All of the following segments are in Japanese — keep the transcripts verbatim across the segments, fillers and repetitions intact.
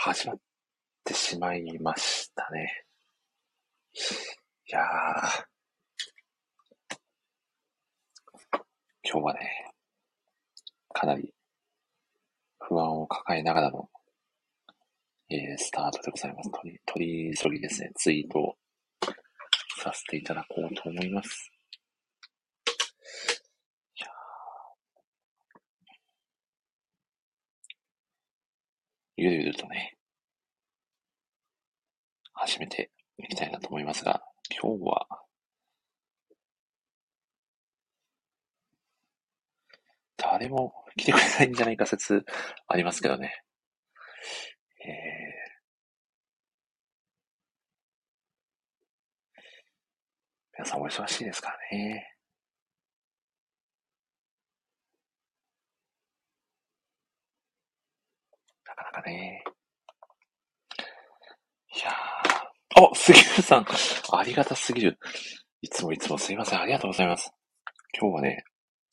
始まってしまいましたね。いやー、今日はね、かなり不安を抱えながらの、えースタートでございます。取り、取り急ぎですね、ツイートをさせていただこうと思います。いやゆるゆるとね、始めていきたいなと思いますが、今日は、誰も来てくれないんじゃないか説ありますけどね。えー、皆さんお忙しいですからね。なかなかね。いやー、お、杉浦さん、ありがたすぎる。いつもいつもすいません。ありがとうございます。今日はね、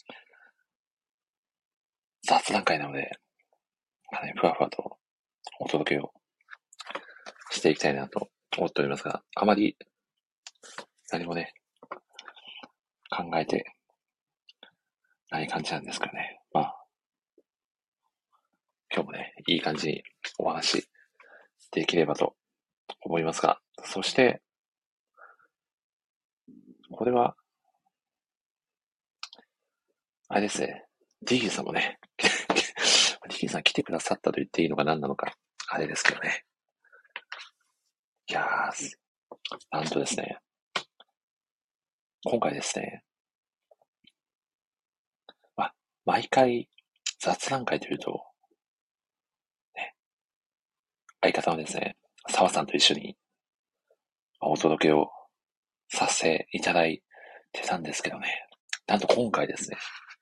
雑談会なので、かなりふわふわとお届けをしていきたいなと思っておりますが、あまり何もね、考えてない感じなんですけどね。まあ、今日もね、いい感じにお話しできればと思いますが、そして、これは、あれですね、ディギーさんもね、ディギーさん来てくださったと言っていいのか何なのか、あれですけどね。いやー、なんとですね、今回ですね、まあ、毎回雑談会というと、ね、相方のですね、澤さんと一緒にお届けをさせていただいてたんですけどね。なんと今回ですね、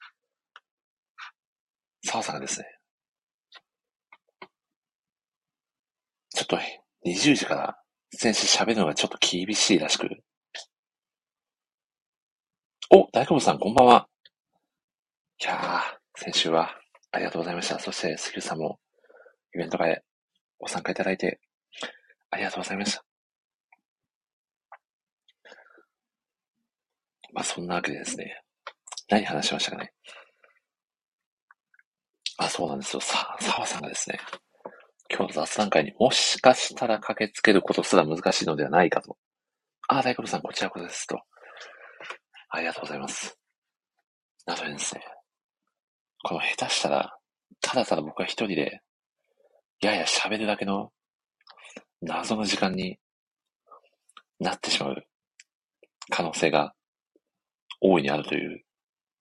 澤さんがですね、ちょっとにじゅうじから出演して喋るのがちょっと厳しいらしく。お、大久保さんこんばんは。いやー、先週はありがとうございました。そして、杉浦さんもイベント会へご参加いただいてありがとうございました。まあそんなわけでですね、何話しましたかね。あ、そうなんですよ。さ、澤さんがですね、今日の雑談会にもしかしたら駆けつけることすら難しいのではないかと。あ、大久保さん、こちらこそですと。ありがとうございます。なのでですね、この下手したら、ただただ僕が一人で、やや喋るだけの謎の時間になってしまう可能性が大いにあるという、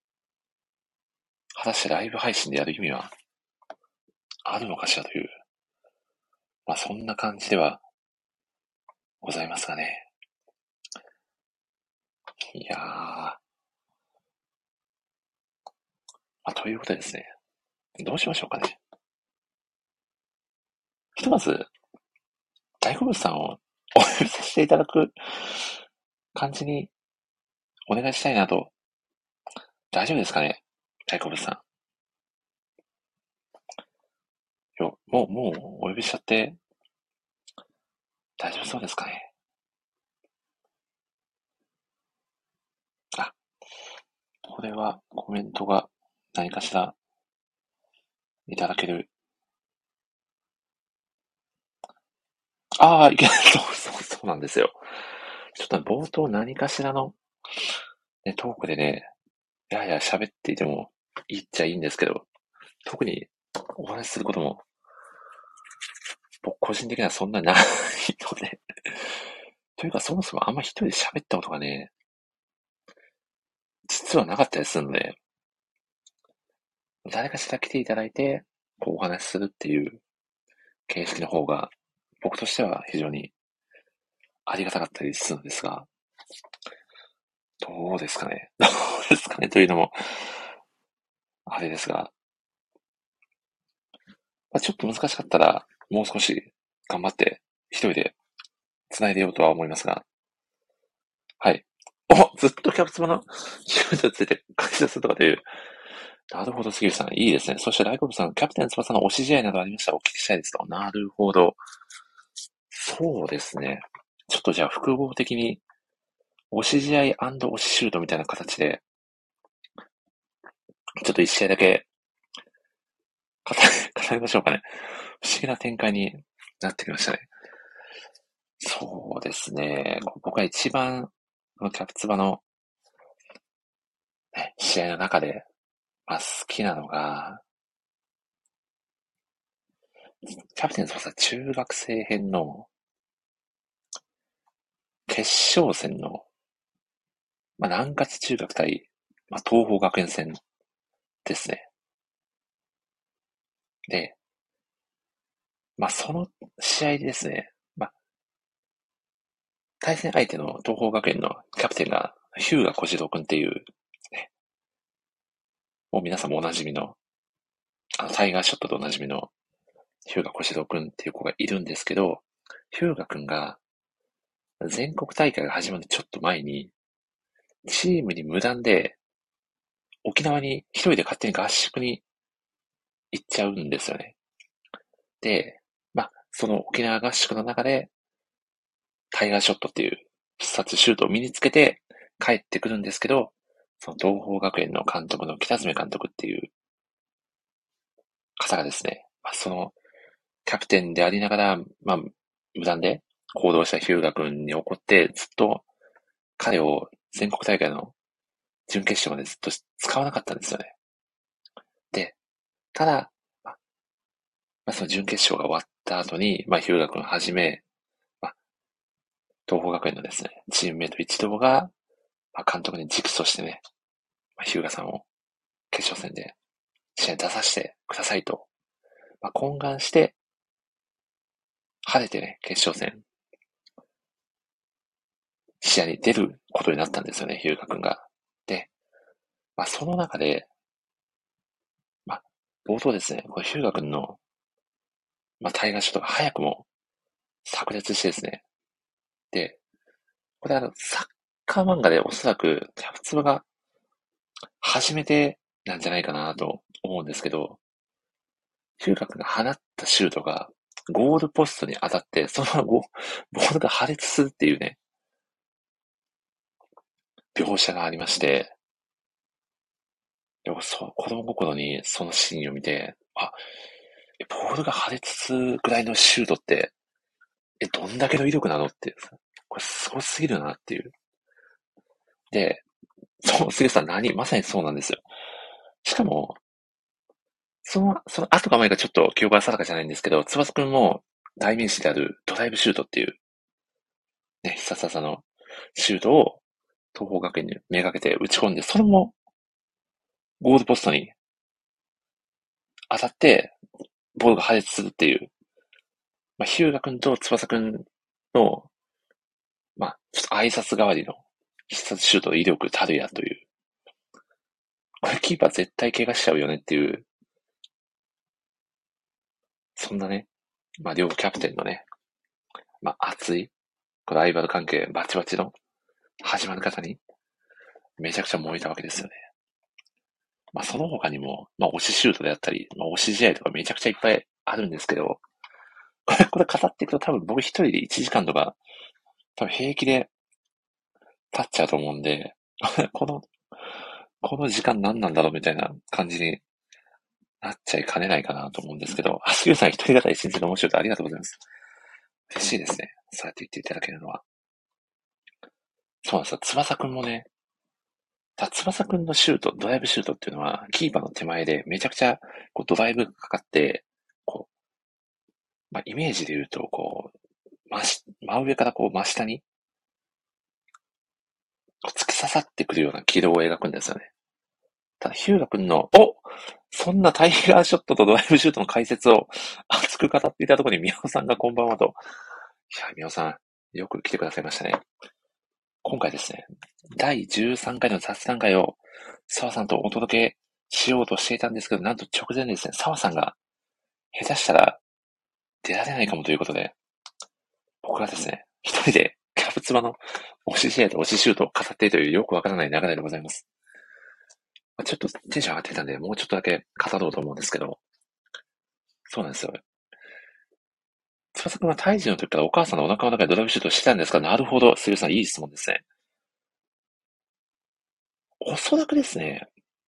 果たしてライブ配信でやる意味はあるのかしらという、まあそんな感じではございますがね。いやー、まあ、ということでですね、どうしましょうかね。ひとまず、大好物さんをお呼びさせていただく感じにお願いしたいなと。大丈夫ですかね、大好物さん。よ、もう、もうお呼びしちゃって大丈夫そうですかね。あ、これはコメントが何かしらいただける。ああ、いけない。そう、そう、そうなんですよ。ちょっと冒頭何かしらの、ね、トークでね、やや喋っていてもいいっちゃいいんですけど、特にお話しすることも、僕個人的にはそんなないのでというかそもそもあんま一人で喋ったことがね、実はなかったりするので、誰かしら来ていただいて、こうお話しするっていう形式の方が、僕としては非常にありがたかったりするんですが、どうですかね。どうですかねというのも、あれですが、まあ、ちょっと難しかったら、もう少し頑張って一人で繋いでようとは思いますが、はい。お、ずっとキャプツバのキャプツついて解説するとかという、 なるほど、杉浦さん。いいですね。そして、大久保さん、キャプテン翼の推し試合などありましたらお聞きしたいですと。なるほど。そうですね。ちょっとじゃあ、複合的に、推し試合推しシュートみたいな形で、ちょっと一試合だけ語語りましょうかね。不思議な展開になってきましたね。そうですね。僕が一番、このキャプツバの、ね、試合の中で、まあ、好きなのが、キャプテン翼中学生編の決勝戦の、まあ、南葛中学対、まあ、東邦学園戦ですね。で、まあ、その試合でですね、まあ、対戦相手の東邦学園のキャプテンが、日向小次郎くんっていう、ね、もう皆さんもおなじみの、あの、タイガーショットとおなじみの、日向小次郎くんっていう子がいるんですけど、日向くんが、全国大会が始まるちょっと前に、チームに無断で、沖縄に一人で勝手に合宿に行っちゃうんですよね。で、まあ、その沖縄合宿の中で、タイガーショットっていう必殺シュートを身につけて帰ってくるんですけど、その東邦学園の監督の北爪監督っていう方がですね、まあ、そのキャプテンでありながら、まあ、無断で行動した日向君に怒って、ずっと彼を全国大会の準決勝までずっと使わなかったんですよね。で、ただ、まあ、その準決勝が終わった後に、まあ、日向君はじめ、まあ、東邦学園のですね、チームメイト一同が、まあ、監督に直訴してね、まあ、日向さんを決勝戦で試合に出させてくださいと、まあ、懇願して、晴れてね、決勝戦、試合に出ることになったんですよね、日向君が。で、まあ、その中で、まあ、冒頭ですね、この日向君の、まあ、タイガーショットが早くも炸裂してですね、で、これあの、サッカー漫画でおそらくキャプツバが初めてなんじゃないかなと思うんですけど、日向君が放ったシュートがゴールポストに当たって、そのままボールが破裂するっていうね、描写がありまして、でもそう、子供心にそのシーンを見て、あ、ボールが破裂するぐらいのシュートって、え、どんだけの威力なのって、これすごすぎるなっていう。で、そう、杉さん何まさにそうなんですよ。しかも、その、その後か前かちょっと記憶が定かじゃないんですけど、翼くんも代名詞であるドライブシュートっていう、ね、必殺技のシュートを東邦学園にめがけて打ち込んで、それもゴールポストに当たって、ボールが破裂するっていう、まあ、日向くんと翼くんの、まあ、ちょっと挨拶代わりの必殺シュート威力たるやという。これキーパー絶対怪我しちゃうよねっていう、そんなね、まあ、両キャプテンのね、まあ、熱い、このライバル関係バチバチの始まる方に、めちゃくちゃ燃えたわけですよね。まあ、その他にも、まあ、推しシュートであったり、まあ、推し試合とかめちゃくちゃいっぱいあるんですけど、これ、これ語っていくと多分僕一人でいちじかんとか、多分平気で経っちゃうと思うんで、この、この時間何なんだろうみたいな感じになっちゃいかねないかなと思うんですけど、あ、杉浦さん一人語り新鮮で面白いとありがとうございます。嬉しいですね。そうやって言っていただけるのは。そうなんですよ。翼くんもね、た翼くんのシュート、ドライブシュートっていうのは、キーパーの手前でめちゃくちゃこうドライブがかかって、こう、まあ、イメージで言うと、こう、真し真上からこう真下にこう突き刺さってくるような軌道を描くんですよね。ただ、ヒューガ君の、おそんなタイガーショットとドライブシュートの解説を熱く語っていたところに、宮尾さんがこんばんはと。いや、宮尾さん、よく来てくださいましたね。今回ですね、だいじゅうさんかいの雑談会を澤さんとお届けしようとしていたんですけど、なんと直前にですね、澤さんが下手したら出られないかもということで、僕がですね、一人でキャプツバの推し試合と推しシュートを語っているというよくわからない流れでございます。 まあ、ちょっとテンション上がってきたんで、もうちょっとだけ語ろうと思うんですけど、そうなんですよ。翼くんは胎児の時からお母さんのお腹の中でドライブシュートしてたんですか？なるほど。すぐさん、いい質問ですね。おそらくですね、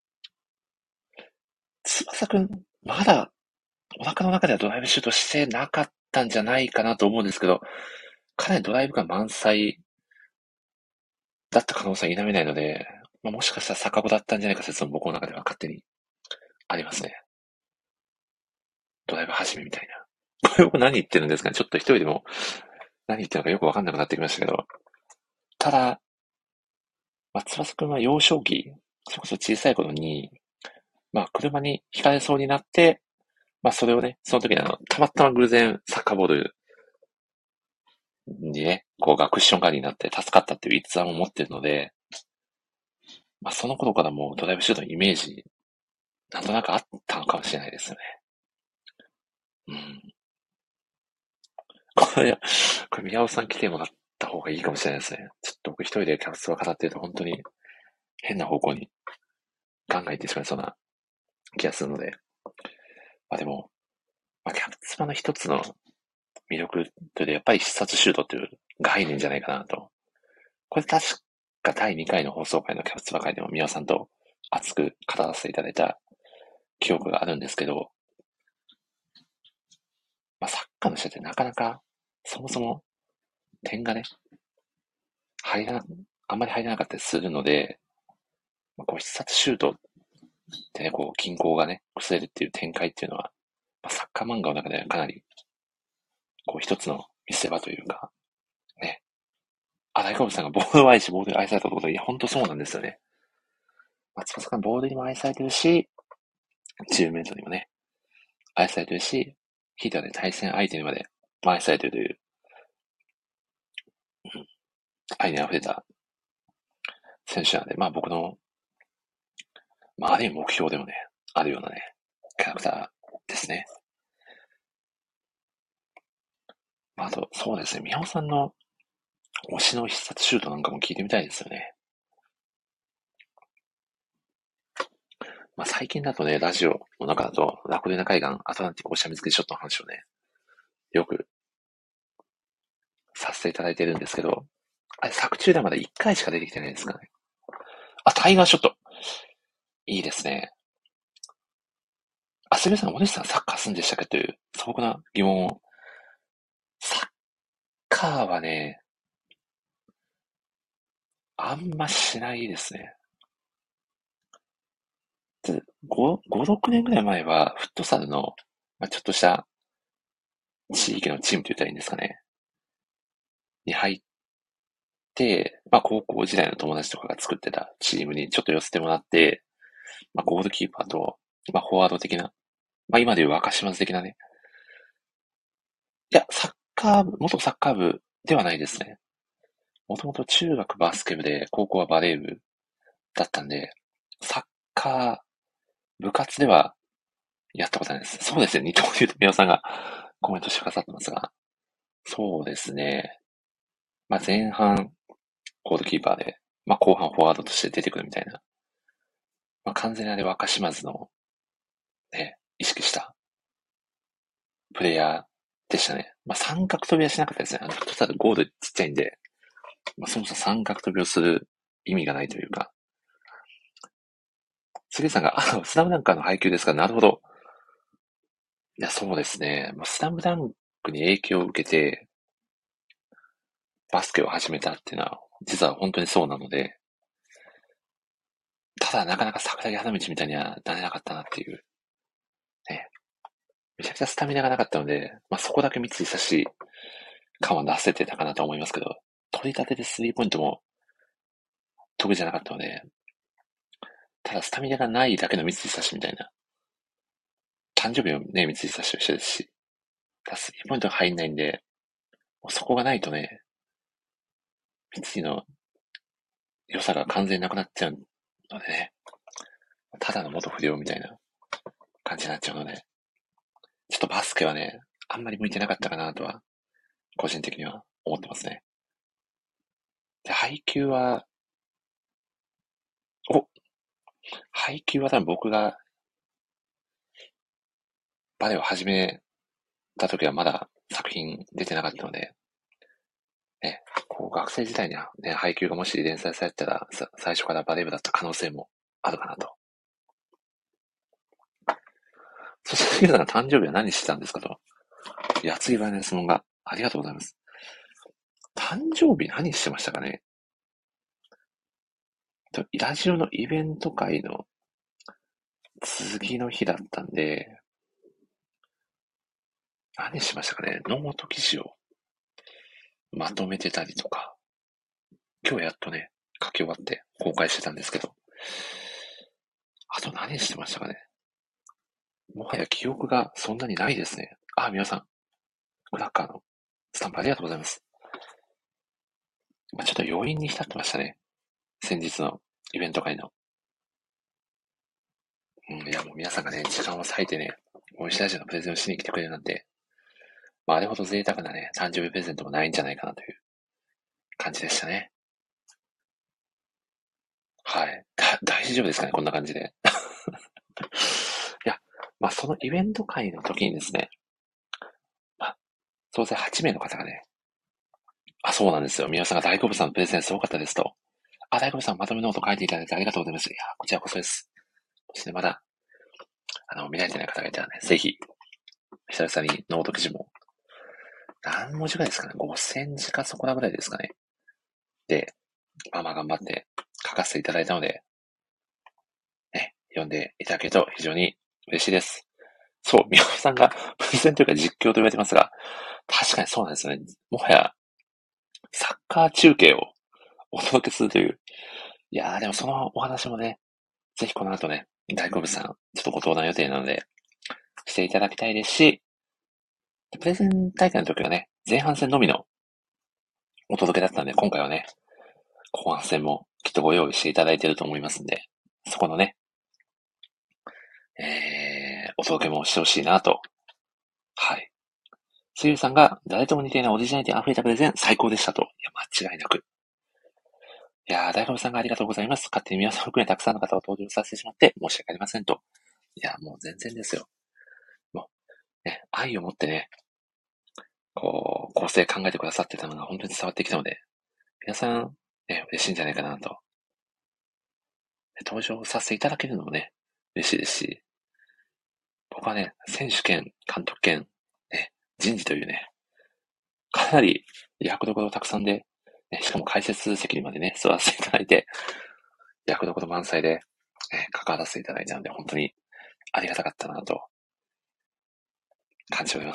翼くん、まだお腹の中ではドライブシュートしてなかったんじゃないかなと思うんですけど、かなりドライブが満載だった可能性は否めないので、まあ、もしかしたら逆子だったんじゃないか説も僕の中では勝手にありますね。ドライブ始めみたいな。これ僕何言ってるんですかね。ちょっと一人でも何言ってるのかよくわかんなくなってきましたけど。ただ、まあ、翼くんは幼少期、それこそ小さい頃に、まあ、車にひかれそうになって、まあ、それをね、その時にあの、たまたま偶然サッカーボールにね、こう、がクッション代わりになって助かったっていう逸話も持ってるので、まあ、その頃からもうドライブシュートのイメージ、なんとなくあったのかもしれないですよね。うん。これ、これ宮尾さん来てもらった方がいいかもしれないですね。ちょっと僕一人でキャプツバ語ってると本当に変な方向に考えてしまいそうな気がするので。まあでも、まあ、キャプツバの一つの魅力というとやっぱり必殺シュートっていう概念じゃないかなと。これ確かだいにかいの放送回のキャプツバ会でも宮尾さんと熱く語らせていただいた記憶があるんですけど、まあ、サッカーの試合ってなかなかそもそも点がね、入らな、あんまり入らなかったりするので、まあ、こう必殺シュートでね、こう、均衡がね、崩れるっていう展開っていうのは、まあ、サッカー漫画の中ではかなり、こう、一つの見せ場というか、ね。あ、大好物さんがボールを愛し、ボールに愛されたこと、いや、ほんとそうなんですよね。松本さん、ボールにも愛されてるし、チームメイトにもね、愛されてるし、ヒーターで対戦相手にまで愛されてるという、うん、愛に溢れた選手なんで、まあ僕の、まあある意味目標でもね、あるようなね、キャラクターですね。まあ、あと、そうですね、宮尾さんの推しの必殺シュートなんかも聞いてみたいですよね。まあ、最近だとね、ラジオの中だと、ラコデナ海岸、アトランティックオシャン見つけショットの話をね、よくさせていただいてるんですけど、あれ、作中ではまだいっかいしか出てきてないですかね。あ、タイガーショット。いいですね。あ、すみません、お姉さんサッカーするんでしたっけという素朴な疑問を。サッカーはね、あんましないですね。ご、ご、ろくねんぐらい前は、フットサルの、まあ、ちょっとした地域のチームと言ったらいいんですかね。に入って、まあ、高校時代の友達とかが作ってたチームにちょっと寄せてもらって、まあ、ゴールキーパーと、まあ、フォワード的な、まあ、今でいう若島津的なね。いや、サッカー部、元サッカー部ではないですね。もともと中学バスケ部で、高校はバレー部だったんで、サッカー部活ではやったことないです。そうですね。二刀流と宮尾さんがコメントしてくださってますが、そうですね。まあ、前半、ゴールキーパーで、まあ、後半フォワードとして出てくるみたいな。まあ、完全にあれ若島津のね、意識したプレイヤーでしたね。まあ、三角飛びはしなかったですね。あの、フットサルゴールちっちゃいんで、まあ、そもそも三角飛びをする意味がないというか、杉さんが、あの、スラムダンカーの配球ですか？なるほど。いや、そうですね。まあ、スラムダンクに影響を受けて、バスケを始めたっていうのは、実は本当にそうなので、ただなかなか桜木花道みたいにはなれなかったなっていう、ね。めちゃくちゃスタミナがなかったので、まあ、そこだけ三井久志感は出せてたかなと思いますけど、取り立てでスリーポイントも得意じゃなかったので、ただスタミナがないだけの三井久志みたいな。誕生日もね、三井久志と一緒ですし、ただスリーポイントが入んないんで、もうそこがないとね、三井の良さが完全になくなっちゃうのでね、ただの元不良みたいな感じになっちゃうので、ちょっとバスケはね、あんまり向いてなかったかなとは、個人的には思ってますね。で、配球は、お、 配給は多分僕がバレエを始めた時はまだ作品出てなかったので、ね、こう学生時代にはね、配給がもし連載されてたら、さ最初からバレー部だった可能性もあるかなと。そして、杉浦さんが誕生日は何してたんですかと。やついばいの質問が。ありがとうございます。誕生日何してましたかね。とラジオのイベント会の次の日だったんで、何しましたかね。ノート記事をまとめてたりとか、今日やっとね、書き終わって公開してたんですけど、あと何してましたかね。もはや記憶がそんなにないですね。あ、皆さん、クラッカーのスタンプありがとうございます。まあ、ちょっと余韻に浸ってましたね。先日のイベント会の。うん、いやもう皆さんがね、時間を割いてね、美味しいラジオのプレゼンをしに来てくれるなんて、まあ、あれほど贅沢なね、誕生日プレゼントもないんじゃないかなという感じでしたね。はい。だ大丈夫ですかね、こんな感じで。いや、まあ、そのイベント会の時にですね、まあ、総勢はち名の方がね、あ、そうなんですよ。宮尾さんが大好物さんのプレゼンすごかったですと。あ、大好物さんまとめノート書いていただいてありがとうございます。いや、こちらこそです。そしてまだ、あの、見られてない方がいたらね、ぜひ、久々にノート記事も、何文字ぐらいですかね ?ごせん 字かそこらぐらいですかね。で、まあまあ頑張って書かせていただいたので、ね、読んでいただけると非常に嬉しいです。そう、宮尾さんがプレゼンというか実況と言われてますが、確かにそうなんですよね。もはや、サッカー中継をお届けするという。いやー、でもそのお話もね、ぜひこの後ね、大好物さん、ちょっとご登壇予定なので、していただきたいですし、プレゼン大会の時はね、前半戦のみのお届けだったんで、今回はね、後半戦もきっとご用意していただいていると思いますんで、そこのね、えー、お届けもしてほしいなと。はい。すゆさんが誰とも似ていないオリジナリティ溢れたプレゼン最高でしたと。いや、間違いなく。いやー、大学さんがありがとうございます。勝手に皆さん含めたくさんの方を登場させてしまって申し訳ありませんと。いや、もう全然ですよ。もう、ね、愛を持ってね、こう、構成考えてくださってたのが本当に伝わってきたので、皆さん、ね、嬉しいんじゃないかなと。登場させていただけるのもね、嬉しいですし、僕はね、選手兼監督兼、ね、人事というね、かなり役どころたくさんで、ね、しかも解説席にまでね、座らせていただいて、役どころ満載で、ね、関わらせていただいたので、本当にありがたかったなと感じております。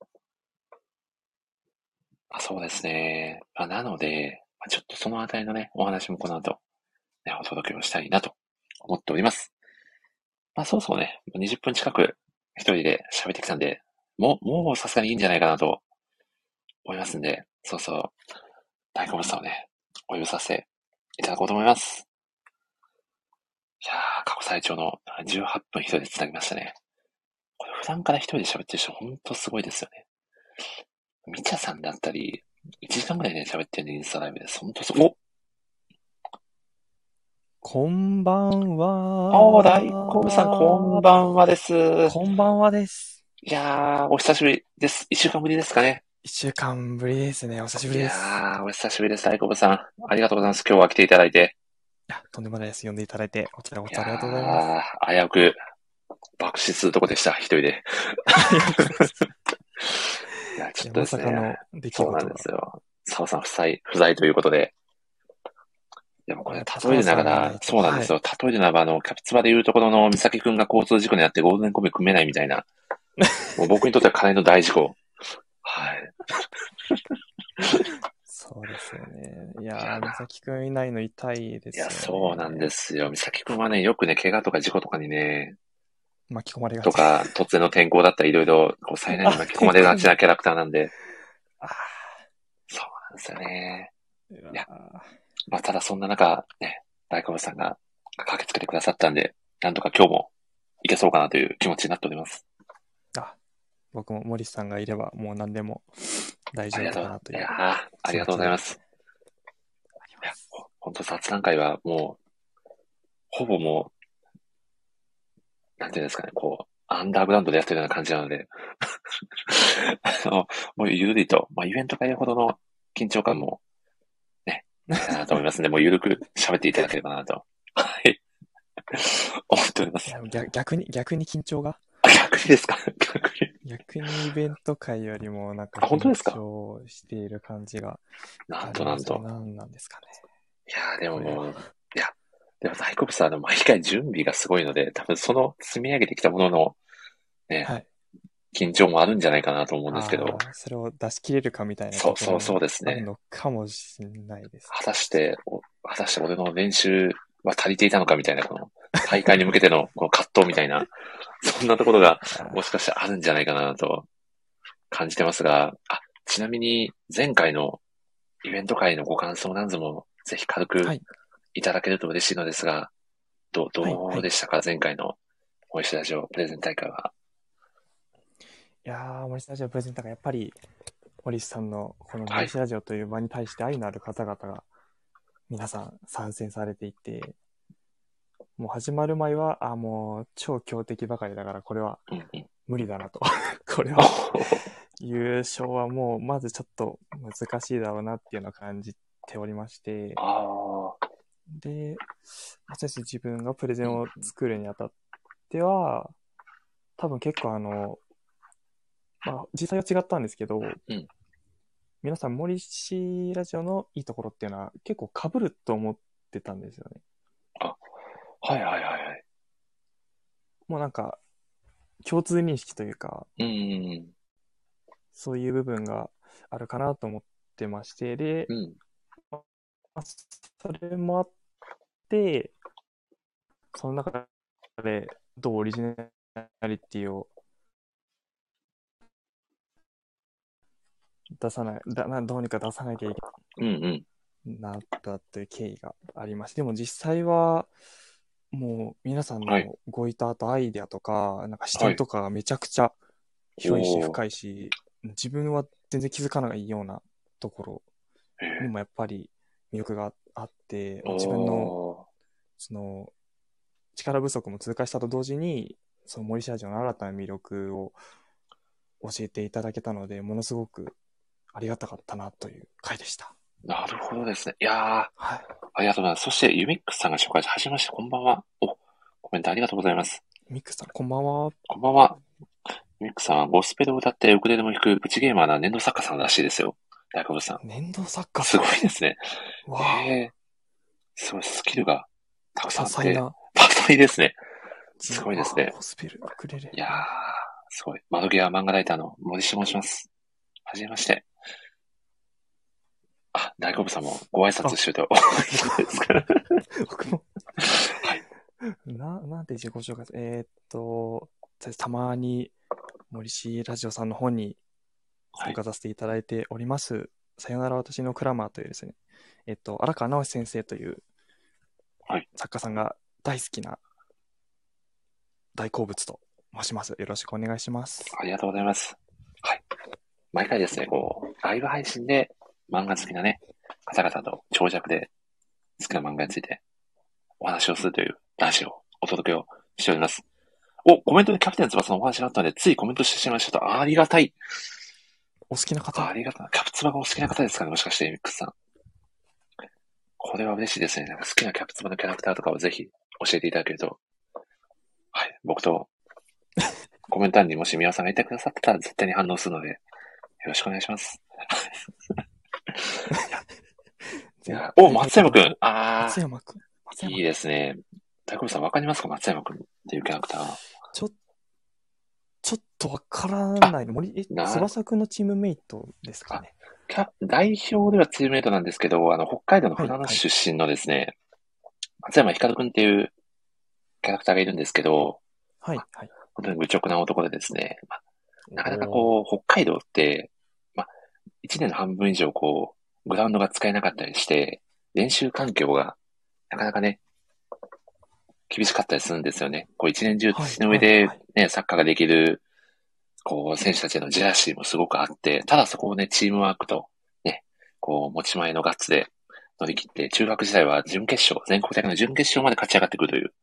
まあ、そうですね。まあ、なので、まあ、ちょっとそのあたりのね、お話もこの後、ね、お届けをしたいなと思っております。まあ、そうそうね、にじゅっぷん近く一人で喋ってきたんで、もう、もうさすがにいいんじゃないかなと思いますんで、そうそう、大好物さんをね、お呼びさせていただこうと思います。いやー、過去最長のじゅうはっぷん一人で繋ぎましたね。これ普段から一人で喋ってる人、ほんとすごいですよね。みちゃさんだったり、いちじかんぐらいね、喋ってるんで、インスタライブです。ほんとすごい。 こんばんお、おー、大好物さん、こんは。 ばんはです。 こんばんはです。 いやー、お久しぶりです。一週間ぶりですかね。 一週間ぶりですね。お久しぶいりです。 やー、お久しぶりです、大好物さん。ありがとうございます。今日は来ていただいて。 いや、とんでもないです。呼んでいただいて、こちらこいそありがとうございます。 やー、危うく爆死するとこでした、一人で。 いや、こいや、ちょいや、 っとですね、 まさかの出来そうなん事が。 ですよ。澤さん不在、不在ということで。でもこれ、 やっぱ例え澤さるながら、 んがいないと。はい。 そうなんですよ。例えるならば、あの、キャプツバで言うところの美咲くんが交通事故にあってゴールデンコンビ組めないみたいな、もう僕にとっては金の大事故。はい。 そうですよね。いやー、 いや、 美咲くんいないの痛いでいや、 すよそうなんでね。 すよ。美咲くんはね、よくね、怪我とか事故とかにね、 巻き込まれがち。 とか、突然の転校だったり、いろいろ、こう、災難にあ、 巻き込まれが転校も。 ちなキャラクターなんで、 あそうなんですよね。 ー、ういや、 わまあ、ただそんな中、ね、大久保さんが駆けつけてくださったんで、なんとか今日もいけそうかなという気持ちになっております。 ーあ、僕も森さんがいればもう何でも大丈夫ありがとう。いやかなというー、ありがとう気持ちでございます。 ありまいや、 す。 ほほんと雑談会はもう、ほぼもなんていうんですかね、こう、アンダーグラウンドでやってるような感じなので、あの、もうゆるりと、まあ、イベント会ほどの緊張感もね、ないかなと思いますので、もうゆるく喋っていただければなと、はい、思っております。 いや、逆逆に、逆に緊張が逆にですか？逆に。 逆にイベント会よりもなんかあ、本当緊ですか？ 張している感じがなんありますね。 となんと。 何なんですかね。 いやーでもこれは。 もう、いや、でも大好物はあの、毎回準備がすごいので、多分その積み上げてきたものの、ね、 はい。 緊張もあるんじゃないかなと思うんですけど、 ああ、それを出し切れるかみたいなそうそうところもそうですね。 あるのかもしれないです果たして、お果たして俺の練習は足りていたのかみたいな、この大会に向けてのこの葛藤みたいな、そんなところがね。あもしかしてあるんじゃないかなと感じてますが、あ、ちなみに前回のイベント会のご感想なんぞもぜひ軽くはい。 いただけると嬉しいのですが、ど、 はい。はい。いどうでしたか前回のモイスラジオプレゼン大会は。 やー、森下ラジオプレゼンターがやっぱり、森さんのこのはい。 森下ラジオという場に対して愛のある方々が皆さん参戦されていて、もう始まる前は、あ、もう超強敵ばかりだからこれはうんうん。 無理だなと。これおはー優勝はもうまずちょっと難しいだろうなっていうのを感じておりまして、 ああ、 で、先生自分がプレゼうんンを作るにあたっては、多分結構あの、まあ実際は違ったんですけど、 うん。 皆さん森氏ラジオのいいところっていうのは結構被ると思ってたんですよね。 あ、はいはいはいはい。 もうなんか共通認識というか、 うんうんそういう部分があるかなと思ってまして、で、 うん。うん。 まあ、それもあって、その中でどうオリジナリティを出さない、だなどうにか出さなきゃいけうんうん。 ないなったという経緯がありまして、でも実際はもう皆さんはい。 のご意図とアイデアとか、なんか視はい。 点とかがめちゃくちゃ広いしおー。 深いし、自分は全然気づかないようなところにえもやっぱり魅力があって、 ー、 自分のおー。 その力不足も通過したと同時に、その森市ラジオの新たな魅力を教えていただけたので、ものすごくありがたかったなという回でした。 なるほどですね。いやー、 はい。 ありがとうございます。そして、ユミックスさんが紹介し、はじめまして、こんばんは。お、コメントありがとうございます。 ミックさん、こんばんは。 こんばんは。ユミックスさんはゴスペルを歌ってウクレレも弾くプチゲーマーな粘土作家さんらしいですよ。大久保さん。 粘土作家すさん。 ごいですね。 わあ、 ええー、すごいスキルがたくさんあって、 多彩な。 多彩ですね。すじわあ、 ごいですね。 ゴスペル、ウクレレ。 いやー、すごい。窓際漫画ライターの森下と申します。はじめまして。あ、大久保さんもご挨拶あ、 してると。ですか？ 僕もはい。 な、なんて自己紹介するえーっと、たまに森氏ラジオさんの方にはい。 参加させていただいております。さよなら私のクラマーというですね、えっと、荒川直先生というはい。 作家さんが大好きな大好物と申します。よろしくお願いします。 ありがとうございます。はい。毎回ですね、こう、ライブ配信で漫画好きなね、方々と長尺で好きな漫画についてお話をするというラジオをお届けをしております。お、コメントでキャプテン翼のお話があったので、ついコメントしてしまいましたと。ありがたい。 お好きな方ありがたい。キャプツバがお好きな方ですかね、もしかして、ミックスさん。これは嬉しいですね。なんか好きなキャプツバのキャラクターとかをぜひ教えていただけると。はい。僕とコメント欄にもし宮尾さんがいてくださってたら絶対に反応するので、よろしくお願いします。いや、お、松山くん。あ松山くん。松ー、いい山くん。 ですね。大久保さんわかりますか？松山くんっていうキャラクター。 ちょ、ちょっとわからないの。森、え、 なる、 翼くんのチームメイトですかあ、 ね。 キャ、代表ではチームメイトなんですけど、あの、北海道のはい、 富良野はい。 市出身のですね、松山ひかるくんっていうキャラクターがいるんですけど、 はい、はい。 本当に愚直な男でですね、まあ、なかなかおー。 こう、北海道って、まあ、一年の半分以上こう、グラウンドが使えなかったりして、練習環境がなかなかね、厳しかったりするんですよね。こう一年中はい、 土の上はい、はでい。 ね、サッカーができる、こう、選手たちへのジェラシーもすごくあって、ただそこをね、チームワークと、ね、こう、持ち前のガッツで乗り切って、中学時代は準決勝、全国大会の準決勝まで勝ち上がってくるという、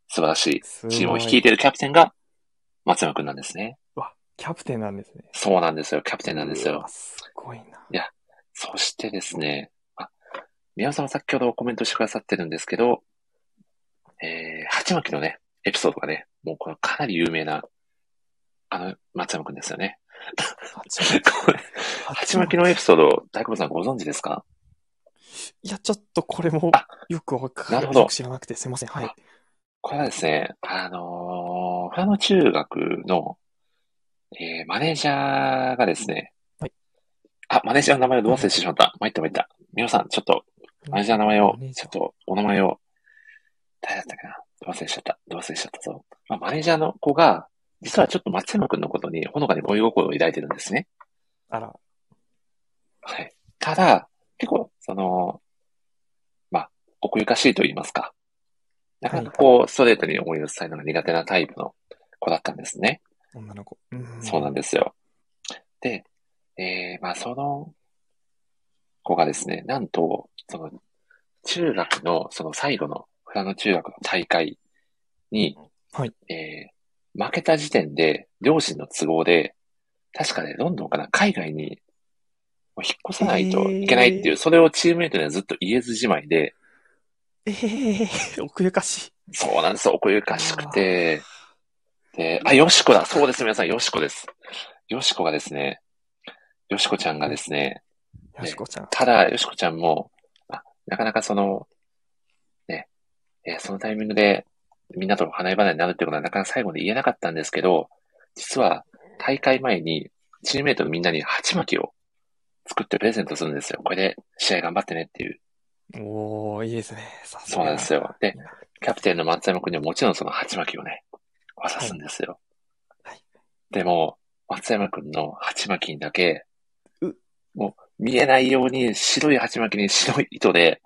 素晴らしいすチームをごい。 率いているキャプテンが松山くんなんですね。 わ、キャプテンなんですね。 そうなんですよ。キャプテンなんですうわ、 よ。 すごいな。 いや、そしてですね、あ、宮尾さんも先ほどコメントしてくださってるんですけど、えー、鉢巻きのね、エピソードがね、もうこのかなり有名な、あの、松山くんですよね。 鉢巻き。 これ、鉢巻きのエピソード、大久保さんご存知ですか？ いや、ちょっとこれもあ、 よくわか、 なるほど。 よく知らなくてすいません。はい。 あ、これはですね、あのー、富山中学の、えー、マネージャーがですね、 はい。 あ、マネージャーの名前をどはいはい。 忘れしてしまった。参った参った。皆さん、ちょっと、マネージャーの名前を、 マネージャー。 ちょっと、お名前を、誰だったかな、ど忘れしちゃった。ど忘れしちゃったぞ。まあ、マネージャーの子が、実はちょっと松山くんのことに、ほのかに恋心を抱いてるんですね。 あら。 はい。ただ、結構、その、まあ、奥ゆかしいと言いますか。なかはい。 なかこう、ストレートに思いを伝えるのが苦手なタイプの子だったんですね。 女の子。うんうんそううん。 なんですよ。で、えー、まあ、その子がですね、なんと、その、中学の、その最後の、富良野中学の大会に、 はい。 えー、負けた時点で、両親の都合で、確かね、ロンドンかな、海外にもう引っ越さないといけないっていう、 ええそれをチームメイトにはずっと言えずじまいで、 ええ奥ゆかしい。 そうなんですよ、奥ゆかしくあて、で、 ー、 あ、 うわよしこだ、そうです、皆さん、よしこです。よしこがですね、よしこちゃんがー。 ですね、 よしで、 こちゃん。 ただ、よしこちゃんも、あ、なかなかその、ね、えーそのタイミングでみんなと離れ離れになるってことはなかなか最後に言えなかったんですけど、実は大会前にチームメイトのみんなに鉢巻きを作ってプレゼントするんですよ。これで試合頑張ってねっていう。 おー、いいですね。さすそうなんですよ。 が。 で、 いいな。 キャプテンの松山君にはもちろんその鉢巻きをね、渡はい。 すんですよ。 はい。 でも、松山君の鉢巻きにだけ、 う、 もう見えないように白い鉢巻きに白い糸で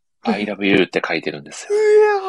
I え、 love you って書いてるんですよ。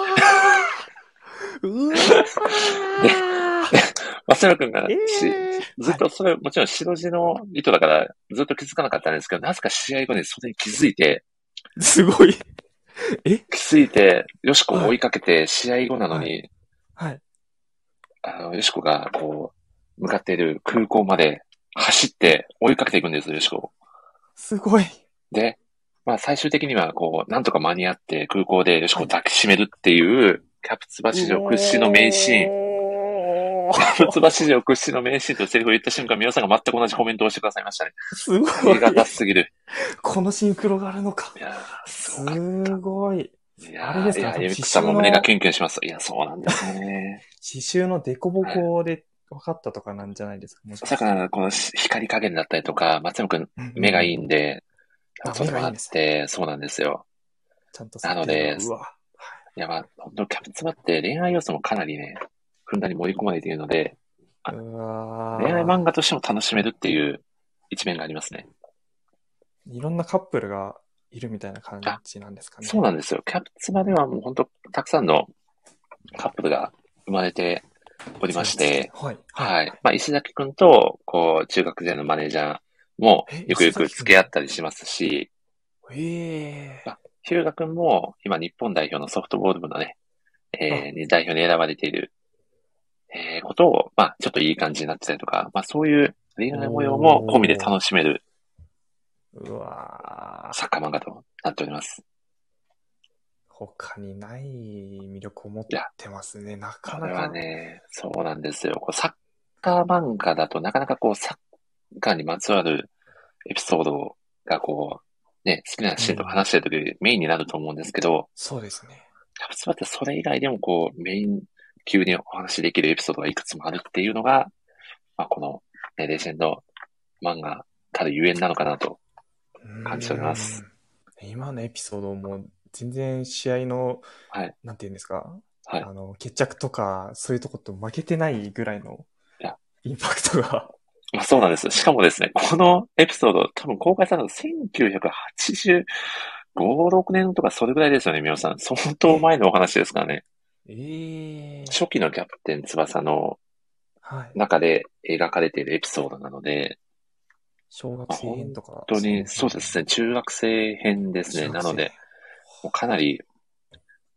うわーうわで、 ー松山くんがえし、 えー。はい。 ずっとそれ、もちろん白地の糸だからずっと気づかなかったんですけど、なぜか試合後にそれに気づいて、 すごい。え気づいて、よしこを追いはい。 かけて、試合後なのはい。 に、 はい。 あの、よしこがこう、向かっている空港まで走って追いかけていくんですよ、よしこを。 すごい。 で、まあ最終的にはこう、なんとか間に合って空港でよしこをはい。 抱きしめるっていう、キャプツバ史上屈指の名シーン。 おキャプツバー。 史上屈指の名シーンとセリフを言った瞬間、皆さんが全く同じコメントをしてくださいましたね。 すごありがたい。 すぎる。 このシンクロがあるのか。 いやー、すごかった。 すごい。 いやー、 あれですかね、 いや、 多分刺ゆみくさんも胸がキ繍の、 ュンキュンします。いや、そうなんですよね。 刺繍のデコボはい。 コで分かったとかなんじゃないですか、もしかして。 さかな、このし光加減だったりとか、松山くん、 うんうん目がいいうん。 んで、多分あ、 それもあっ目がいいんですね。 て、そうなんですよ。 ちゃんと設定が。 なので、 うわ。 いや、まあ、本当キャプツバって恋愛要素もかなりね、ふんだんに盛り込まれているので、あ、 う恋愛わ漫画としても楽しめるっていう一面がありますね。 ー。いろんなカップルがいるみたいな感あ、 じなんですかね。 そうなんですよ。キャプツバではもう本当たくさんのカップルが生まれておりまそうですね。 して、 はい。はい。 はい。まあ、石崎くんと、こう、中学生のマネージャーも、 え、 よくよく石崎くんですか？ 付き合ったりしますし、 ええまあ、日向くんも、今、日本代表のソフトボール部のね、 ー。あ、 えー、に代表に選ばれている、えー、ことを、まあ、ちょっといい感じになってたりとか、まあ、そういう恋愛模様も込みでおー。 楽しめるうわー。 サッカー漫画となっております。 他にない魅力を持っいや、 てますね。なかこれはなか。 ね、そうなんですよ。こうサッカー漫画だとなかなかこう、サッカーにまつわるエピソードがこう、ね、好きなシーンとかうん。 話してる時メインになると思うんですけど、 そうですね。 キャプツバってそれ以外でもこう、メイン級にお話しできるエピソードがいくつもあるっていうのが、まあ、この、ね、レジェンド漫画たるゆえんなのかなとうー感じております。 ん。今のエピソードも全然試合の、 はい。 なんていうんですか、 はい。 あの、決着とか、そういうとこと負けてないぐらいのいや、 インパクトが。 まあそうなんです。しかもですね、このエピソード、多分公開されたのせんきゅうひゃくはちじゅうご、ろくねんとかそれぐらいですよね、みおさん。相当え、 前のお話ですからね。 ええ初期のキャプテン翼のー、はい。 中で描かれているエピソードなので、 小学まあ、 生編本とか、 当に、 その辺。 そうですね、中学生編ですね。 中学生編。 なので、もうかなり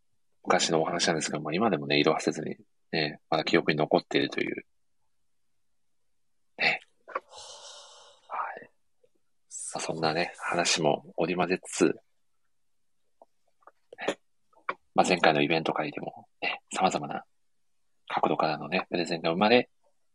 昔のお話なんですけども、今でもね、色褪せずに、ね、まだ記憶に残っているという、ね。はい。まあ、そんなね、話も織り交ぜつつ、ね、まあ、前回のイベント会でも、ね、様々な角度からのね、プレゼンが生まれ、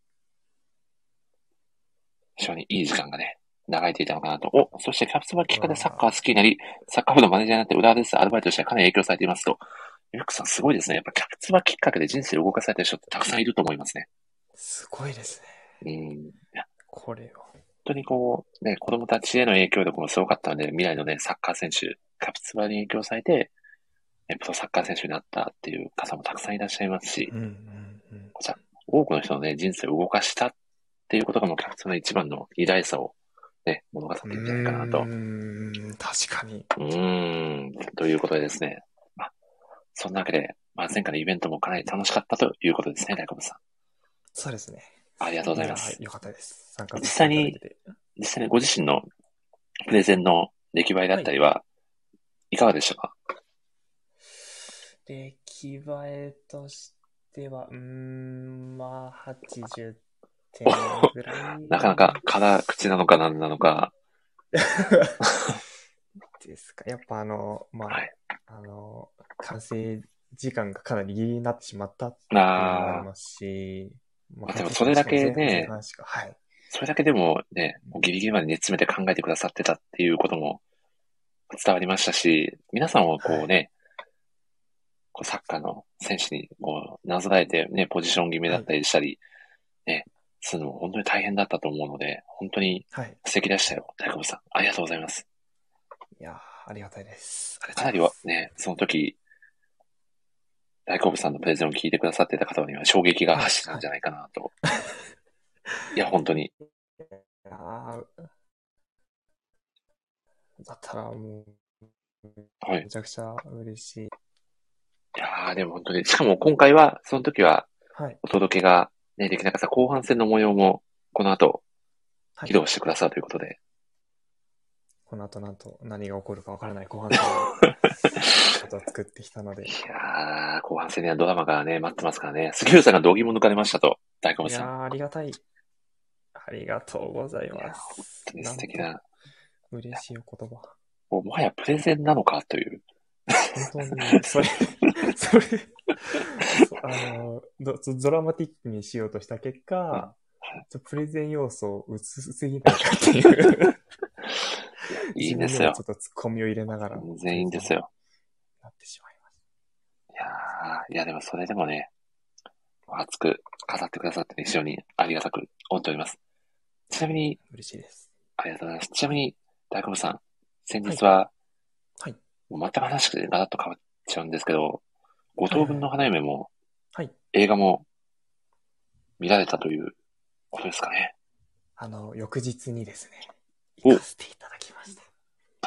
非常にいい時間がね、流れていたのかなと。お、そしてキャプツバきっかけでサッカー好きになり、サッカー部のマネージャーになって浦和ですアルバイトとしてかなり影響されていますと。ゆっくさんすごいですね。やっぱキャプツバきっかけで人生を動かされてる人ってたくさんいると思いますね。 すごいですね。うん。いや、 これは。 本当にこう、ね、子供たちへの影響力もすごかったので、未来のね、サッカー選手、キャプツバに影響されて、ね、プロサッカー選手になったっていう方もたくさんいらっしゃいますし、 うんうんうん、 こちら、多くの人のね、人生を動かしたっていうことがもうキャプツバの一番の偉大さをね、物語っているんじゃないかなと。 うーん、確かに。 うーん、ということでですね。まあ、そんなわけで、まあ、前回のイベントもかなり楽しかったということですね、大久保さん。 そうですね。 ありがとうございます。 いや、よかったです。参加実させて際に、 いただけて。 実際にご自身のプレゼンの出来栄えだったりは、いかがでしたか？ 出来栄えとしては、うーん、まあ、はちじゅってんぐらい。 なかなか辛口なのか何なのか。 ですか。やっぱあの、まあ、 はい。 あの、完成時間がかなりギリギリになってしまったっていうのもありあますし、まあ、でもそれだけね、 前半しか、はい。 それだけでもね、もうギリギリまで煮詰めて考えてくださってたっていうことも伝わりましたし、皆さんをこうね、こうサッカーの選手にこうなぞらえてね、ポジション決めだったりしたり、ね、するのも本当に大変だったと思うので、本当にはい。 素敵でしたよ。大久保さん。ありがとうございます。 いやー、ありがたいです。ありかなりがとうございます。 はね、その時、大久保さんのプレゼンを聞いてくださってた方には衝撃がはい。 走ったんじゃないかなと。いや、本当に。 いやーだったらもう、 はい。 めちゃくちゃ嬉しい。 いやー、でも本当に、しかも今回は、その時は、 はい。 お届けが、ね、できなかった後半戦の模様も、この後、 はい。 披露してくださるということで。 この後なんと何が起こるかわからない後半戦をちょっと作ってきたので。 いやー、後半戦にはドラマがね、待ってますからね。杉浦さんが道着も抜かれましたと、大久保さん。 いやー、ありがたい。ありがとうございます。 本当に素敵な。 嬉しいお言葉。 もうもはやプレゼンなのかという。 本当に、それ、それ、あのド、ドラマティックにしようとした結果、うん、プレゼン要素薄すぎないかっていういいんですよ。 自分でもちょっとツッコミを入れながら。 全然いいんですよ。 なってしまいます。 いやー、いやでもそれでもね、熱く語ってくださって非常にありがたく思っております。ちなみに、 嬉しいです。 ありがとうございます。ちなみに、大久保さん、先日は、はい、はい、もうまた話がガラッと変わっちゃうんですけど、五等分の花嫁も、はいはい、映画も見られたということですかね。 あの、翌日にですね、行かせていただきました。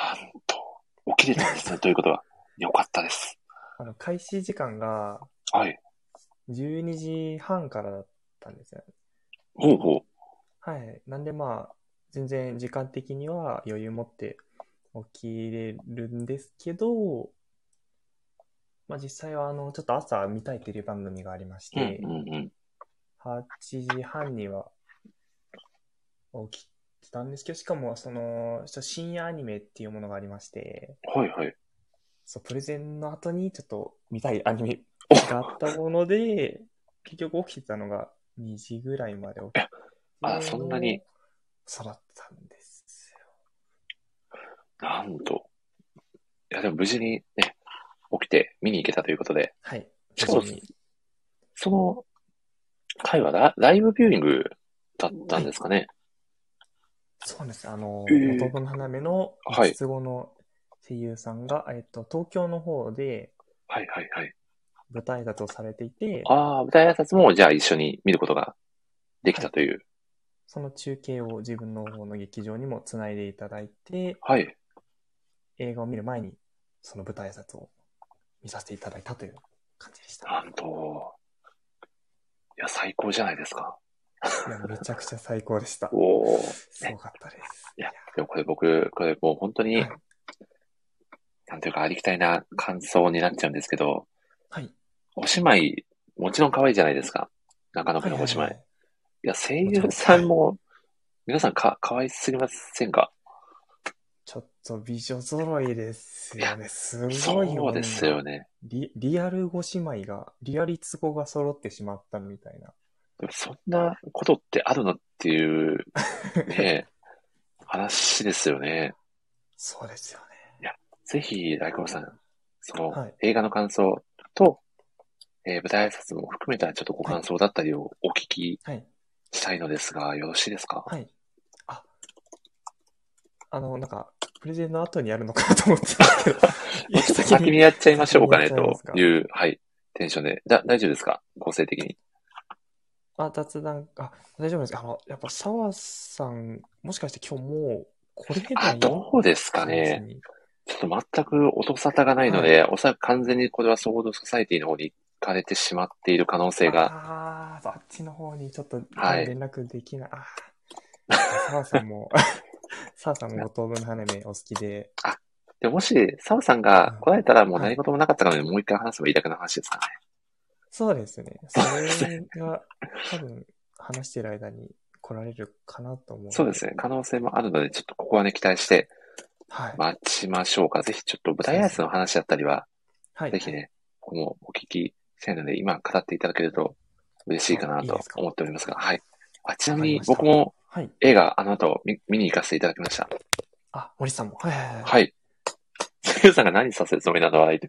なんと、起きれたんですね、ということは。よかったです。 あの、開始時間が、 はい。 じゅうにじはんからだったんですよ。 ほうほう。 はい。なんでまあ、全然時間的には余裕持って起きれるんですけど、まあ実際はあの、ちょっと朝見たいテレビ番組がありまして、 うんうんうん、 はちじはんには起きたんですけど、しかもその、深夜アニメっていうものがありまして、 はいはい。 そう、プレゼンの後にちょっと見たいアニメがあったもので、結局起きてたのがにじぐらいまで起きて、 あ、そんなに。 そうだったんですよ。 なんと。いや、でも無事にね、起きて見に行けたということで。 はい。 しかも、その回はラライブビューイングだったんですかね。はい、 そうです。あの、五等分の花嫁の五つ子の声優さんが、はい、えっと、東京の方で、 はいはいはい。 舞台挨拶をされていて、 ああ、舞台挨拶もじゃあ一緒に見ることができたという。はい、 その中継を自分の方の劇場にもつないでいただいて、 はい。 映画を見る前に、その舞台挨拶を見させていただいたという感じでした。 なんと、いや、最高じゃないですか。 いや、めちゃくちゃ最高でした。 おー。 すごかったです。 いや、でもこれ僕、これもう本当に、はい、なんていうかありきたりな感想になっちゃうんですけど、 はい。 お姉妹、もちろん可愛いじゃないですか。中野はいくんのお姉妹。いはいはい。 や、声優もちろん。はい。 さんも、皆さんか、可愛すぎませんか？ ちょっと美女揃いですいや、 よね。すごいそうでもんが。 すよね。 リ、リアルご姉妹が、リアリツ語が揃ってしまったみたいな。 でもそんなことってあるのっていう、ね、話ですよね。 そうですよね。 いや、ぜひ、大久保いやさん、そのはい。 映画の感想と、えー舞台挨拶も含めたちょっとごはい。 感想だったりをお聞きはい。 したいのですが、よろしいですか？ はい。あ、あの、なんか、プレゼンの後にやるのかなと思ってたんですけど、いや、 もうちょっと先に、 先にやっちゃいまし先にやっょうかね、 ちゃいますか。 という、はい、テンションで。だ、大丈夫ですか？構成的に。 あ、雑談、あ、大丈夫ですか。あの、やっぱ澤さん、もしかして今日もう来れあ、 ないどうですかね。 感じに。 ちょっと全く音沙汰がないのはい。 で、おそらく完全にこれはソードソサイティの方に行かれてしまっている可能性が、 あー、あっちの方にちょっとまはい。 だ連絡できない。あー、じゃあ澤さんも、澤さんも五等分の花嫁お好きで、 あ、でもし、澤さんがうん。 来られたらもうはい。 何事もなかったので、もう一回話せばいいだけの話ですかね。 そうですね。 そうそですね。 れが多分話してる間に来られるかなと思うので。 そうですね。可能性もあるので、ちょっとここはね、期待してはい。 待ちましょうか。ぜひちょっと舞台挨拶のそうですね。 話だったりは、 はい、はい。 ぜひね、ここもお聞きしたいので、今語っていただけると嬉しいあ、 かなといいですか。 思っておりますが、はい。あ、ちなわみにかりました。 僕もはい。 映画、あの後見見に行かせていただきました。 あ、森さんも。はいはいはい。 はい。ゆうさんが何させるつもりなの笑いて。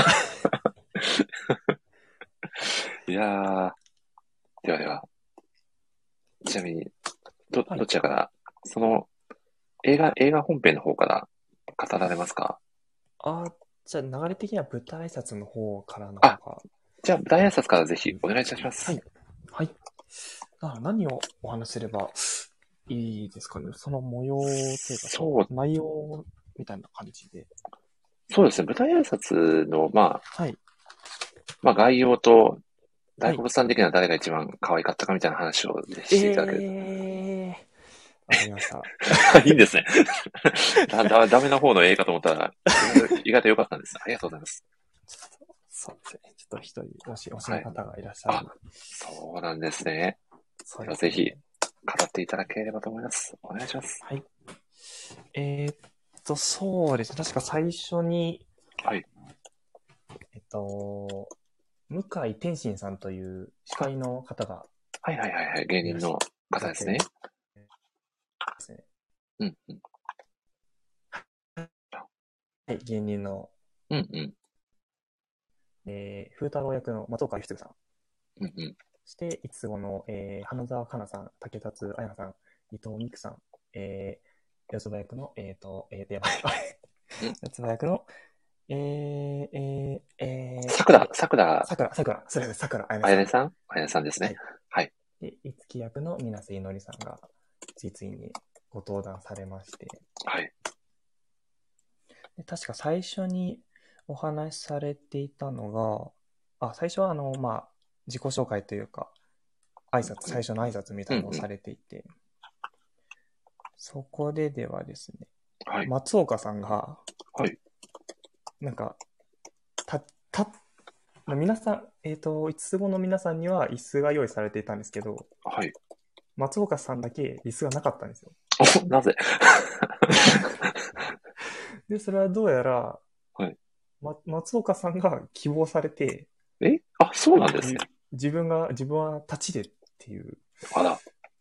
いやー、ではでは、ちなみに、ど、 はい。 どちらから、その映画、映画本編の方から語られますか？ あ、じゃあ流れ的には舞台挨拶の方からの方あ、 が。 じゃあ舞台挨拶からぜひお願いいたします。 はい。はい。あ、何をお話しすればいいですかね。その模様というか、そのそう、 内容みたいな感じで。 そうですね。舞台挨拶の、まあ、 はい。 まあ概要と、大はい。 久保さん的には誰が一番可愛かったかみたいな話をぜひしていただけると。 えー。わかりました。 いいんですね。だ、だ、ダメな方の映画と思ったら、意外と、意外と良かったんです。ありがとうございます。 ちょっと、そうですね。ちょっと一人推し、推しはい。 の方がいらっしゃるあ、 ので。 そうなんですね。 そうではぜひ、 ですね。 語っていただければと思います。お願いします。 はい。えーっと、そうですね。確か最初に、 はい。 えっと、向井天心さんという司会の方がはいはいはいはい。芸いらっし人のゃってで方ですね。 すね。 うんうん。 はい、芸人の、 うんうん。 えー、風太郎役の松岡修さん。 うんうん。 そして、いつごの、えー、花澤香菜さん、竹達彩奈さん、伊藤美久さん、えー、四つ葉役の、えっ、ー、と、えーと、やばい。 うん。 四つ葉役の、えー、えー、えー、 桜、 え桜、 さくら、さくら、それです、さくらあやねさん。 あやねさんあやねさんですね。 はい。 はい。 で、五木役の水瀬いのりさんが、実にご登壇されまして、 はい。 で確か最初にお話しされていたのが、あ、最初はあの、まあ、自己紹介というか、挨拶、最初の挨拶みたうんうん。 いなのをされていて、そこでではですね、 はい。 松岡さんが、 はい。 なんか、た、た、皆さん、えっ、と、五つ子の皆さんには椅子が用意されていたんですけど、 はい。 松岡さんだけ椅子がなかったんですよ。 お、なぜ？ で、それはどうやら、 はい。 ま、松岡さんが希望されて、 えあ、そうなんですじ、 ね。 自分が、自分は立ちでっていう、 あら。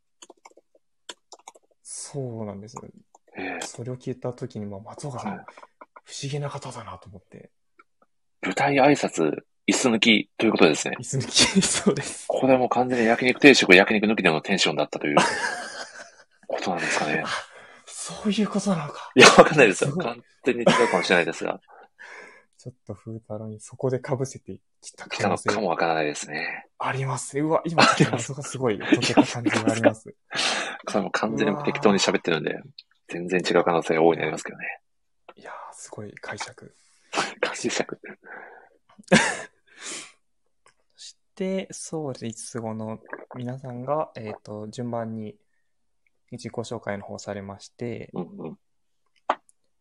そうなんです。 えー、 それを聞いたときに、まあ、松岡さん、 はい。 不思議な方だなと思って、 舞台挨拶、椅子抜きということですね。 椅子抜き、そうです。 ここでもう完全に焼肉定食、焼肉抜きでのテンションだったということなんですかね。 あ、そういうことなのか。 いや、わかんいや、 ないですよ。 すごい。 完全に違うかもしれないですが、 ちょっと風太郎にそこで被せてきた来たのか可能性もわからないですね。 ありますね。うわ、今ちょっとあります。 謎がすごい解けた感じ本当ですか？ があります。 それも完う全に僕適当にわ喋ってるんで、全然違う可能性が大いー。いや、 になりますけどね。 いやー、すごい解釈。 解釈。 そして、そうですね、五つ子の皆さんが、えっと、順番に自己紹介の方されまして、 うんうん。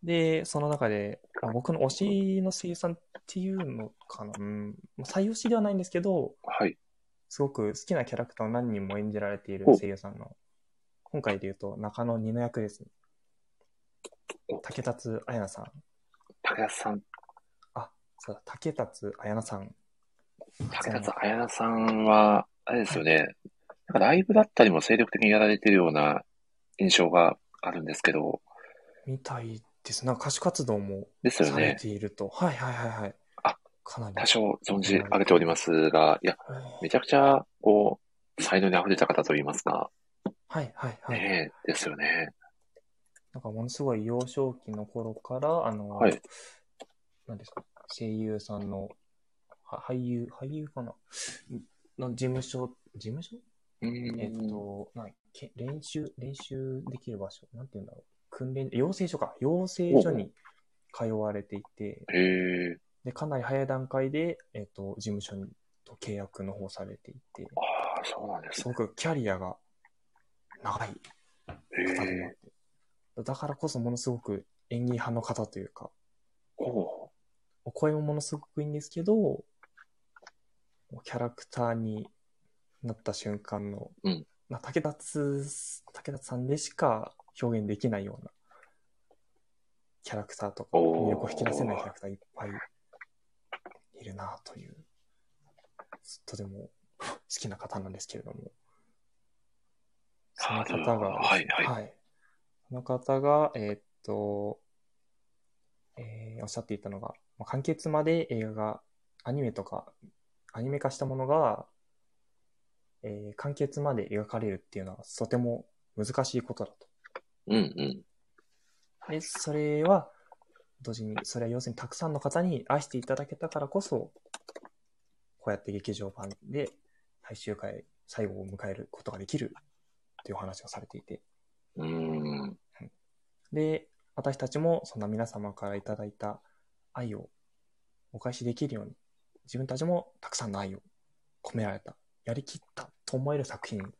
で、その中で、まあ、僕の推しの声優さんっていうのかな、うん、まあ最推しではないんですけど、 はい。 すごく好きなキャラクターを何人も演じられているお、 声優さんの、今回で言うと中野二の役ですね。 お、 竹達彩奈さん。 武田さん、 あ、そうだ、竹達彩奈さん。そ武田の、 彩奈さんは、あれですはい、 よね。なんかライブだったりも精力的にやられてるような印象があるんですけど、 みたいです。なんか歌手活動もされですよね。 ていると。はいはいはいはい。 あ、 かなり多少存じやられている。 上げておりますが、いや、 おーめちゃくちゃ、こう、才能に溢れた方といいますか、 はいはいはい。 ねえ、ですよね。 なんかものすごい幼少期の頃から、あの、 はい。 なんですか、声優さんの、は俳優、俳優かなの事務所、事務所うーえっん。 と、なけ練習、練習できる場所、なんて言うんだろう。訓練、養成所か。養成おう所に通われていて、 へえ。 で、かなり早い段階で、えっと、事務所にと契約の方されていて、 ああ、そうなんですね。 すごくキャリアが長いへえ。 方でもあって、だからこそものすごく演技派の方というか、 おう。 お声もものすごくいいんですけど、キャラクターになった瞬間の、 うん。 まあ、竹達、竹達さんでしか表現できないようなキャラクターとか、魅力を引き出せないキャラおクターいっぱいいるなという、とても好きな方なんですけれども、そのああ、でも、 方がですね、 はいはい。 はい。その方が、えーっと、えーおっしゃっていたのが、まあ完結まで映画が、アニメとか、アニメ化したものが、えー完結まで描かれるっていうのはとても難しいことだと。 うんうん。 で、それは、同時に、それは要するにたくさんの方に愛していただけたからこそ、こうやって劇場版で最終回、最後を迎えることができるっていうお話をされていて。 うーん。 で、私たちもそんな皆様からいただいた愛をお返しできるように、自分たちもたくさんの愛を込められた、やりきったと思える作品。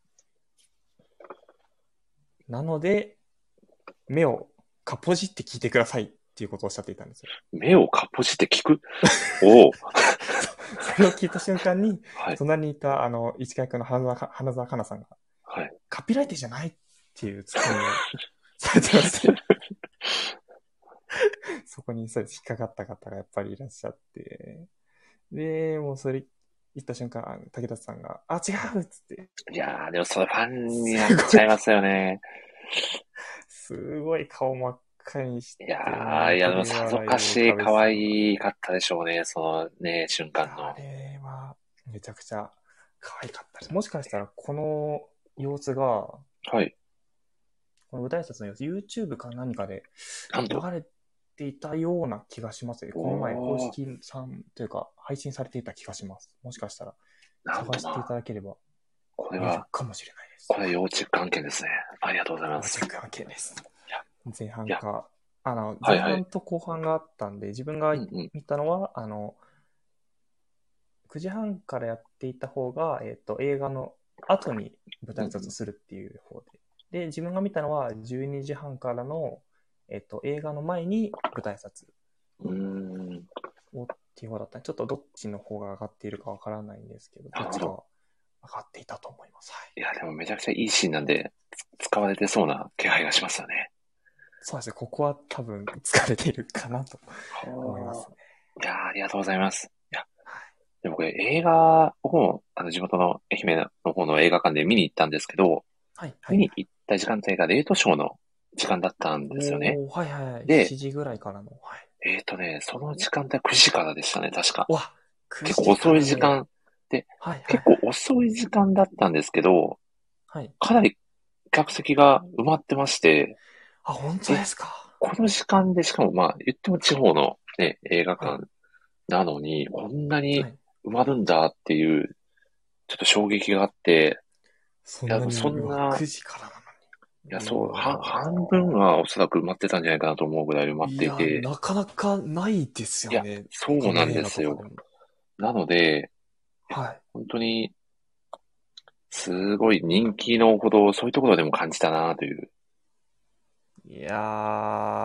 なので、目をかっぽじって聞いてくださいっていうことをおっしゃっていたんですよ。 目をかっぽじって聞くおお。 それを聞いた瞬間に、 はい。 隣にいた、あの、市川役の花澤花澤香菜さんが、 はい。 カピライテじゃないっていうツッコミをされてまして、そこにそれ引っかかった方がやっぱりいらっしゃって、で、もうそれ言った瞬間、武田さんが、あ、違うっつって、 いやー、でもそれファンになっすごい、 ちゃいますよね。 すごい顔真っ赤にしいやて、 ー、 もういや、でもさぞ照れ笑かしいいを浮かべ可そうな。 愛かったでしょうね、そのね、瞬いや、あ間の。 れは、めちゃくちゃ可愛かったです。もしかしたら、この様子が、 はい。 この舞台挨拶の様子、YouTube か何かでなんと、 流れていたような気がしますね。この前、公おー、 式さんというか、配信されていた気がします。もしかしたら、 なん探していとまあ、 ただければ見れるこれは、 かもしれないです。 これは要チェック案件ですね。ありがとうございます。 要チェック案件です。 いや、 前いや、 半か、あの、前はいはい。 半と後半があったんで、自分がうんうん。 見たのは、あの、くじはんからやっていた方が、えっと、映画の後に舞台挨拶するっていう方で。で、自分が見たのはじゅうにじはんからの、えっと、映画の前に舞台挨拶うんうん。うーん、 をっていう方だったちょっとどっちの方が上がっているかわからないんですけど、 なるほど。 どっちかは上がっていたと思います。はい。 いや、でもめちゃくちゃいいシーンなんで、つ使われてそうな気配がしますよね。 そうですね。ここは多分疲れているかなと思いまはすね。 あ。いやー、ありがとうございます。いや、 はい。 でもこれ映画を、あの、地元の愛媛の方の映画館で見に行ったんですけど、 はい。はい。 見に行った時間帯がレートショーの時間だったんですよね。 おー、はいはいはい。 で、 しちじぐらいからの。はい。 えーとね、その時間帯くじからでしたね、確か。 うわ、9 結構時か遅いらで。 時間で、 はいはい結構はい。 遅い時間だったんですけど、 はい。 かなり客席が埋まってまして、 あ、本当でえ、 すか。 この時間でしかもまあ言っても地方のね、映画はい。 館なのに、こんなにはい。 埋まるんだっていう、ちょっと衝撃があって、いや、 そんなに、 そんうわ、 な、 くじからないや、 のに。 そう、は、半分うわはおそらく埋まってたんじゃないかなと思うぐらい埋まっいや、 ていて、 なかなかないですいや、 よね。 そうなん他の映ですよ。 画とかでも。 なので、いや、 は本当に、すごい人気のほど、そういうところでも感じたなという。 い。いやー、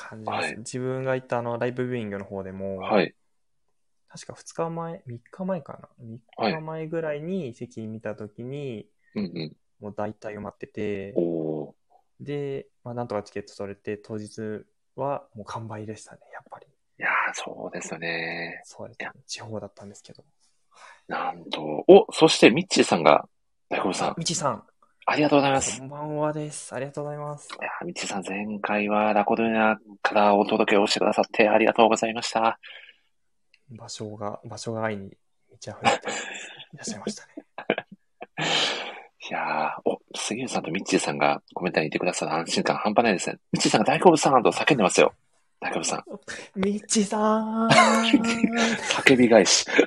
感じます。 はい。 自分が行ったあの、ライブビューイングの方でも、 はい。 確かふつかまえ、みっかまえかな。3 はい。 日前ぐらいに席見たときに、 うんうん。 もう大体埋まってて、 おー。 で、まあ、なんとかチケット取れて、当日はもう完売でしたね、やっぱり。 いやー、そうですよね。いや、 そうですね。地方だったんですけど。 なんと、お、そしてミッチーさんが、大久保さあ、 ん、 みちさん、 ありがとうございます。 こんばんはです。ありがとうございます。 いやー、ミッチーさん、前回はラコドゥーナからお届けをしてくださってありがとうございました。 場所が、場所が愛に満ち溢れていらっしゃいましたね。 いやー、お、杉浦さんとミッチーさんがコメントにいてくださる安心感半端ないですね。ミッチーさんが大好物さんと叫んでますよ。大好物さん。 みちさーん。 叫び返し。い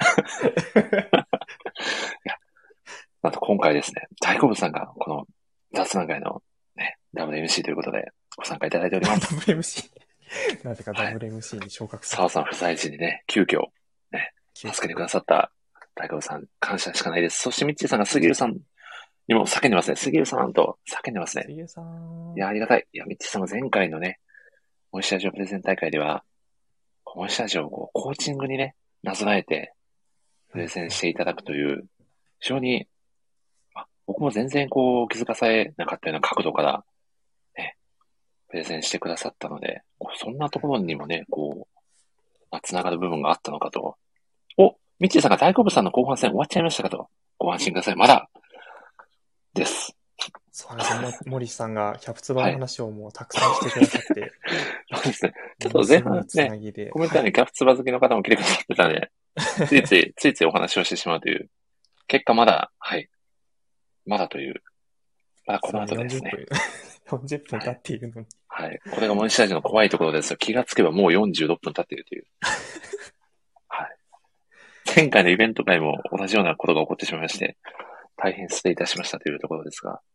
や、なんと今回ですね、大好物さんがこの雑談会のね、ダブルエムシー ということでご参加いただいております。 ダブル エムシー。なぜかダはい。 ブル エムシー に昇格され澤さん不在時にね、急遽、ね、 急遽。 助けてくださった大好物さん、感謝しかないです。そしてミッチーさんが杉浦さんにも叫んでますね。杉浦さんと叫んでますね。 杉浦さん。 いや、ありがたい。いや、ミッチーさんも前回のね、モイシャジオプレゼン大会では、モイシャジオをこうコーチングにね、なぞらえて、プレゼンしていただくという、非常に、まあ、僕も全然こう気づかされなかったような角度から、ね、プレゼンしてくださったので、こうそんなところにもね、こう、まあ、繋がる部分があったのかと。お、ミッチーさんが大好物さんの後半戦終わっちゃいましたかと。ご安心ください。まだです。 そうなんですよ。も森さんがキャプツバはい。 の話をもうたくさんしてくださって、 そうですね。ちょっものと前すごいつ半ね、 なぎで、 コメント欄にはい。 キャプツバ好きの方も来てくださってたんで、ついつい、ついついお話をしてしまうという、結果まだ、はい、まだという、まだこのすごい40 後ですね。 分、よんじゅっぷん経っはい。 ているのに。 はい。これがモニタージの怖いところですよ。気がつけばもうよんじゅうろっぷん経っているという。はい。前回のイベント会も同じようなことが起こってしまいまして、大変失礼いたしましたというところですが。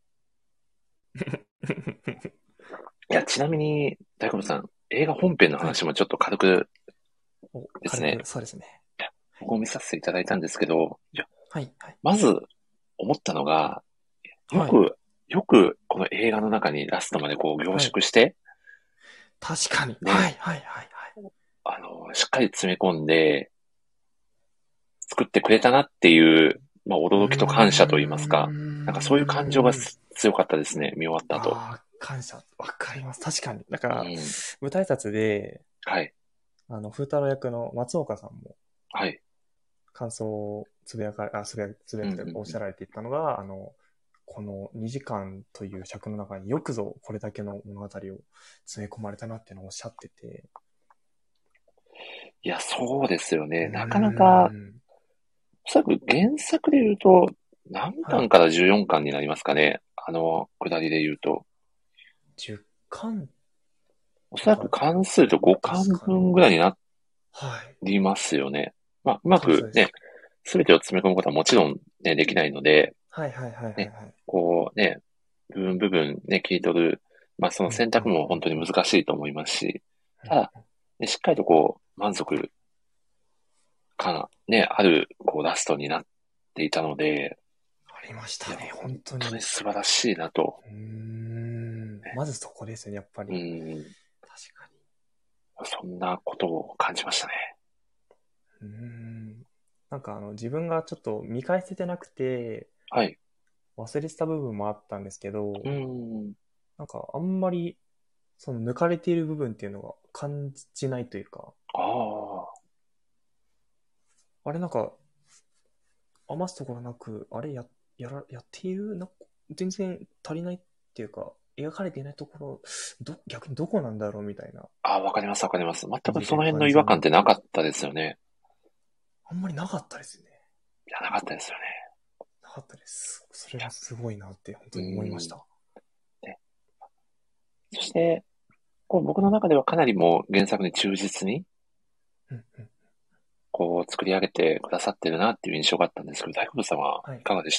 いや、ちなみに、大久保さん、映画本編のはい。 話もちょっと軽くお、 ですね、 軽く、そうですね。 僕も見させていただいたんですけど、いや、 はい、はい。 まず思ったのが、よはい、 く、よくこの映画の中にラストまでこう凝はい。 縮して、 確かに。はね、 い、はい、はい、はい。 あの、しっかり詰め込んで作ってくれたなっていう、まあうー驚きと感謝と言いますか、なんかそういう感情がん。 強かったですね、見終わった後。 ああ、感謝。わかります。確かに。だから、 うん。 舞台挨拶で、 はい。 あの、風太郎役の松岡さんもはい。 感想をつぶやか、あ、つぶや、つぶやうんうんうん。 くというかおっしゃられていたのが、あの、このにじかんという尺の中によくぞこれだけの物語を詰め込まれたなっていうのをおっしゃってて。 いや、そうですようーね。なかなか、 ん。 おそらく原作で言うと、何はい。 巻からじゅうよんかんになりますかね。あの、くだりで言うと。 じゅっかんおそらくとか関数と5 ですかね。 巻分ぐらいになはい。 りますよね。まあ、うま多分そうくね、 です。 すべてを詰め込むことはもちろんね、できないので、 はいはいはいはいね、 はい。 こうね、部分部分ね、切り取る、まあそのうんうん選択もうんうん本当に難しいと思いますし、 うんただ、ね、しっかりとこう、満足感、ね、ある、こう、ラストになっていたので、 ありましいや、 たね。 本本当に。 当に素晴らしいなと。 うーん。まずそこですね、やっぱうり。 ん、 確かそんなことを感じましたね。 に。うーん。なんかあの、自分がちょっと見返せてなくて、 はい。 忘れてた部分もあったんですけうど、 ん。 なんかあんまり、その抜かれている部分っていうのが感じないというか、 ああ。 あれなんか、余すところなく、あれや、やら、やっているなんか全然足りないっていうか、描かれていないところ、ど、逆にどこなんだろうみたいな、 ああ、わかります、わかります。全見ててくその辺の違和感っ感じる。 てなかったですよね。 あんまりなかったですね。 いや、なかったですよね。 なかったです。それはすごいなって本う当に思いましん。 た。 ね、そして、こう僕の中ではかなりもう原作に忠実に、 うんうん。 こう作り上げてくださってるなっていう印象があったんですけど、大久保さんははい。 いかがでした？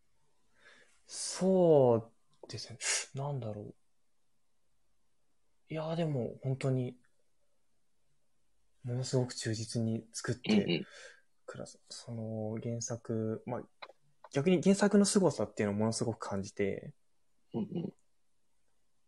そうですね。なんだろう。いやーでも本当にものすごく忠実に作ってうんうん。 くださ、その原作、まあ逆に原作の凄さっていうのをものすごく感じて、 うんうん。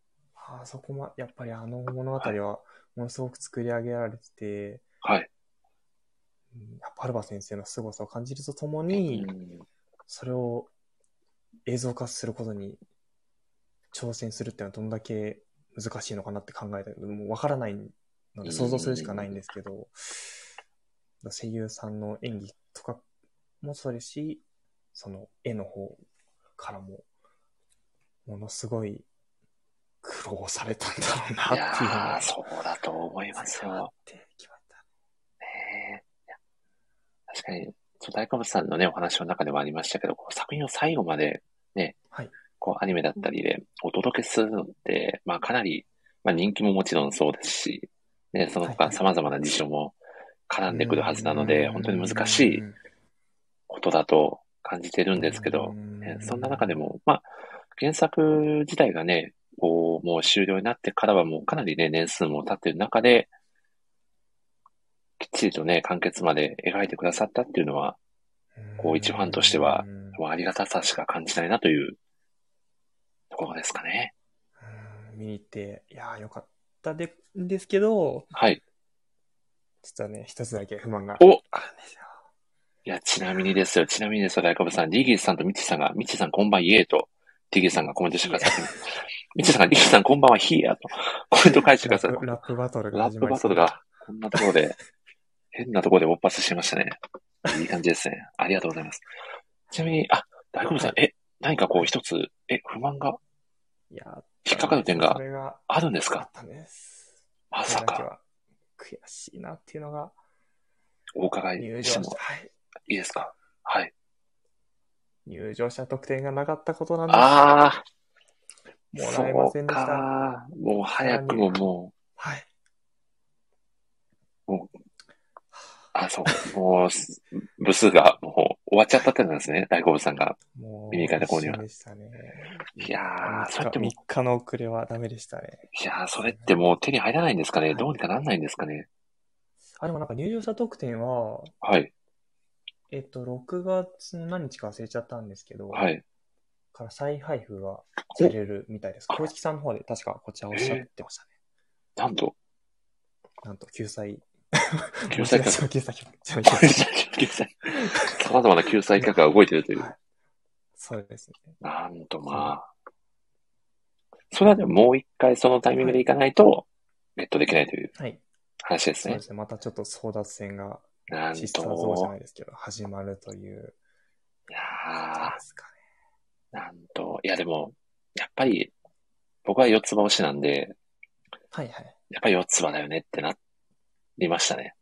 あそこま、やっぱりあの物語はものすごく作り上げられてて、 はい。 やっぱアルバ先生の凄さを感じるとともうに、 ん。 それを映像化することに挑戦するっていうのはどんだけ難しいのかなって考えたけど、もうわからないので想像するしかないんですけど、声優さんの演技とかもそうですし、その絵の方からも、ものすごい苦労されたんだろういなっていうのやー、 がそうだと思います伝わっよ。 てきました。 ねえ。確かに、そう大好物さんのね、お話の中でもありましたけど、こう作品を最後までね、 はい。 こうアニメだったりでお届けするのって、まあかなり、まあ人気ももちろんそうですし、ね、その他はいはい。 様々な事情も絡んでくるはずなので、本当に難しいうんことだと感じてるうんですけど、ね、そんな中でんも、まあ、原作自体がね、こう、もう終了になってからはもうかなりね、年数も経っている中で、きっちりとね、完結まで描いてくださったっていうのは、こう、一ファンとしては、もうありがたさしか感じないなというところですかね。 うん見に行って、いやーよかったでんですけど、 はい。 実はね、一つだけ不満がおあるんですよ。 いや、ちなみにですよ、ちなみにですよ、大久保さん、リギーさんとミッチさんが、ミッチさんこんばんイエーと、リギーさんがコメントしてくださって、ミッチさんがリギーさんこんばんはヒーヤとコメント返してくださって、 ラップ、ラップバトルがラップ始まりそうな。 バトルが、こんなところで、変なところで勃発してましたね。いい感じですね。ありがとうございます。ちなみに、あ、大久保さん、 はい。 え、何かこうはい。 一つ、え、不満が、 いや、あっ引っかたんですよ。そかる点がれがあるんですか？ あったんです。 まさか、 これだけは悔しいなっていうのが、 お伺い入場者、 してもはい。 いいですか？はい。 入場者特典がなかったことなんです。 あー、 もらえまそうせんでした。 か。もう早くさらに、 ももはい。 う、もうあ、そう。もうす、部数がもう終わっちゃったってなんですね。大好物さんが見に行もう一かれた頃には。 瞬でしたね。いいややー、3 ー、それっ日、 てもう、 みっかの遅れはダメでしたね。 いやー、それっさすがに。 てもう手に入らないんですかね。 はい。 どうにかなんないんですかね。 あ、でもなんか入場者特典は、 はい。 えっと、ろくがつの何日か忘れちゃったんですけど、 はい。 から再配布がさお、 れるみたいです。 あ、 公式さんの方で確かこちらおっしゃっえてましたね。 ー、なんと、 なんと救済、 救済策、 持ち出しの救済じゃないけど。 救済、様々な救済策が動いているという。 はい。そうですね。 なんとそう。 まあ。それはでももう一回そのタイミングはい。 で行かないと、ゲットできないというはい。 話ですね。 そうですね。またちょっと争奪戦が、 なんシスターゾーじゃなと、 いですけど、始まるといういやことですかー、なんと、いやでも、やっぱり、僕は四つ葉推しなんで、 ね。はいはい。 やっぱり四つ葉だよねってなりましたね。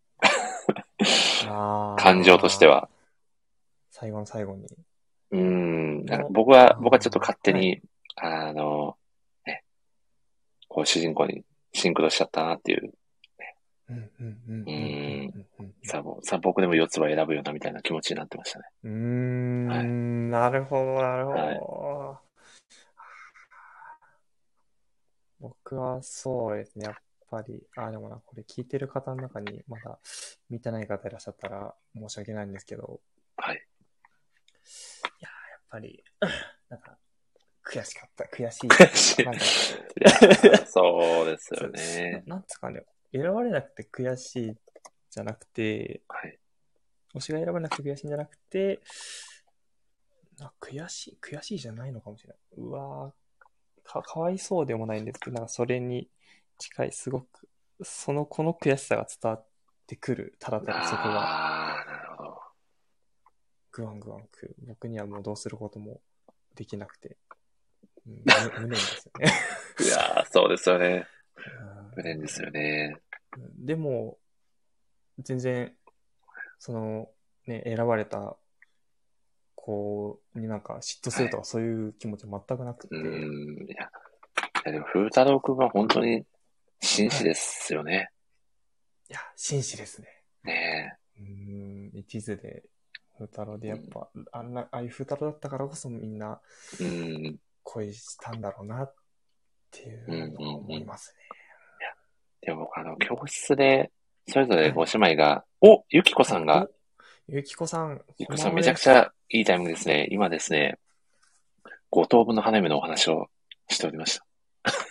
感情としてあー、 は。 最後の最後に。 うーん、なんかの、 僕は、僕はちょっとあー、はい。 勝手に、あの、ね、こう主人公にシンクロしちゃったなっていう。 うんうんうんううんうんーん、 うんうんさあ、もうさあ僕でも四つ葉選ぶよなみたいな気持ちになってましたね。 うーはい。 ん、なるほど、なるほはい。 ど。僕はそうですね、やっぱり、あ、でもな、これ聞いてる方の中にまだ見てない方いらっしゃったら申し訳ないんですけど、 はい。 いやー、やっぱり、なんか、悔しかった、悔しいと悔いうか、 しい。いなんか、 やー、そうですよそうな、 ね。 なんつうかね、選ばれなくて悔しいじゃなくて、 はい。 推しが選ばれなくて悔しいんじゃなくて、な悔しい、悔しいじゃないのかもしれない。うわー、か、かわいそうでもないんですけど、なんかそれに近い、すごく、その、この悔しさが伝わってくる、ただただそこが、 あー、なるほど。 グワングワンくる。僕にはもうどうすることもできなくて、うん、む無念ですよね。 いやー、そうですよね。無念ですようんね。 でも、全然、その、ね、選ばれた子になんか嫉妬すはい。 るとかそういう気持ちは全くなくうて、 ーん、いや、いやでも、風太郎くんは本当に紳はい。 士ですよね。 いや、紳士ですね。 ねうーん、一途で、風太郎でえ。うん、 やっぱ、あんな、ああいう風太郎だったからこそみんなうん、 恋したんだろうなっていうん、うん、 うのはうん。い思いますや、でも僕、あの、教室で、それぞね。 れごはい。 姉妹が、お、ゆきこはい。 さんが、 お、ゆきこさん、こんばんゆきこさんめちゃくちゃはです。 いいタイミングですね。今ですね、五等分の花嫁のお話をしておりました。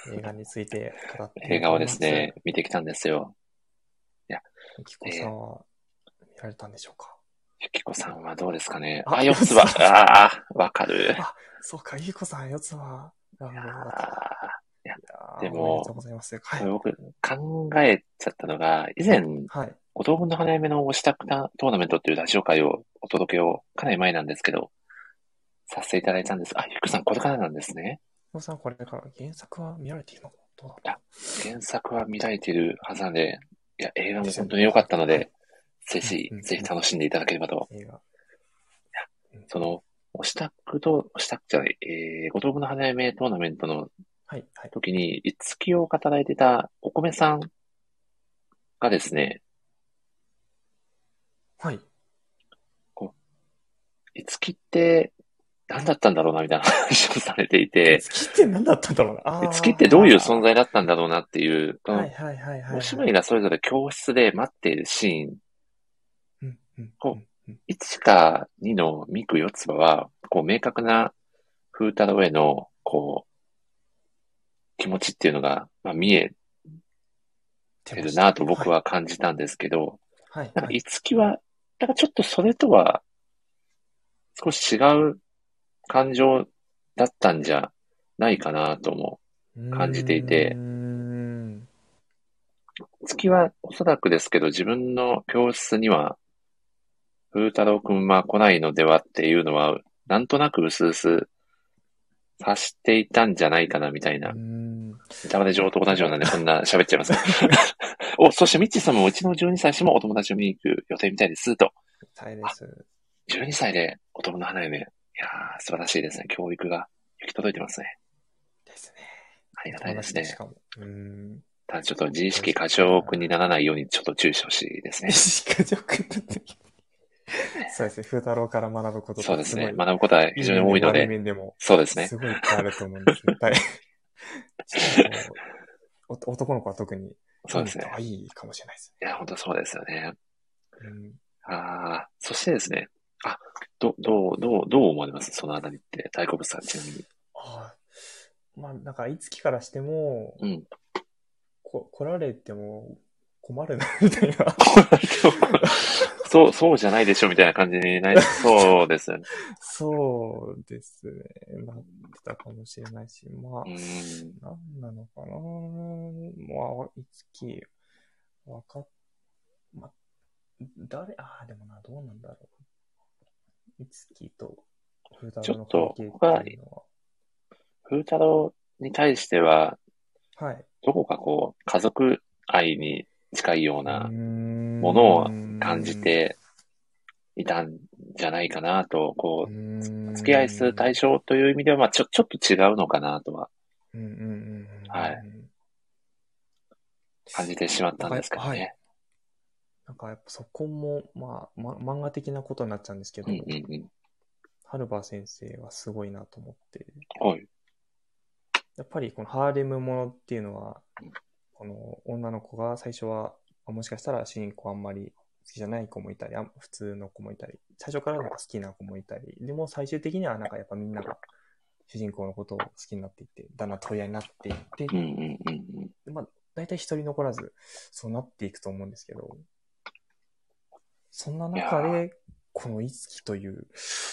映画について語って映画をでおります。 すね、見てきたんですよ。 ゆきこさんは見られたんでしょうか？ ゆきこさんはどうですかね。 ああ、四つ葉。 四つ葉ああ、わかる。 あ、そうか、ゆきこさん、四つ葉ラウンドだった。 あーいや、 いやでもーおめでとうございます。はい。 僕、考えちゃったのが、以前、 はい。 五等分の花嫁の推したくなトーナメントっていうラジオ会を、お届けを、かなり前なんですけど、させていただいたんです。あ、ゆきこさん、これからなんですね。 ゆきこさん、これから原作は見られているのかどうだあ、原作は見られているはずなんで、いや、映画もですよね本当に良かったのはでい、 ぜひうんうん、 ぜひ楽しんでいただければと。 映画。 その、推したくと、推したくじゃない、えー、五等分の花嫁トーナメントのはい、はい。 時に、いつきを語られてたお米さんがですね、 はい。 いつきって何だったんだろうな、みたいな話をされていて、 月って何だったんだろうな。あーいつきってどういう存在だったんだろうなっていう、この、 はいはいはいはい、 お姉妹がそれぞれ教室で待っているシーン、 うんうんこううんうんいちかにのミク四つ葉は、こう明確な風太郎への、こう、気持ちっていうのが、まあ、見えてるなと僕は感じたんですけど、 はい、 なんか、 はいいつきは、なんかちょっとそれとは、少し違う感情だったんじゃないかなとも感じていて、 うーんいつきはおそらくですけど、自分の教室には、風太郎くんは来ないのではっていうのは、なんとなく薄々察していたんじゃないかなみたいな。 うーんネタバレ上と同じようなんでこんな喋っちゃいます。お、そしてミッチーさんもうちのじゅうにさい氏もお友達を見に行く予定みたいですと。 たいです。 じゅうにさいでお友の花嫁。いやー、素晴らしいですね。教育が行き届いてますね。 ですね。 ありがたいですね。 しかも。うーん。 ただちょっと自意識過剰くにならないようにちょっと注意してほしいですね。 意識過剰くなってそうですね。風太郎から学ぶことそうですね。 ごい学ぶことは非常に多いので。 いい面でもそうですね。 すごいいっぱいあると思うんです。絶対。しかもお男の子は特に。 そうですね。 あ、いいかもしれないですね。いや、本当そうですよね。 うん、 ああ、そしてですね。あ、ど、どう、どう、どう思われますそのあたりって。大好物さん、ちなみに。 ああ。まあ、なんか、いつきからしても、 うん。 こ来られても困るな、みたいな。 そう、そうじゃないでしょ、みたいな感じになりそうですよね。 そうですね。なってたかもしれないし、まあ、 うーん。 なんなのかな。まあ、いつき、わかっ、まあ、誰、ああ、でもな、どうなんだろう。いつきと風太郎の関係っていうのは。 風太郎に対しては、 はい。 どこかこう、家族愛に近いようなもものを感じていたんじゃないかなと、こう、付き合いする対象という意味では、まあちょ、ちょっと違うのかなとは、はい、感じてしまったんですけどね。はい、 なんかやっぱそこも、まあ、ま、漫画的なことになっちゃうんですけど、 うんうんうん、 春場先生はすごいなと思って、 はい、 やっぱりこのハーレムものっていうのは、この女の子が最初は、もしかしたら主人公あんまり好きじゃない子もいたり、普通の子もいたり、最初からなんか好きな子もいたり、でも最終的にはなんかやっぱみんなが主人公のことを好きになっていって、だんだん取り合いになっていって、 うんうんうんうん、 まあ大体一人残らずそうなっていくと思うんですけど、そんな中でこのいつきという、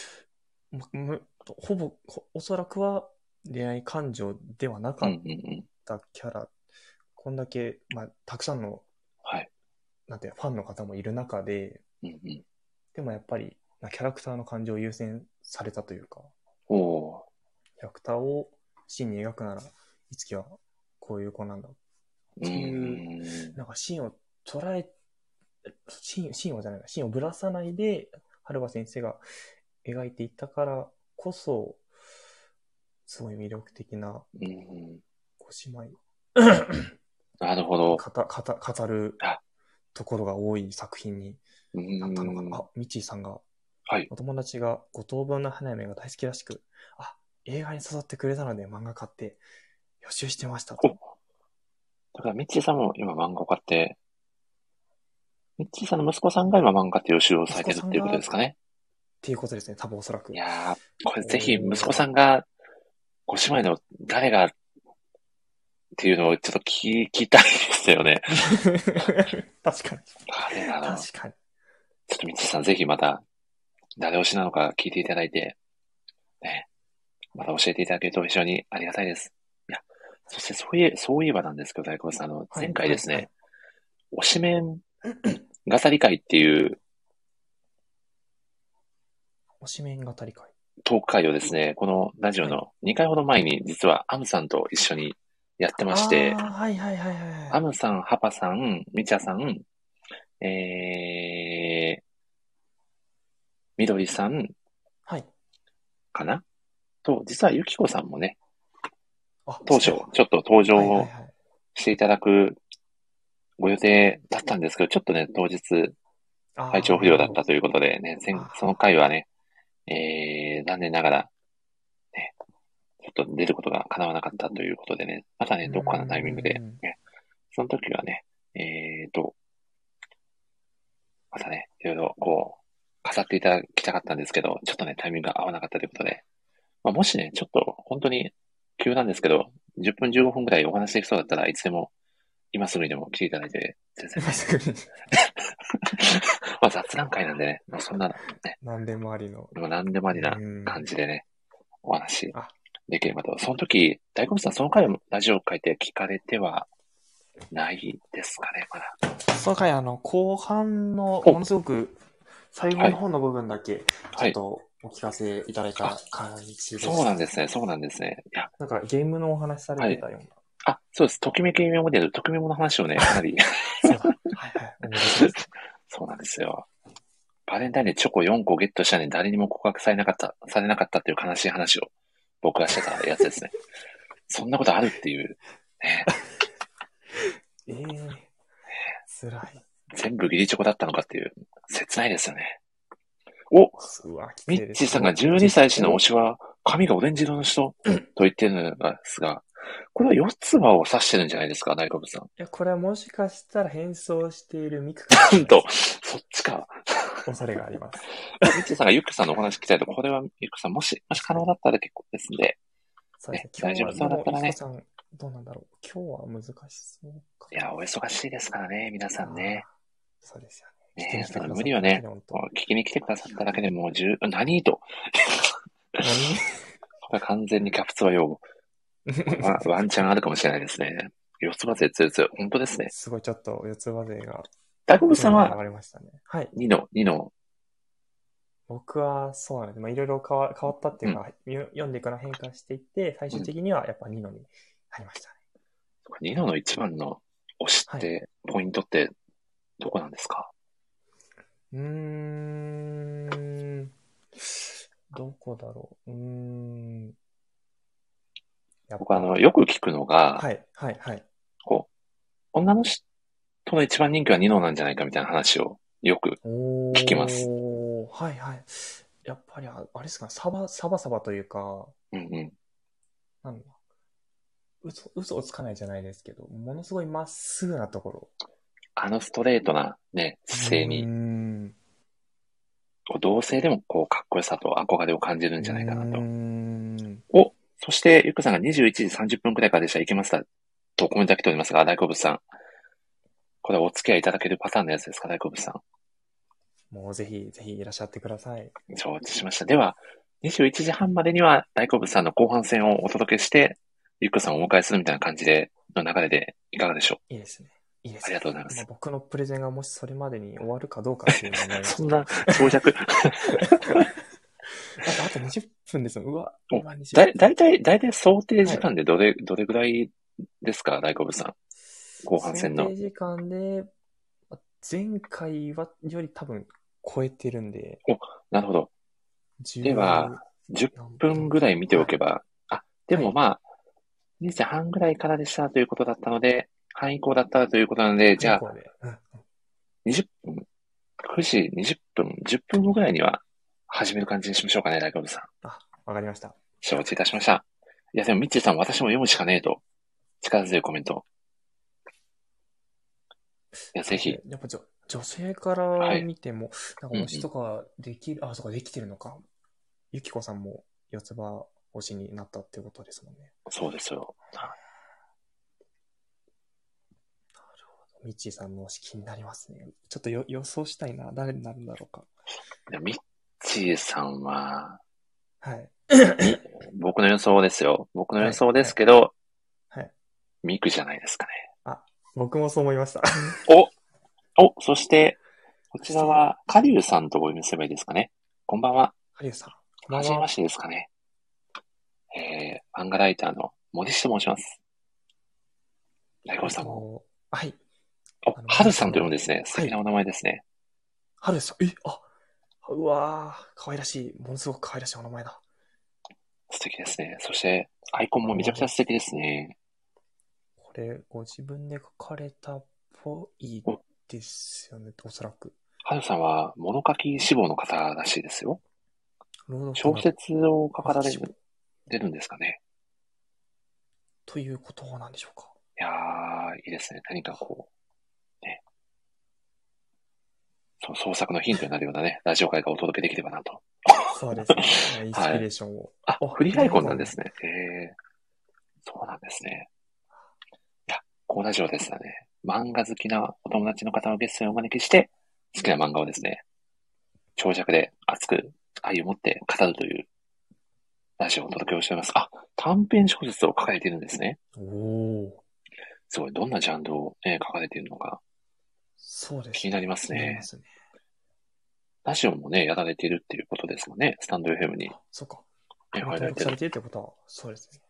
ほぼおそらくは恋愛感情ではなかったキャラ、うんうんうん、こんだけ、まあ、たくさんの、 はい、 なんてファンの方もいる中で、 うんうん、 でもやっぱりキャラクターの感情を優先されたというか、 おキャラクターをシーンに描くなら、いつきはこういう子なんだっていう、うなんかシーンを捉え、シーン、シーンをじゃないな、シーンをぶらさないで、春場先生が描いていったからこそ、すごい魅力的なおしまい。 なるほど。 語、語、語るところが多い作品になったのかな。あ、ミッチーさんが、 はい、 お友達が五等分の花嫁が大好きらしく、あ、映画に誘ってくれたので漫画買って予習してましたと。 だからミッチーさんも今漫画を買って、ミッチーさんの息子さんが今漫画って予習をされてるっていうことですかね。 っていうことですね、多分おそらく。 いやー、これぜひ息子さんが、ご姉妹の誰がていうのをちょっと聞きたいですよね。 確かに。 誰だろう。 確かに。 ちょっとミッチーさんぜひまた、誰推しなのか聞いていただいて、ね、また教えていただけると非常にありがたいです。いや、そしてそういえ、そういえばなんですけど、大久保さん、あの、 はい前回ですね、 はい推しメン語り会っていう推しメン語り会。 トーク会をですね、このラジオはい。 のにかいほど前に実はアムさんと一緒にやってまして、 ああ、はいはいはいはいはい。 アムさん、ハパさん、ミチャさん、えー、みどりさんはい。 かなと、実はゆきこさんもね、 あ、 当初ちそうか。 ょっと登場はいはいはい。 していただくご予定だったんですけど、ちょっとね、当日体調ああ、 不良だなるほど。 ったということでね、前そのあはは。 回はね、えー、残念ながら、ね、ちょっと出ることが叶わなかったということでね、またね、 うーどっかのタイミングで、 ん。 ね、その時はね、えーと、またね、いろいろこう、飾っていただきたかったんですけど、ちょっとね、タイミングが合わなかったということで、まあ、もしね、ちょっと本当に急なんですけど、じゅっぷんじゅうごふんくらいお話できそうだったらいつでも、今すぐにでも来ていただいて、全然ね、 今すぐにまあ雑談会なんでね、もうそんなのね、 何でもありの。 もう何でもあうーりなん。 感じでね、お話あ、 できればと。その時、大根さん、その回もラジオを書いて聞かれてはないですかね、まだ。 その回、あの、後半の、 お、 ものすごく、最後はい、 の方の部分だけ、ちょはい。 っとお聞かせいただいあ、 た感じでそうしたね。 なんですね、そうなんですね。いや、 なんか、ゲームのお話されはい。 てたような。 あ、そうです。ときめきメモデル、ときメモの話をね、かなりそうだ。はいはい。思い出しました。 そうなんですよ。バレンタインでチョコよんこゲットしたのに誰にも告白されなかった、されなかったっていう悲しい話を僕がしてたやつですね。そんなことあるっていう、ね、 ええー、辛い。 全部義理チョコだったのかっていう、切ないですよね。お、 うわ、きミッついです。 チーさんがうわ、 12 じ、 歳児の推お、 しは髪がオレンジ色の人と言ってるのですが、これは四つ葉を指してるんじゃないですか、大好物さん。 いや、これはもしかしたら変装しているミクかもしなんと、 れないですね。 そっちか。 恐れがあります。 ミッチーさんがユックさんのお話聞きたいと、これはユックさんもし、もし可能確かに。 だったら結構ですんで、ね、 そうですね。今日は、 大丈夫そうだっでも、 たらね、 ゆきこさん、どうなんだろう。今日は難しそうかいや、お忙しいですからね、皆さな。 んね。 ああ、そうですよね。聞きにねその来てくださっただけ無理をね、 で本当。 もう聞きに来てくださっただけでもう十、何と。 何これは完全にキャプツバ用語。ワワンチャンあるかもしれないですね。四つ葉勢強い強い。本当ですね。 すごいちょっと四つ葉勢が大好物さ群に現んはれましたね。はい。 にの、にの、 僕はそうなんです。まあ、いろいろ変わ変わったってうん、 いうか、よ読んでいくの変化していって、最うん。 終的にはやっぱニノになりましたね。 にのの一番の推しっはい。 て、ポイントってどこなんですか？ うーん。どこだろう。うーん。やっ僕あの、 ぱ、 よく聞くのが、 はい、はい、はい。 こう、女の人の一番人気はニノなんじゃないかみたいな話をよく聞きます。 おー、はい、はい。やっぱりあ、あれですかね、サバ、サバサバというか、 うんうん。 なんだ、嘘、嘘をつかないじゃないですけど、ものすごいまっすぐなところ。 あのストレートなね、 うー姿勢に、 ん。 こう同性でもこう、かっこよさと憧れを感じるんうーじゃないかなと。 ん。 お、そして、ゆっくさんがにじゅういちじさんじゅっぷんくらいからでしたら行けますかとコメントが来ておりますが、大好物さん。これはお付き合いいただけるパターンのやつですか、大好物さん。 もうぜひ、ぜひいらっしゃってください。 承知しました。では、にじゅういちじはんまでには大好物さんの後半戦をお届けして、ゆっくさんをお迎えするみたいな感じで、の流れでいかがでしょいいですね。いいでう？ありすね。まあ、 がとうございます。 僕のプレゼンがもしそれまでに終わるかどうかっていう問題がちょっと。 そんな長尺あと、あとにじゅっぷんですよ。うわ、 お、 うわ、20 だ、だ分。 いたい、だいたい想定はい。 時間でどれ、どれぐらいですか、大好物さん。後半戦の。 想定時間で、ま前回はより多分超えてるんで、 お、なるほど。では、 じゅう 10 何分くらい。 分ぐらい見てはい。 おけば、あ、ではい。 もまあ、にじはんぐらいからでしたということだったので、半以降だったということなので、じゃあ、 半以降で。うん。 にじゅっぷん、くじにじゅっぷん、じゅっぷんごぐらいには始める感じにしましょうかね、大久保さん。 あ、わかりました。 承知いたしました。いや、でも、ミッチーさん、私も読むしかねえと、力強いコメント。いや、ぜひ。 そうですね。やっぱじょ女性かはい。 ら見ても、なんかうんうん。 推しとかできる、あ、そうか、できてるのか。ゆきこさんも四つ葉推しになったってことですもんね。 そうですよ。 ミッチーさんの推し気になりますね。ちょっとよ予想したいな。誰になるんだろうか。 でミッチーさんは、 はい。 み僕の予想ですよ。僕のはい。 予想ではい。 すけど、 はい。 ミクじゃないですかね。 あ、僕もそう思いました。 おお、そして、こそして、 ちらは、カリュウさんとお読みすればいいですかね。こんばんは。 ハリウさん。こんばんは。 はじめましてですかね。えー、漫画ライターの森氏と申します。大えっ根さんも。 と、はい。 お、 あの、 はるさんと読むん私、 ですね。素はい。 敵なお名前ですね。 ハルさん。え、あ、うわー、可愛らしい。ものすごく可愛らしいお名前だ。 素敵ですね。そして、アイコンもめちゃくちゃあ素敵ですね。 これ、ご自分で書かれたっぽいお、 ですよね、おそらく。 はるさんは物書き志望の方らしいですよ。 朗読小など、 説を書かられ書き志望てるんですかね。 ということなんでしょうか。 いやー、いいですね。何かこう、ね、その創作のヒントになるようなね、ラジオ会がお届けできればなと。 そうですね。インスピはい。 レーションを。 あ、 あ、 フリーアイコンなんでね。 すね。ええ、そうなんですね。いや、このラジオですね。漫画好きなお友達の方をゲストにお招きして、好きな漫画をですね、長尺で熱く愛を持って語るというラジオをお届けをしております。あ、短編小説を書かれているんですね。 おお。 すごい、どんなジャンルを、ね、書かれているのかそうですね。 気になりますね。 気になりますね。 ラジオもね、やられているっていうことですもんね。スタンド エフエム に、ね、 あ、そうか。これ入られてる。 登録されているってことは、そうですね。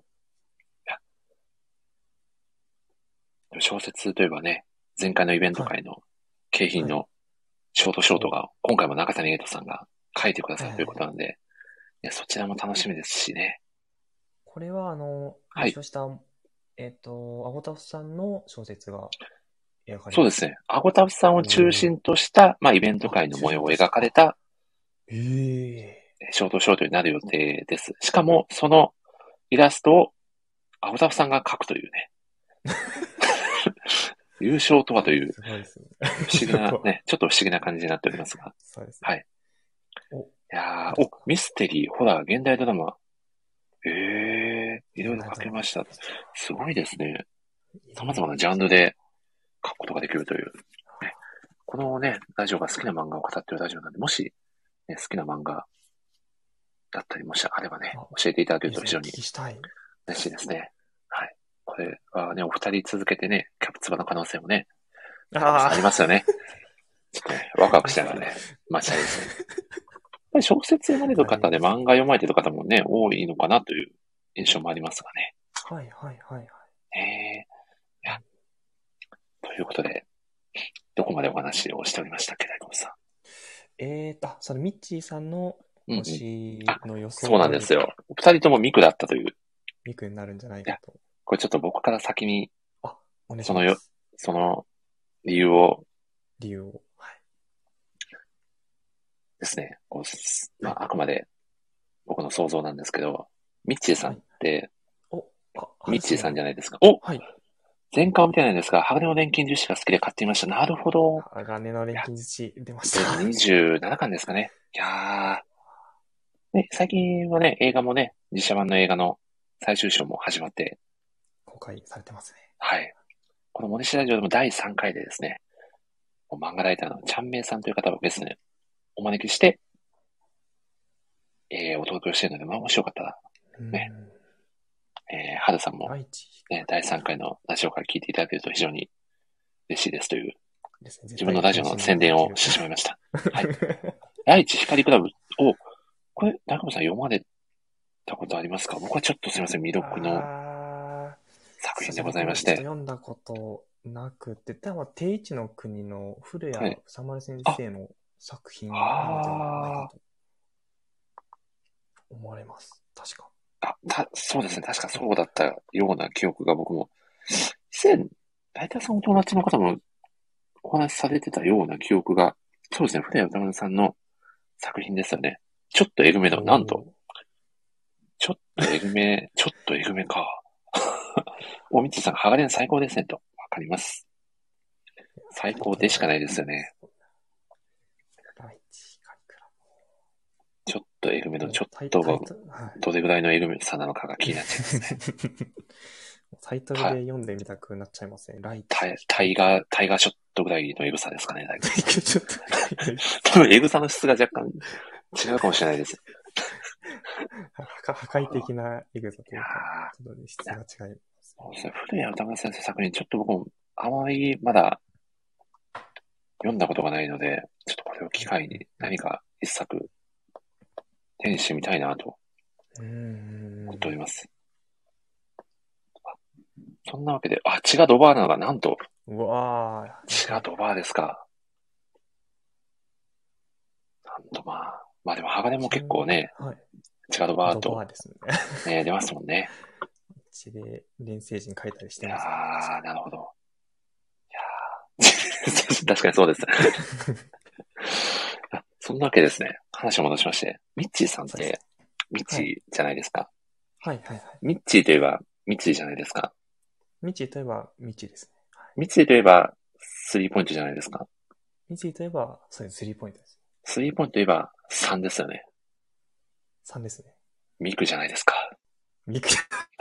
小説といえばね、前回のイベントはい。 会の景品はい。 のショートショートお、 が、今回も中谷瑛人さんが書いてくださるというはいはいはい。 ことなんで、いや、そちらも楽しみですしね。 これは、あの、ごはい。 一緒した、えっと、アゴタフさんの小説が描かれる。 そうですね。アゴタフさんを中おお。 心とした、まあ、イベントあ、 会の模様を中心とした。あ、 描かれたええショートショートになる予定です。しかも、そのイラストをアゴタフさんが描くというね、優勝とはというすごいですね。 不思議ちょっと、 なね、ちょっと不思議な感じになっておりますが。 そうですね。 はい。 お、 いやー、お、 あるか。 ミステリー、ホラー、現代ドラマ。ええー、いろいろ現代ドラマ。 書けました。すごいですね。 いろいろ。 様々なジャンルで書くことができるという。ね、このね、ラジオが好きな漫画を語っているラジオなんで、もし、ね、好きな漫画だったりもしあればね、 あ、 教えていただけいいですね。お聞ると非常にきしたいで嬉しいです。 すね。はい。これはね、お二人続けてね、キャプツバの可能性もね、高橋さんあありますよね。ちょっとね、ワクワクしながらね、待ちたいですね。やっぱり小説読まれる方であ。 漫画読まれてる方もね、多いのかなという印象もありますがね。 はいはいはいはい。 えー、いや、 うん。 ということで、どこまでお話をしておりましたっけ、大久保さえーと、あ、そのミッチーさんのん。うん推うん。あ、 しの予そう想でなんですよ。二人ともミクだったという。いミクになるんじゃないかや、 と。 これちょっと僕から先に、 あ、お願いしそのよ、 ます。 その理由を理由を。はい。 ですね、こう、まはい。 あ、あくまで僕の想像なんですけど、ミッチーさんっはい。 て、 お、あ、ハミッチーさんじルさん。 ゃないですか。お、 はい。 前回は見てないんですが、鋼の錬金術師が好きで買っていました。なるほど。 鋼の錬いや、 金術師出ました。 全にじゅうななかんですかね。いやー、ね、最近はね、映画もね、実写版の映画の最終章も始まって、 公開されてますね。 はい。このモデシラジオでもだいさんかいでですね、漫画ライターのチャンメイさんという方をゲストにお招きして、えー、お届けをしているので、まあ、もしよかったら、 うーね、 ん。 えー、はるさんも、 愛知ね、だいさんかいのラジオから聞いていただけると非常に嬉しいですという、 ですね。絶自分のラジオ対楽しんでいの宣伝ただける。 をしてしまいました。はい。ライチ光クラブを、これ、中村さん読まれたことありますか？僕はちょっとすいません、未読のあー、 作品でそうですね。 ございまし僕、ちょっとて。 読んだことなくて、多分、定一の国の古谷はい。 房丸先あ、 生の作品なのではないかあと思われます。確か。 あ、あ、た、そうですね。確かそうだったような記憶が僕も、以前、大体さんお友達の方もお話しされてたような記憶が、そうですね。古谷歌丸さんの作品ですよね。ちょっとえぐめの、なんと、 おちょっとえぐめ、ちょっとえぐめか。おみつさん、ハガレン最高ですね、と。わかります。 ー、 最高でしかないですよね。 第一回くらちょっとえぐめの、 もうちょっタイ、 とが、 タイトル、はい。 どれぐらいのえぐめさなのかが気になっちゃいますね。 タイトルで読んでみたくなっちゃいますね。ライト。 タイタイガー、タイガーショットぐらいのエグさですかね、大体。 ちょっと、 多分エグさの質が若干違うかもしれないです。 破壊的なエグさというか、 あちょっと質が違います、ね。 そうですね。古谷歌村先生作品、ちょっと僕もあまりまだ読んだことがないので、ちょっとこれを機会に何か一作手にしてみたいなと思っております。そんなわけで、あ、血がドバーなのがなんと。 うわー。 血がドバーですか。なんとまあ。まあでも鋼も結構ね、 はい、 血がドバーと。 ドバーですね。 ね、出ますもんね。 血で連星人書いたりしてます、ね。 ああ、なるほど。いや確かにそうです。そんなわけですね。話を戻しまして。ミッチーさんって、ミッチーじゃないですか。 はいはいはい。 ミッチーといえば、ミッチーじゃないですか。 ミッチーといえば、ミッチーですね。 はい、ミッチーといえば、スリーポイントじゃないですか。 ミッチーといえば、そうです、スリーポイントです。 スリーポイントといえば、さんですよね。 さんですね。 ミクじゃないですか。 ミク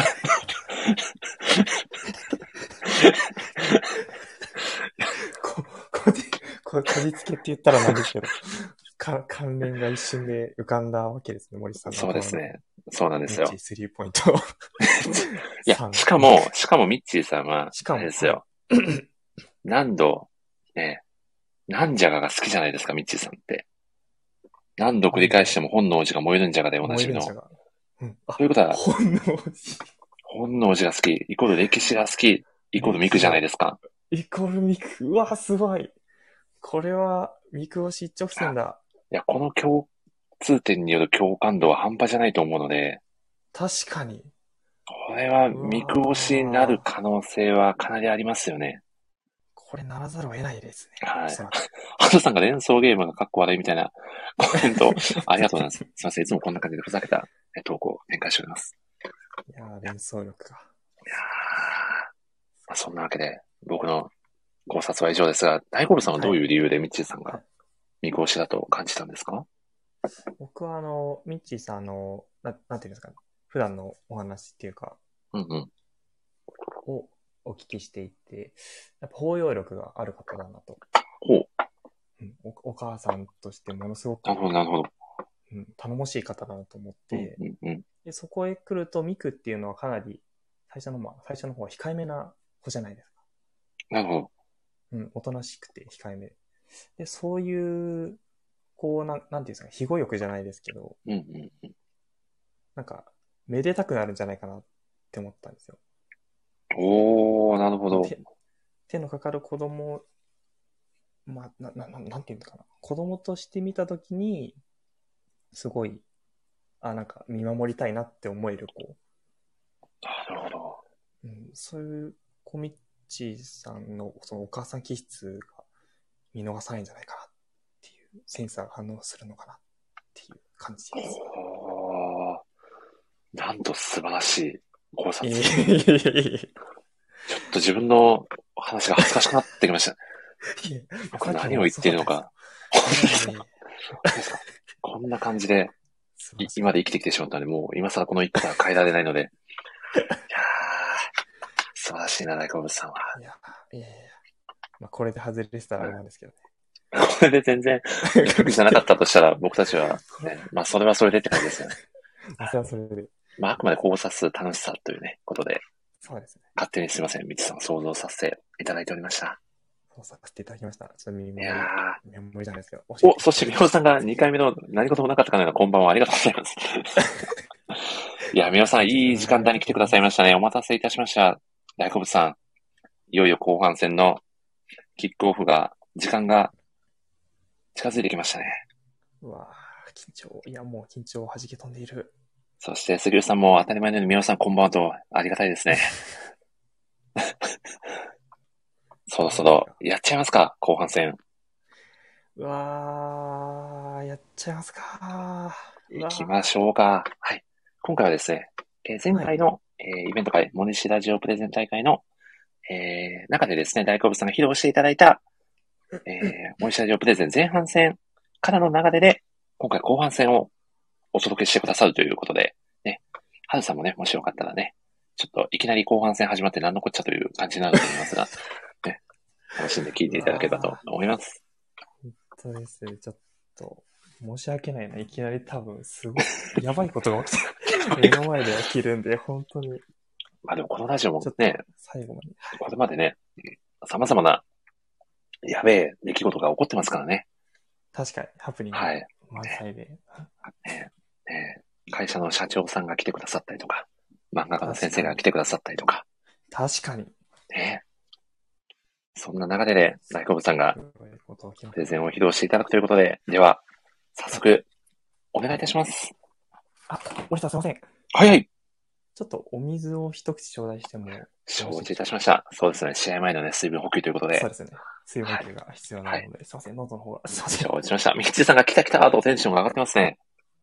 こ、こじ、こ、こじつけって言ったらなんですけど、か、関連が一瞬で浮かんだわけですね、森さんの。 そうですね。そうなんですよ。 ミッチースリーポイント。 いや、しかも、しかもミッチーさんは、 しかも、 あれですよ。何度、ね、何じゃがが好きじゃないですか、ミッチーさんって。何度繰り返しても本能寺が燃えるんじゃがでおなじみの。燃えるんじゃが。うん。ということは、 本能寺。 本能寺が好き、イコール歴史が好き、イコールミクじゃないですか。 イコールミク。うわ、すごい。これは、ミク推し一直線だ。 いや、この共通点による共感度は半端じゃないと思うので。 確かに。 これはミク推しになる可能性はかなりありますよね。 これならざるを得ないですね。 はい。ハトさんが連想ゲームがかっこ悪いみたいなコメント、ありがとうございます。すみません。いつもこんな感じでふざけた投稿を展開しております。 いやー、連想力が。 いやー、まあ、そんなわけで、僕の考察は以上ですが、大好物さんはどういう理由でミッチーさんがミク推しだと感じたんですか？はい、 僕はあの、ミッチーさんの、な、なんていうんですかね。普段のお話っていうか、 うんうん。 をお聞きしていて、やっぱ包容力がある方だなと。 ほう。 うん、お, お母さんとしてものすごく、 なるほど、なるほど。 うん、頼もしい方だなと思って、 うんうんうん、 でそこへ来るとミクっていうのはかなり最初の、まあ、最初の方は控えめな子じゃないですか。 なるほど。 うん、おとなしくて控えめ。で、そういう、こう、なん、なんていうんですか、庇護欲じゃないですけど、 うんうんうん、 なんか、めでたくなるんじゃないかなって思ったんですよ。 おー、なるほど。 手、手のかかる子供、まあ、な、な、なんていうのかな。子供として見たときに、すごい、あ、なんか見守りたいなって思える子。 なるほど。 うん、そういうコミッチーさんのそのお母さん気質が見逃さないんじゃないかなっていうセンサーが反応するのかなっていう感じです。 おー、なんと素晴らしい考察。 えー、 ちょっと自分の話が恥ずかしくなってきました。僕何を言っているのか。こんな感じで、今で生きてきてしまったので、もう今更この言い方は変えられないので。いやー、素晴らしいな、大好物さんは。 いや、いやいや。まあ、これで外れてたらあれなんですけどね。 これで全然、逆じゃなかったとしたら、僕たちは、ね、まあ、それはそれでって感じですよね。 それはそれで。 まあ、あくまで考察する楽しさというね、ことで。 そうですね。 勝手にすいません、みちさん想像させていただいておりました。 想像させていただきました。ちょっと耳いやー、メモリなんですけど。 お、そしてみおさんがにかいめの何事もなかったかのようなこんばんはありがとうございます。いや、みおさん、いい時間帯に来てくださいましたね。お待たせいたしました。大好物さん、いよいよ後半戦のキックオフが、時間が近づいてきましたね。 うわぁ、緊張。いや、もう緊張を弾け飛んでいる。 そして、杉浦さんも当たり前のようにみおさんこんばんはと、ありがたいですね。そろそろ、やっちゃいますか、後半戦。 うわー、やっちゃいますか。 行きましょうか。はい。今回はですね、えー、前回の、はい、えー、イベント会、モニシラジオプレゼン大会の、えー、中でですね、大好物さんが披露していただいた、えー、モニシラジオプレゼン前半戦からの流れで、今回後半戦をお届けしてくださるということで、ね、ハルさんもね、もしよかったらね、 ちょっといきなり後半戦始まって何のこっちゃという感じになると思いますが、ね、楽しんで聞いていただければと思います。 本当ですね。ちょっと、申し訳ないな。いきなり多分、すごい、やばいことが起きて、目の前で起きるんで、本当に。 まあでもこのラジオもね、 最後まで。 これまでね、様々な、やべえ出来事が起こってますからね。 確かに、ハプニング満載で、 ねねね。会社の社長さんが来てくださったりとか、漫画家の先生が来てくださったりとか。 確かに。 ね、そんな流れで、大好物さんが、プレゼンを披露していただくということで、では、早速、お願いいたします。 あ、森さんすいません。 はいはい。 ちょっとお水を一口頂戴しても。 承知いたしました。そうですね。試合前のね、水分補給ということで。 そうですね。水分補給が必要なので、はい、すいません。喉の方が。すいません。 承知しました。ミッチーさんが来た来たとテンションが上がってますね。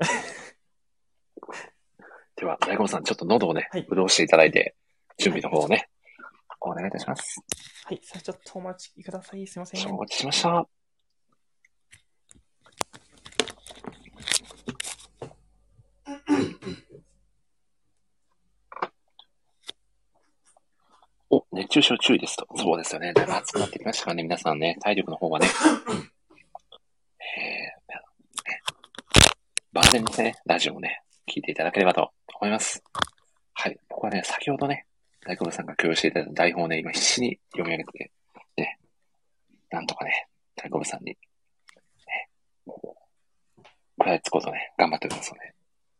では、大好物さん、ちょっと喉をね、はい、潤していただいて、準備の方をね、はい、お願いいたします。 はい。さあ、ちょっとお待ちください。すいません。 承知しました。お、熱中症注意ですと。そうですよね。だいぶ暑くなってきましたからね、皆さんね、体力の方はね。えー、万全にね、ラジオをね、聞いていただければと思います。はい。ここはね、先ほどね、大久保さんが共有していただいた台本をね、今必死に読み上げて、ね、なんとかね、大久保さんに、ね、食らいつこうとね、頑張っておりますので。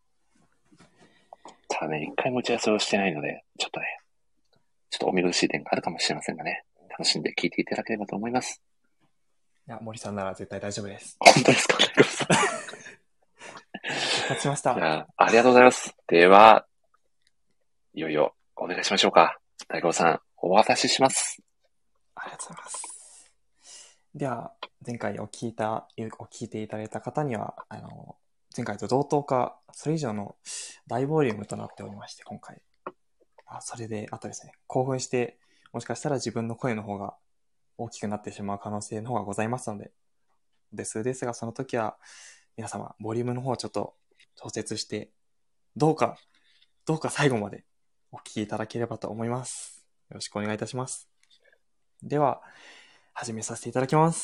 ただね、一回も打ち合わせをしてないので、ちょっとね、ちょっとお見苦しい点があるかもしれませんがね、楽しんで聞いていただければと思います。 いや、森さんなら絶対大丈夫です。 本当ですか、大久保さん。 復活しました。 いや、ありがとうございます。では、いよいよお願いしましょうか。大久保さん、お渡しします。 ありがとうございます。では、前回お聞いた、お聞いていただいた方には、あの、前回と同等か、それ以上の大ボリュームとなっておりまして、今回。あ、それで、あとですね、興奮して、もしかしたら自分の声の方が大きくなってしまう可能性の方がございますので、ですですが、その時は、皆様、ボリュームの方をちょっと調節して、どうか、どうか最後までお聞きいただければと思います。よろしくお願いいたします。では、始めさせていただきます。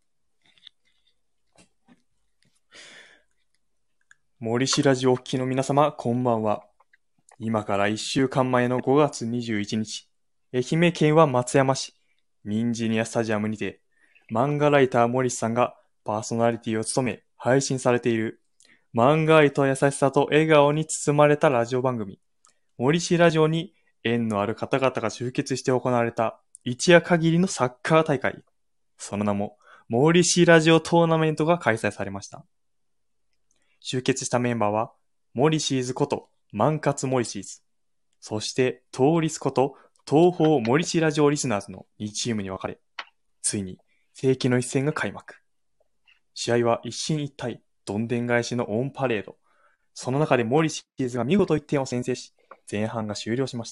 森氏ラジオお聞きの皆様、こんばんは。今からいっしゅうかんまえのごがつにじゅういちにち、愛媛県は松山市、ミンジニアスタジアムにて、漫画ライター森氏さんがパーソナリティを務め、配信されている、漫画愛と優しさと笑顔に包まれたラジオ番組、森氏ラジオに縁のある方々が集結して行われた一夜限りのサッカー大会。その名も、森氏ラジオトーナメントが開催されました。集結したメンバーは、モリシーズこと、万活モリシーズ。そして、東リスこと東方森氏ラジオリスナーズのにチームに分かれ、ついに世紀の一戦が開幕。試合は一進一退、どんでん返しのオンパレード。その中でモリシーズが見事いってんを先制し、前半が終了しました。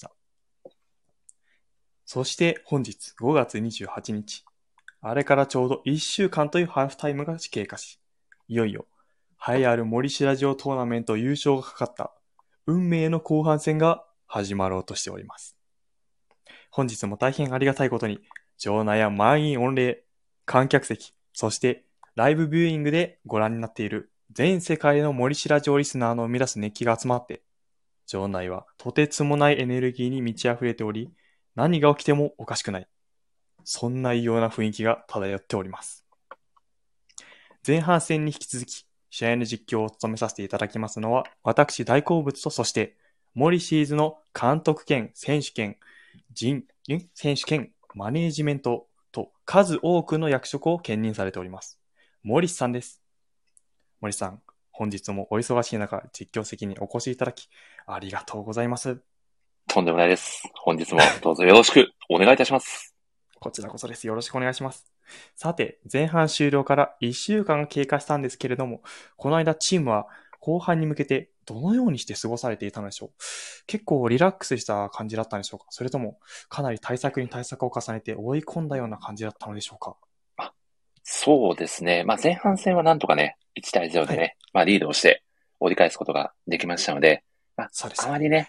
そして本日ごがつにじゅうはちにち、あれからちょうどいっしゅうかんというハーフタイムが経過し、いよいよ栄えある森氏ラジオトーナメント優勝がかかった運命の後半戦が始まろうとしております。本日も大変ありがたいことに、場内は満員御礼、観客席、そしてライブビューイングでご覧になっている全世界の森氏ラジオリスナーの生み出す熱気が集まって、場内はとてつもないエネルギーに満ち溢れており、何が起きてもおかしくない。そんな異様な雰囲気が漂っております。前半戦に引き続き、試合の実況を務めさせていただきますのは、私大好物と、そして、モリシーズの監督兼選手兼人、選手兼マネージメントと数多くの役職を兼任されております。森さんです。森さん、本日もお忙しい中、実況席にお越しいただき、ありがとうございます。 とんでもないです。本日もどうぞよろしくお願いいたします。 こちらこそです。よろしくお願いします。さて、前半終了からいっしゅうかんが経過したんですけれども、この間チームは後半に向けてどのようにして過ごされていたのでしょう。結構リラックスした感じだったんでしょうか。それともかなり対策に対策を重ねて追い込んだような感じだったのでしょうか。 あ、そうですね。まあ前半戦はなんとかね、いちたいゼロでね、はい、まあリードをして折り返すことができましたので、まあ、あまりね、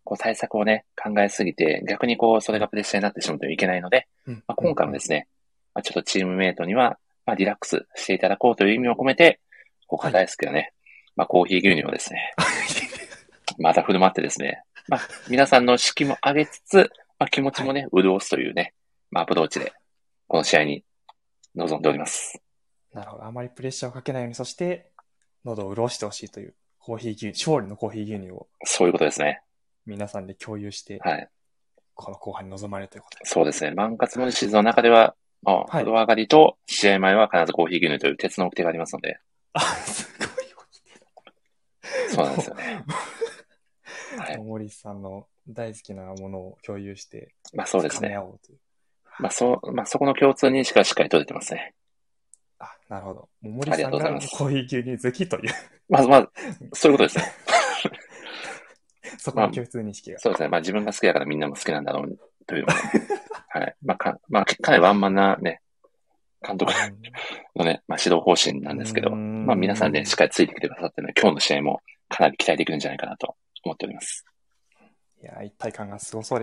こう対策をね、考えすぎて、逆にこう、それがプレッシャーになってしまうといけないので、 うんまあ、今回もですね、まあ、ちょっとチームメイトには、まあ、リラックスしていただこうという意味を込めて、僕が大好きなね、まあ、コーヒー牛乳をですね、また振る舞ってですね、まあ、皆さんの士気も上げつつ、まあ、気持ちもね、潤すというね、まあ、アプローチで、この試合に臨んでおります。 なるほど。あまりプレッシャーをかけないように、そして、喉を潤してほしいという、コーヒー牛乳、勝利のコーヒー牛乳をそういうことですね。 皆さんで共有して、 はい。 この後半に臨まれるということです。 そうですね。万活森シーズンの中では、まあ、 はい風呂上がりと試合前は必ずコーヒー牛乳という鉄の掟がありますので、 あ、すごいそうなんですよね。はい。 森さんの大好きなものを共有して、 まあそうです深めね。 合おうという。 まあそう、まあそこの共通認識はしっかり取れてますね。 あ、なるほど。もう森ありがさんがとうございます。 コーヒー牛乳好きという、 まずまず、そういうことですね。 そこの共通認識が。 そうですね。まあ自分が好きだからみんなも好きなんだろうというのもね。はい。まあか、まあかなりワンマンなね、監督のね、まあ指導方針なんですけど、まあ皆さんね、しっかりついてきてくださってるので、今日の試合もかなり期待できるんじゃないかなと思っております。 いや、一体感がすごそうです。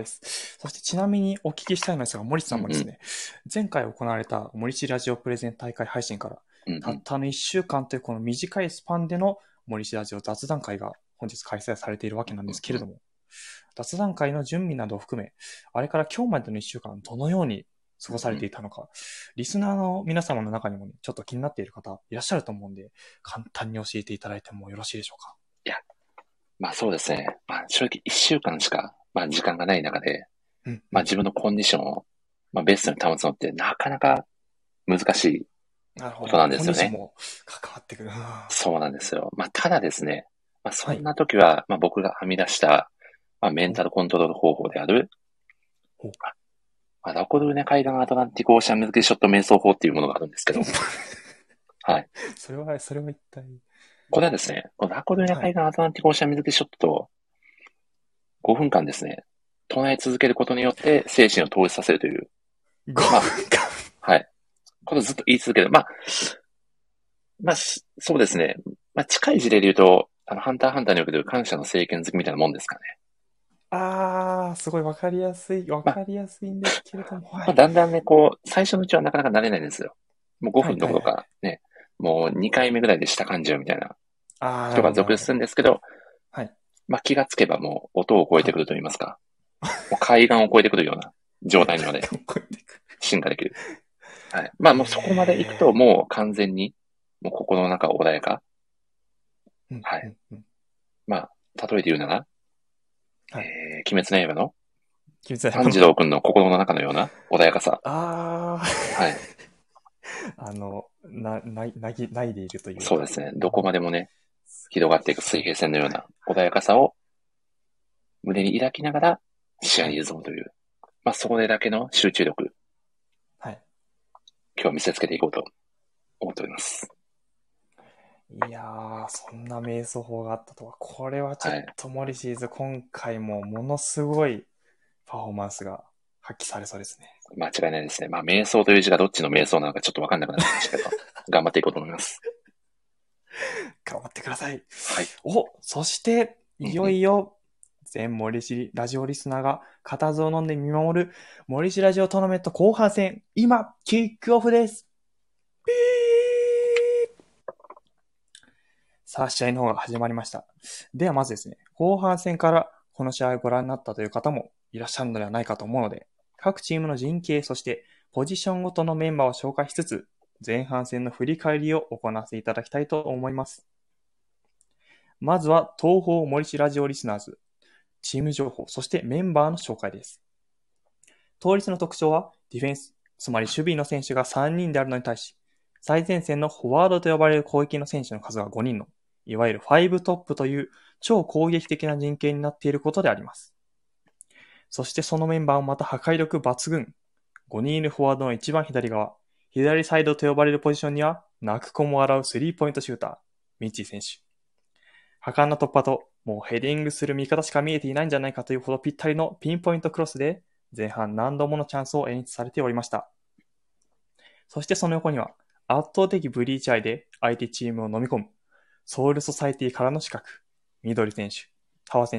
そしてちなみにお聞きしたいのですが、森さんもですね、うんうん、前回行われた森市ラジオプレゼン大会配信から、うんうん、たったのいっしゅうかんというこの短いスパンでの森市ラジオ雑談会が本日開催されているわけなんですけれども、うんうん、雑談会の準備などを含め、あれから今日までのいっしゅうかん、どのように過ごされていたのか、うんうん、リスナーの皆様の中にも、ね、ちょっと気になっている方いらっしゃると思うんで、簡単に教えていただいてもよろしいでしょうか。 いや、まあそうですね。まあ正直いっしゅうかんしか、まあ時間がない中で、うん、まあ自分のコンディションを、まあ、ベストに保つのってなかなか難しいことなんですよね。コンディションも関わってくる。 そうなんですよ。まあただですね、まあそんな時は、はい、まあ僕が編み出した、まあメンタルコントロール方法である、まあ、ラコルーネ海岸アトランティックオーシャン水切りショット瞑想法っていうものがあるんですけど、はい。 それは、それは一体。 これはですね、このラコルーネ海岸アトランティックオーシャン水切りショットとごふんかんですね、唱え続けることによって精神を統一させるという。 ごふんかん、まあ、はい。これずっと言い続ける。まあ、まあ、そうですね。まあ、近い事例で言うと、あの、ハンターハンターにおける感謝の聖剣好きみたいなもんですかね。 あー、すごいわかりやすい、わかりやすいんですけれども。 まあ、まあ、だんだんね、こう、最初のうちはなかなか慣れないんですよ。もうごふんどころか、ね、はいはいはい、もうにかいめぐらいで舌噛んじゃうみたいな人が続出するんですけど、 はい。 まあ、気がつけばもう音を超えてくると言いますか、はい、もう海岸を超えてくるような状態にまで進化できる。はい。まあ、もうそこまで行くと、もう完全に、もう心の中穏やか。はい。まあ、例えて言うなら、はい、えー、鬼滅の刃の炭治郎くんの心の中のような穏やかさ。 ああ。はい。 あの、な、な、なぎ、ないでいるというか。 そうですね。どこまでもね、広がっていく水平線のような穏やかさを胸に抱きながら試合に臨むという。まあ、そこでだけの集中力。 はい。 今日見せつけていこうと思っております。 いやー、そんな瞑想法があったとは、これはちょっとモリシーズ、はい、今回もものすごいパフォーマンスが発揮されそうですね。 間違いないですね。まあ、瞑想という字がどっちの瞑想なのかちょっとわかんなくなりましたけど、頑張っていこうと思います。 頑張ってください。 はい。 お、そして、いよいよ、全森市ラジオリスナーが固唾を飲んで見守る森市ラジオトーナメント後半戦、今、キックオフです。ピーさあ、試合の方が始まりました。ではまずですね、後半戦からこの試合をご覧になったという方もいらっしゃるのではないかと思うので、各チームの陣形、そしてポジションごとのメンバーを紹介しつつ、前半戦の振り返りを行わせていただきたいと思います。まずは東方森市ラジオリスナーズ、チーム情報、そしてメンバーの紹介です。当日の特徴はディフェンス、つまり守備の選手がさんにんであるのに対し、最前線のフォワードと呼ばれる攻撃の選手の数がごにんの、いわゆるファイブトップという超攻撃的な陣形になっていることであります。そしてそのメンバーもまた破壊力抜群。ごにんいるフォワードの一番左側、左サイドと呼ばれるポジションには、泣く子も笑うスリーポイントシューター、ミッチー選手。果敢な突破と、もうヘディングする味方しか見えていないんじゃないかというほどぴったりのピンポイントクロスで、前半何度ものチャンスを演出されておりました。そしてその横には、圧倒的ブリーチ愛で相手チームを飲み込む、ソウルソサイティからの刺客、緑選手、タワ選手、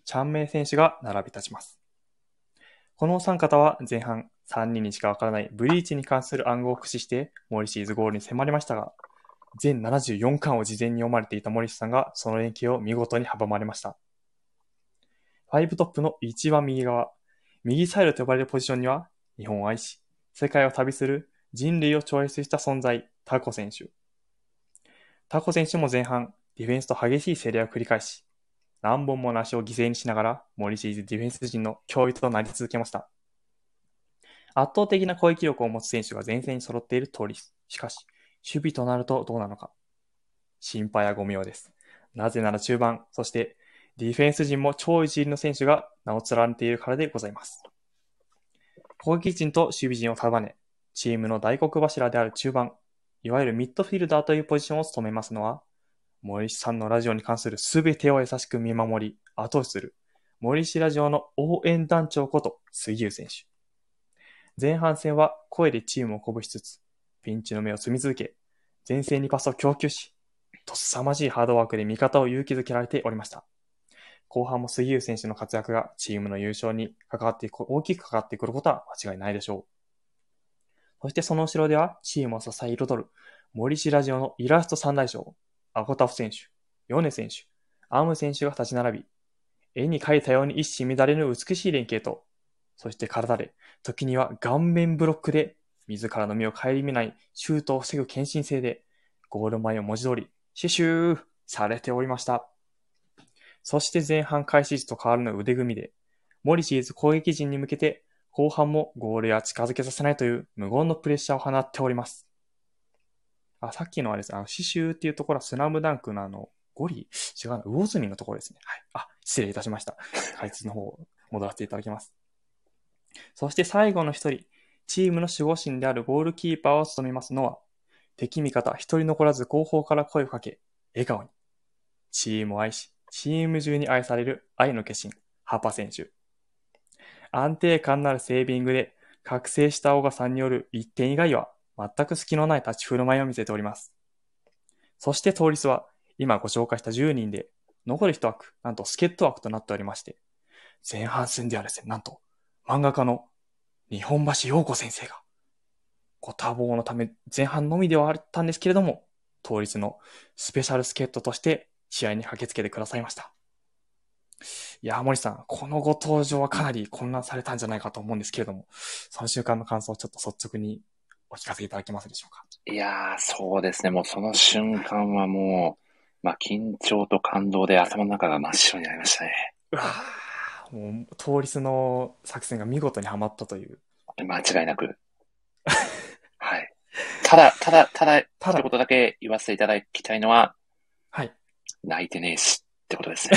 チャンメイ選手が並び立ちます。このお三方は前半さんにんにしかわからないブリーチに関する暗号を駆使してモリシーズゴールに迫りましたが、全ななじゅうよんかんを事前に読まれていた森氏さんがその連携を見事に阻まれました。ファイブトップの一番右側、右サイドと呼ばれるポジションには日本を愛し、世界を旅する人類を超越した存在、タコ選手。タコ選手も前半、ディフェンスと激しい競り合いを繰り返し、何本もの足を犠牲にしながら、モリシーズディフェンス陣の脅威となり続けました。圧倒的な攻撃力を持つ選手が前線に揃っている通りです。しかし、守備となるとどうなのか。心配はご無用です。なぜなら中盤、そしてディフェンス陣も超一流の選手が名を連ねているからでございます。攻撃陣と守備陣を束ね、チームの大黒柱である中盤、いわゆるミッドフィルダーというポジションを務めますのは、森氏さんのラジオに関するすべてを優しく見守り、後押しする、森氏ラジオの応援団長こと杉浦選手。前半戦は声でチームを鼓舞しつつ、ピンチの目を積み続け、前線にパスを供給し、と凄まじいハードワークで味方を勇気づけられておりました。後半も杉浦選手の活躍がチームの優勝に関わっていく、大きく関わってくることは間違いないでしょう。そしてその後ろではチームを支え彩る森氏ラジオのイラスト三大将、アコタフ選手、ヨネ選手、アム選手が立ち並び、絵に描いたように一糸乱れぬ美しい連携と、そして体で、時には顔面ブロックで、自らの身を顧みないシュートを防ぐ献身性で、ゴール前を文字通り、死守されておりました。そして前半開始時と変わらぬ腕組みで、モリシーズ攻撃陣に向けて、後半もゴールや近づけさせないという無言のプレッシャーを放っております。あ、さっきのはですね、あの、刺繍っていうところはスラムダンクのあの、ゴリ、違うな、魚住のところですね。はい。あ、失礼いたしました。解説の方、戻らせていただきます。そして最後の一人、チームの守護神であるゴールキーパーを務めますのは、敵味方一人残らず後方から声をかけ、笑顔に。チームを愛し、チーム中に愛される愛の化身、ハパ選手。安定感のあるセービングで、覚醒したオガさんによる一点以外は、全く隙のない立ち振る舞いを見せております。そして当日は、今ご紹介したじゅうにんで、残る一枠、なんと助っ人枠となっておりまして、前半戦ではですね、なんと、漫画家の日本橋陽子先生が、ご多忙のため前半のみではあったんですけれども、当日のスペシャル助っ人として試合に駆けつけてくださいました。いやー、森さん、このご登場はかなり混乱されたんじゃないかと思うんですけれども、その瞬間の感想をちょっと率直にお聞かせいただけますでしょうか。 いやー、そうですね。もうその瞬間はもう、まあ、緊張と感動で頭の中が真っ白になりましたね。 うわー、もう、当日の作戦が見事にはまったという。 間違いなく。はい。ただ、ただ、ただ、 ただ一言だけ言わせていただきたいのは、 はい。 泣いてねえしってことですね。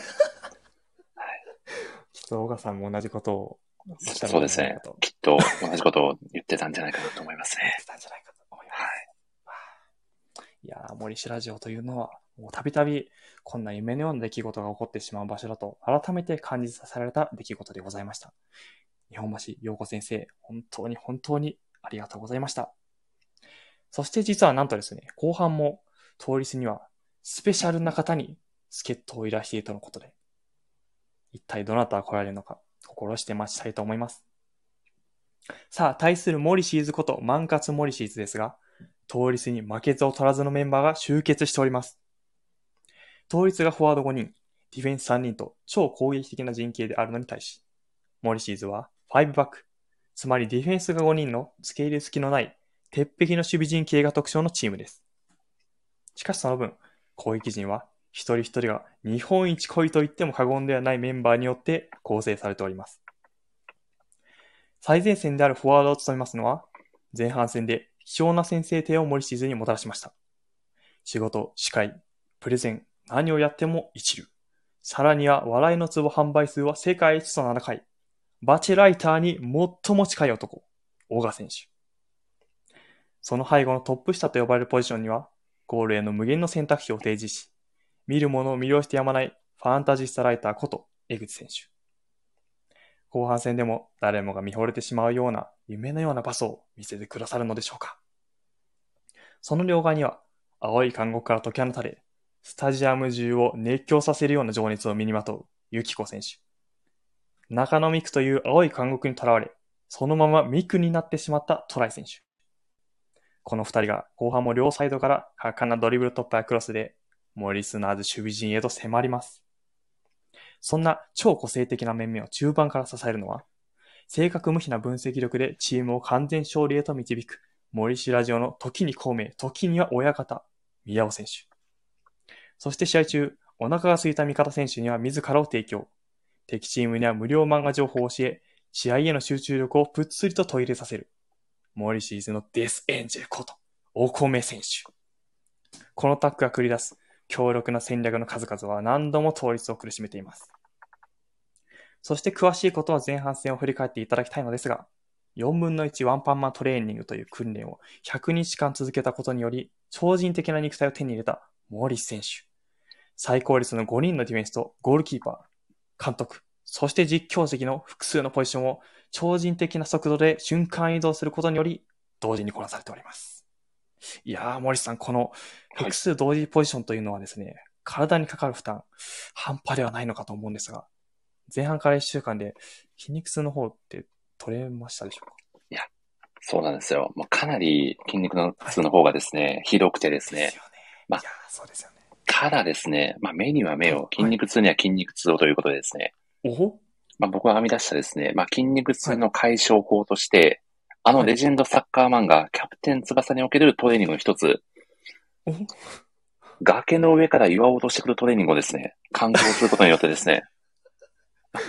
きっと、小川さんも同じことを言ったそうですね。きっと同じことを言ってたんじゃないかなと思いますね。 言ってたんじゃないかと思います。はい。いやー、森氏ラジオというのは、もうたびたびこんな夢のような出来事が起こってしまう場所だと改めて感じさせられた出来事でございました。日本橋陽子先生、本当に本当にありがとうございました。そして実はなんとですね、後半も当日にはスペシャルな方に助っ人をいらしているとのことで、一体どなたが来られるのか心して待ちたいと思います。さあ、対するモリシーズこと万活モリシーズですが、当日に負けずを取らずのメンバーが集結しております。当日がフォワードごにん、ディフェンスさんにんと超攻撃的な陣形であるのに対し、モリシーズはファイブバック、つまりディフェンスがごにんの付け入れ隙のない鉄壁の守備陣形が特徴のチームです。しかしその分、攻撃陣は一人一人が日本一濃いと言っても過言ではないメンバーによって構成されております。最前線であるフォワードを務めますのは、前半戦で貴重な先制点をモリシーズにもたらしました。仕事、司会、プレゼン、何をやっても一流。さらには笑いの壺販売数は世界一とななかい。バチェライターに最も近い男、小賀選手。その背後のトップ下と呼ばれるポジションには、ゴールへの無限の選択肢を提示し、見る者を魅了してやまないファンタジスタライターこと江口選手。後半戦でも誰もが見惚れてしまうような夢のようなパスを見せてくださるのでしょうか。その両側には青い監獄から解き放たれ、スタジアム中を熱狂させるような情熱を身にまとうユキコ選手。中野ミクという青い監獄にとらわれ、そのままミクになってしまったトライ選手。この二人が後半も両サイドから果敢なドリブル突破やクロスでモリスナーズ守備陣へと迫ります。そんな超個性的な面々を中盤から支えるのは、正確無比な分析力でチームを完全勝利へと導く森氏ラジオの時に孔明、時には親方、宮尾選手。そして試合中、お腹が空いた味方選手には自らを提供。敵チームには無料漫画情報を教え、試合への集中力をぷっつりと途切れさせる。モリシーズのデスエンジェルこと、お米選手。このタッグが繰り出す強力な戦略の数々は何度も倒立を苦しめています。そして詳しいことは前半戦を振り返っていただきたいのですが、よんぶんのいちワンパンマントレーニングという訓練をひゃくにちかん続けたことにより、超人的な肉体を手に入れたモリス選手。最高率のごにんのディフェンスとゴールキーパー、監督、そして実況席の複数のポジションを超人的な速度で瞬間移動することにより、同時にこなされております。いやー、モリスさん、この複数同時ポジションというのはですね、はい、体にかかる負担、半端ではないのかと思うんですが、前半からいっしゅうかんで筋肉痛の方って取れましたでしょうか？ いや、そうなんですよ。もうかなり筋肉の痛の方がですね、はい、ひどくてですね。 ですよね。まあ、いや、そうですよね。 ただですね、まあ、目には目を、筋肉痛には筋肉痛をということでですね。 おほ、 まあ、僕が編み出したですね、まあ、筋肉痛の解消法として、はい、あのレジェンドサッカー漫画、キャプテン翼におけるトレーニングの一つ、 お崖の上から岩を落としてくるトレーニングをですね、観光することによってですね、はい、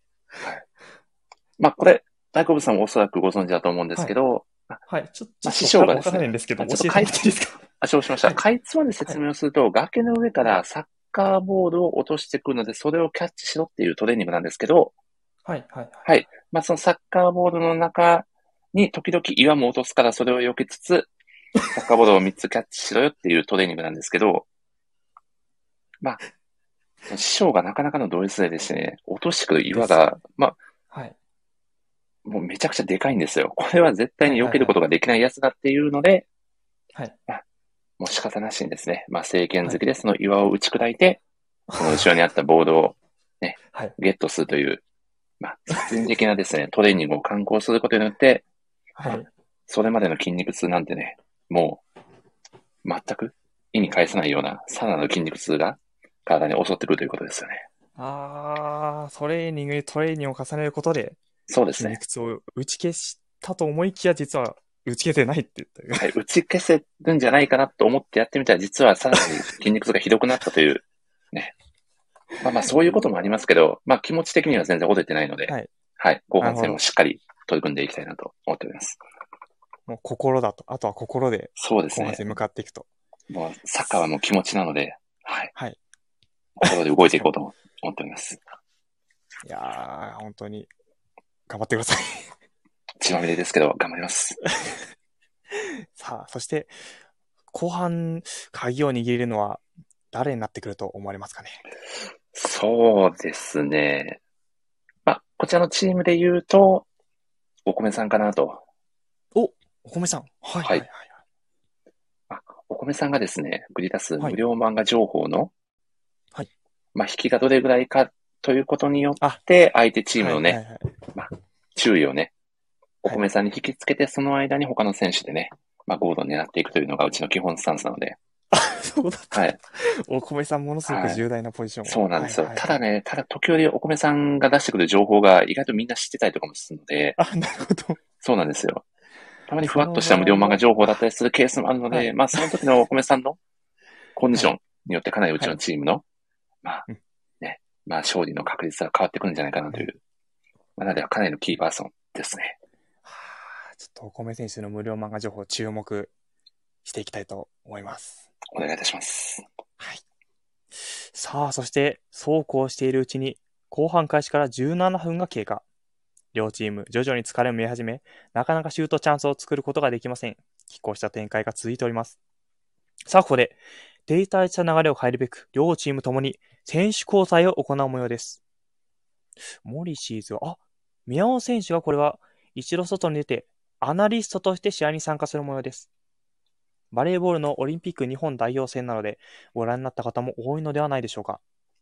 まあ、これ、大好物さんもおそらくご存知だと思うんですけど、 はい、はい、ちょっと、 まあ、師匠がですね、 わからないんですけど、 ちょっとかいつ、あ、承知しました。はい、かいつまで説明をすると、はい、崖の上からサッカーボールを落としてくるので、それをキャッチしろっていうトレーニングなんですけど、 はい、はい。 はい。まあ、そのサッカーボールの中に時々岩も落とすから、それを避けつつ、サッカーボールをみっつキャッチしろよっていうトレーニングなんですけど、まあ、師匠がなかなかの同率でですね、落としてくる岩が、まあ、 はい。 もうめちゃくちゃでかいんですよ。これは絶対に避けることができないやつだっていうので、 はい。 まあ、もう仕方なしにですね、まあ、聖剣好きでその岩を打ち砕いて、その後ろにあったボールをね、はい、ゲットするという、まあ、殺人的なですね、トレーニングを敢行することによって、はい、まあ、それまでの筋肉痛なんてね、もう、全く意に介さないような、さらなる筋肉痛が体に襲ってくるということですよね。 あー、トレーニングにトレーニングを重ねることで、 そうですね。 筋肉痛を打ち消したと思いきや、実は打ち消せないって言った。 はい、打ち消せるんじゃないかなと思ってやってみたら、実はさらに筋肉痛がひどくなったという、ね。まあまあ、そういうこともありますけど、まあ気持ち的には全然折れてないので、はい。はい、後半戦もしっかり取り組んでいきたいなと思っております。 もう心だと、あとは心で、 そうですね。 後半戦向かっていくと。 もう、サッカーはもう気持ちなので、はい。 はい。 心で動いていこうと思っております。 いやー、本当に、頑張ってください。 血まみれですけど、頑張ります。 さあ、そして、後半、鍵を握るのは、誰になってくると思われますかね。 そうですね。まあ、こちらのチームで言うと、お米さんかなと。 お、お米さん。はい、はい、はい。 あ、お米さんがですね、繰り出す無料漫画情報の、 はい。 まあ、引きがどれぐらいかということによって、相手チームのね、はいはいはい、まあ、注意をね、お米さんに引きつけて、その間に他の選手でね、まあ、ゴールを狙っていくというのがうちの基本スタンスなので。 あ、そうだった。 はい。 お米さんものすごく重大なポジション、はい、 そうなんですよ、はいはいはい。ただね、ただ時折お米さんが出してくる情報が意外とみんな知ってたりとかもするので。 あ、なるほど。 そうなんですよ。たまにふわっとした無料漫画情報だったりするケースもあるので、はい、まあその時のお米さんのコンディションによってかなりうちのチームの、はい、まあ、ね、まあ勝利の確率は変わってくるんじゃないかなという。まあ、なのでかなりのキーパーソンですね。 はあ、ちょっとお米選手の無料漫画情報注目していきたいと思います。 お願いいたします。 はい。さあ、そしてそうこうしているうちに後半開始からじゅうななふんが経過。両チーム徐々に疲れも見え始め、なかなかシュートチャンスを作ることができません。拮抗した展開が続いております。さあ、ここで停滞した流れを変えるべく、両チームともに選手交代を行う模様です。モリシーズは、あ、宮尾選手がこれは一度外に出て、アナリストとして試合に参加する模様です。バレーボールのオリンピック日本代表戦なので、ご覧になった方も多いのではないでしょうか。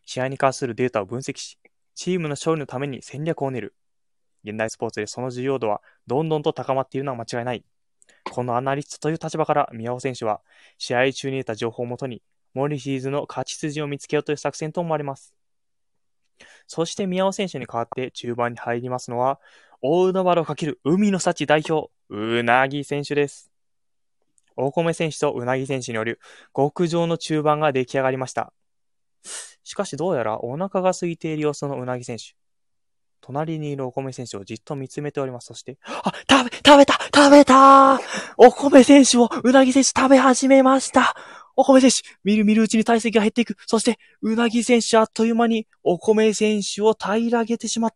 試合に関するデータを分析し、チームの勝利のために戦略を練る。現代スポーツでその重要度はどんどんと高まっているのは間違いない。このアナリストという立場から宮尾選手は、試合中に得た情報をもとに、モリシーズの勝ち筋を見つけようという作戦と思われます。そして宮尾選手に代わって中盤に入りますのは、大海原をかける海の幸代表、うなぎ選手です。大米選手とうなぎ選手による極上の中盤が出来上がりました。しかしどうやらお腹が空いている様子のうなぎ選手。隣にいるお米選手をじっと見つめております。そして、あ、食べ、食べた食べたお米選手をうなぎ選手食べ始めました。お米選手、見る見るうちに体積が減っていく。そして、うなぎ選手あっという間にお米選手を平らげてしまった。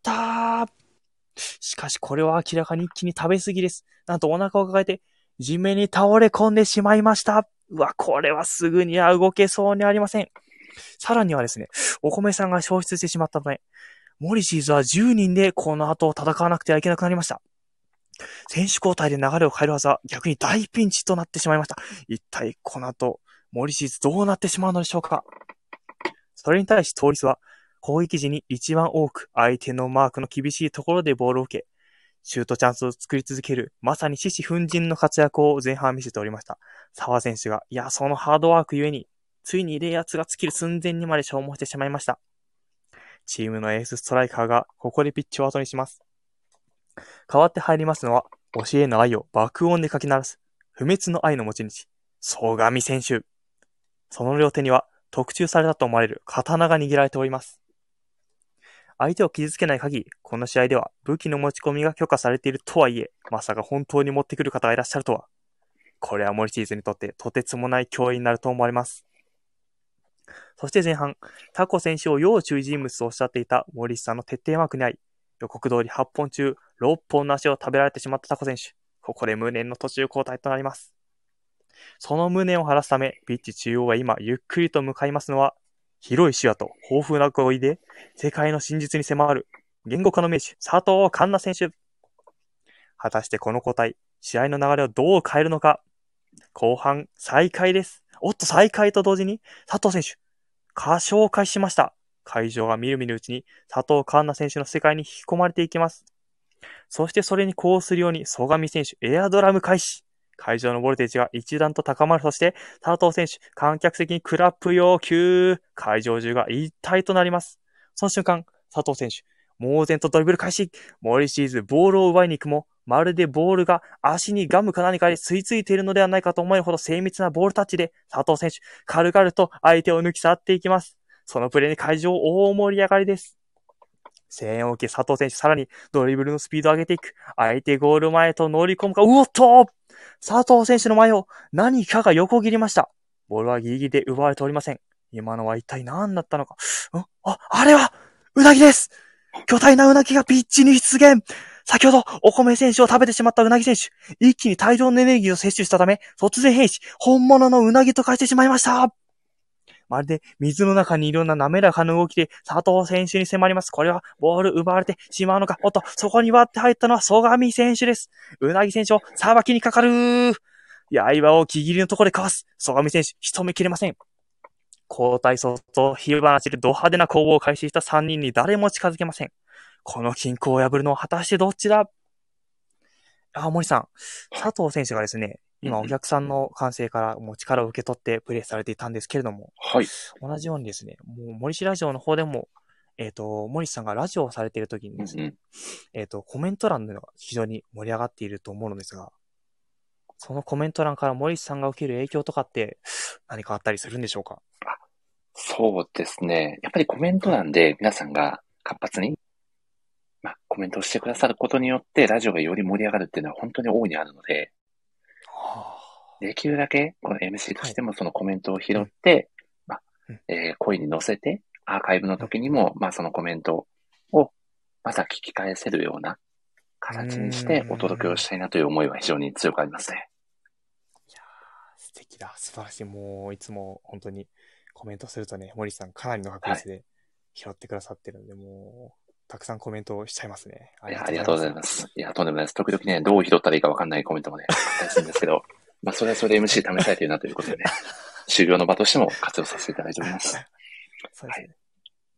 しかしこれは明らかに一気に食べ過ぎです。なんとお腹を抱えて地面に倒れ込んでしまいました。うわ、これはすぐには動けそうにありません。さらにはですね、お米さんが消失してしまったため、モリシーズはじゅうにんでこの後戦わなくてはいけなくなりました。選手交代で流れを変えるはずは逆に大ピンチとなってしまいました。一体この後、モリシーズどうなってしまうのでしょうか。それに対しトーリスは攻撃時に一番多く相手のマークの厳しいところでボールを受け、シュートチャンスを作り続ける、まさに獅子奮迅の活躍を前半見せておりました。澤選手が、いや、そのハードワークゆえに、ついに冷圧が尽きる寸前にまで消耗してしまいました。チームのエースストライカーがここでピッチを後にします。代わって入りますのは、教えの愛を爆音でかき鳴らす、不滅の愛の持ち主、曽我選手。その両手には特注されたと思われる刀が握られております。相手を傷つけない限り、この試合では武器の持ち込みが許可されているとはいえ、まさか本当に持ってくる方がいらっしゃるとは。これはモリシーズにとってとてつもない脅威になると思われます。そして前半、タコ選手を要注意人物とおっしゃっていたモリスさんの徹底マークにあい、予告通りはっぽん中ろっぽんの足を食べられてしまったタコ選手。ここで無念の途中交代となります。その無念を晴らすため、ピッチ中央が今ゆっくりと向かいますのは、広い視野と豊富な語彙で世界の真実に迫る言語化の名手、佐藤環奈選手。果たしてこの交代、試合の流れをどう変えるのか。後半再開です。おっと再開と同時に佐藤選手、歌唱を開始しました。会場がみるみるうちに佐藤環奈選手の世界に引き込まれていきます。そしてそれに呼応するように曽我選手、エアドラム開始。会場のボルテージが一段と高まる。そして佐藤選手、観客席にクラップ要求。会場中が一体となります。その瞬間、佐藤選手、猛然とドリブル開始。モリシーズ、ボールを奪いに行くも、まるでボールが足にガムか何かで吸い付いているのではないかと思えるほど精密なボールタッチで、佐藤選手、軽々と相手を抜き去っていきます。そのプレーに会場大盛り上がりです。声援を受け佐藤選手、さらにドリブルのスピードを上げていく。相手ゴール前と乗り込むか、うおっと佐藤選手の前を何かが横切りました。ボールはギリギリで奪われておりません。今のは一体何だったのか。んあ、あれはうなぎです。巨大なうなぎがピッチに出現。先ほどお米選手を食べてしまったうなぎ選手。一気に大量のエネルギーを摂取したため、突然変異し、本物のうなぎと化してしまいました。まるで水の中にいるような滑らかな動きで佐藤選手に迫ります。これはボール奪われてしまうのか。おっと、そこに割って入ったのは曽我選手です。うなぎ選手をさばきにかかる。刃を木切りのところでかわす。曽我選手、仕留めきれません。交代早々、火花散るド派手な攻防を開始したさんにんに誰も近づけません。この均衡を破るのは果たしてどっちだ。あ、森さん、佐藤選手がですね、今お客さんの歓声からもう力を受け取ってプレーされていたんですけれども、 はい。 同じようにですね、もう森氏ラジオの方でも、えっと、森氏さんがラジオをされている時にですね、 うんうん、 えっと、コメント欄でのが非常に盛り上がっていると思うのですが、そのコメント欄から森氏さんが受ける影響とかって何かあったりするんでしょうか？ そうですね。やっぱりコメント欄で皆さんが活発に、まあ、コメントをしてくださることによって、ラジオがより盛り上がるっていうのは本当に大いにあるので、できるだけ、この エムシー としてもそのコメントを拾って、はい、まあえー、声に乗せて、アーカイブの時にも、まあ、そのコメントを、まずは聞き返せるような形にしてお届けをしたいなという思いは非常に強くありますね。 いやー、素敵だ。素晴らしい。もう、いつも本当にコメントするとね、森さんかなりの確率で拾ってくださってるんで、はい、もう、たくさんコメントをしちゃいますね。 いや、ありがとうございます。いや、とんでもないです。時々ね、どう拾ったらいいか分かんないコメントもね、あったりするんですけど、まあ、それはそれ エムシー 試されているなということでね、修行の場としても活用させていただいております。 そうですね。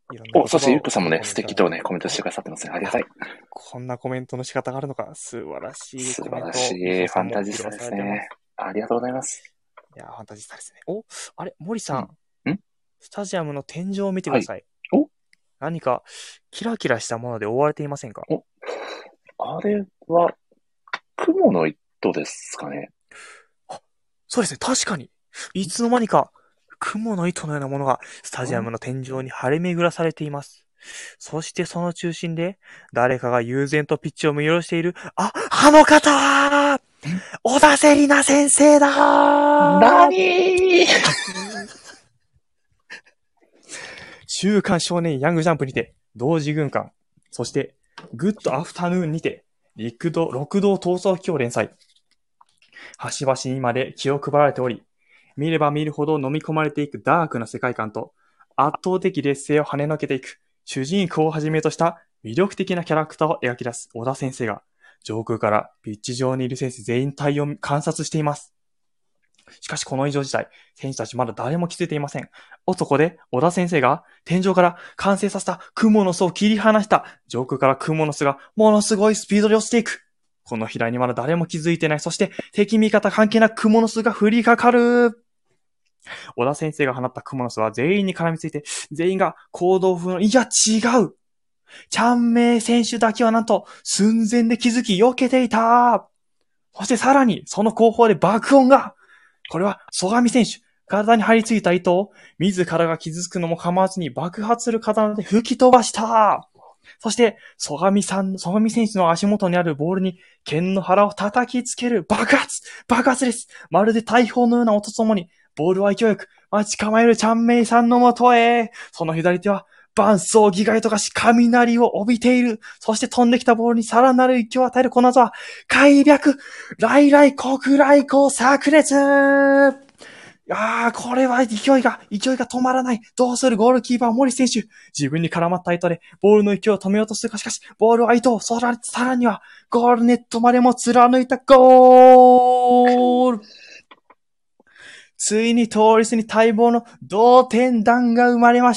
いろんなお、そしてゆっこ言葉をさんもね、素込めた敵とね、コメントしてくださってますね。ありがたい。 こんなコメントの仕方があるのか、素晴らしい素晴コメントを、 らしい、 ゆきこさんもファンタジ披露さスタですれてます。 ね。ありがとうございます。 いやー、ファンタジスタですね。お、あれ、森さん。 うんんスタジアムの天井を見てくはい。 ださい。 お何か、キラキラしたもので覆われていませんか？ お、あれは、雲の糸ですかね。 あ、そうですね、確かに。いつの間にか、雲の糸のようなものが、スタジアムの天井に張り巡らされています。そしてその中心で、誰かが悠然とピッチを見下ろしている、あ、あの方小田セリナ先生だーなにー週刊少年ヤングジャンプにて、同時軍艦、そして、グッドアフタヌーンにて、陸道、六道闘争記を連載。端々にまで気を配られており、見れば見るほど飲み込まれていくダークな世界観と、圧倒的劣勢を跳ねのけていく、主人公をはじめとした魅力的なキャラクターを描き出す小田先生が、上空からピッチ上にいる選手全員体を観察しています。しかしこの異常事態、選手たちまだ誰も気づいていません。おそこで、小田先生が天井から完成させた蜘蛛の巣を切り離した。上空から蜘蛛の巣がものすごいスピードで落ちていく。この飛来にまだ誰も気づいてない。そして敵味方関係なく蜘蛛の巣が降りかかる。小田先生が放った蜘蛛の巣は全員に絡みついて、全員が行動不能。いや、違う。チャンメイ選手だけはなんと寸前で気づき避けていた。そしてさらにその後方で爆音が。これは、曽我選手。体に張り付いた糸を、自らが傷つくのも構わずに爆発する刀で吹き飛ばした。そして、曽我さん、曽我選手の足元にあるボールに、剣の腹を叩きつける爆発爆発です。まるで大砲のような音とともに、ボールは勢いよく、待ち構えるチャンメイさんのもとへ。その左手は、伴奏ギガイとかし雷を帯びている。そして飛んできたボールにさらなる勢いを与えるこの技は、開脈、来来国来光炸裂。ああ、これは勢いが、勢いが止まらない。どうするゴールキーパー森選手。自分に絡まった糸で、ボールの勢いを止めようとするか、しかし、ボールは糸を、さらには、ゴールネットまでも貫いたゴール。ついに通りすに待望の同点弾が生まれました。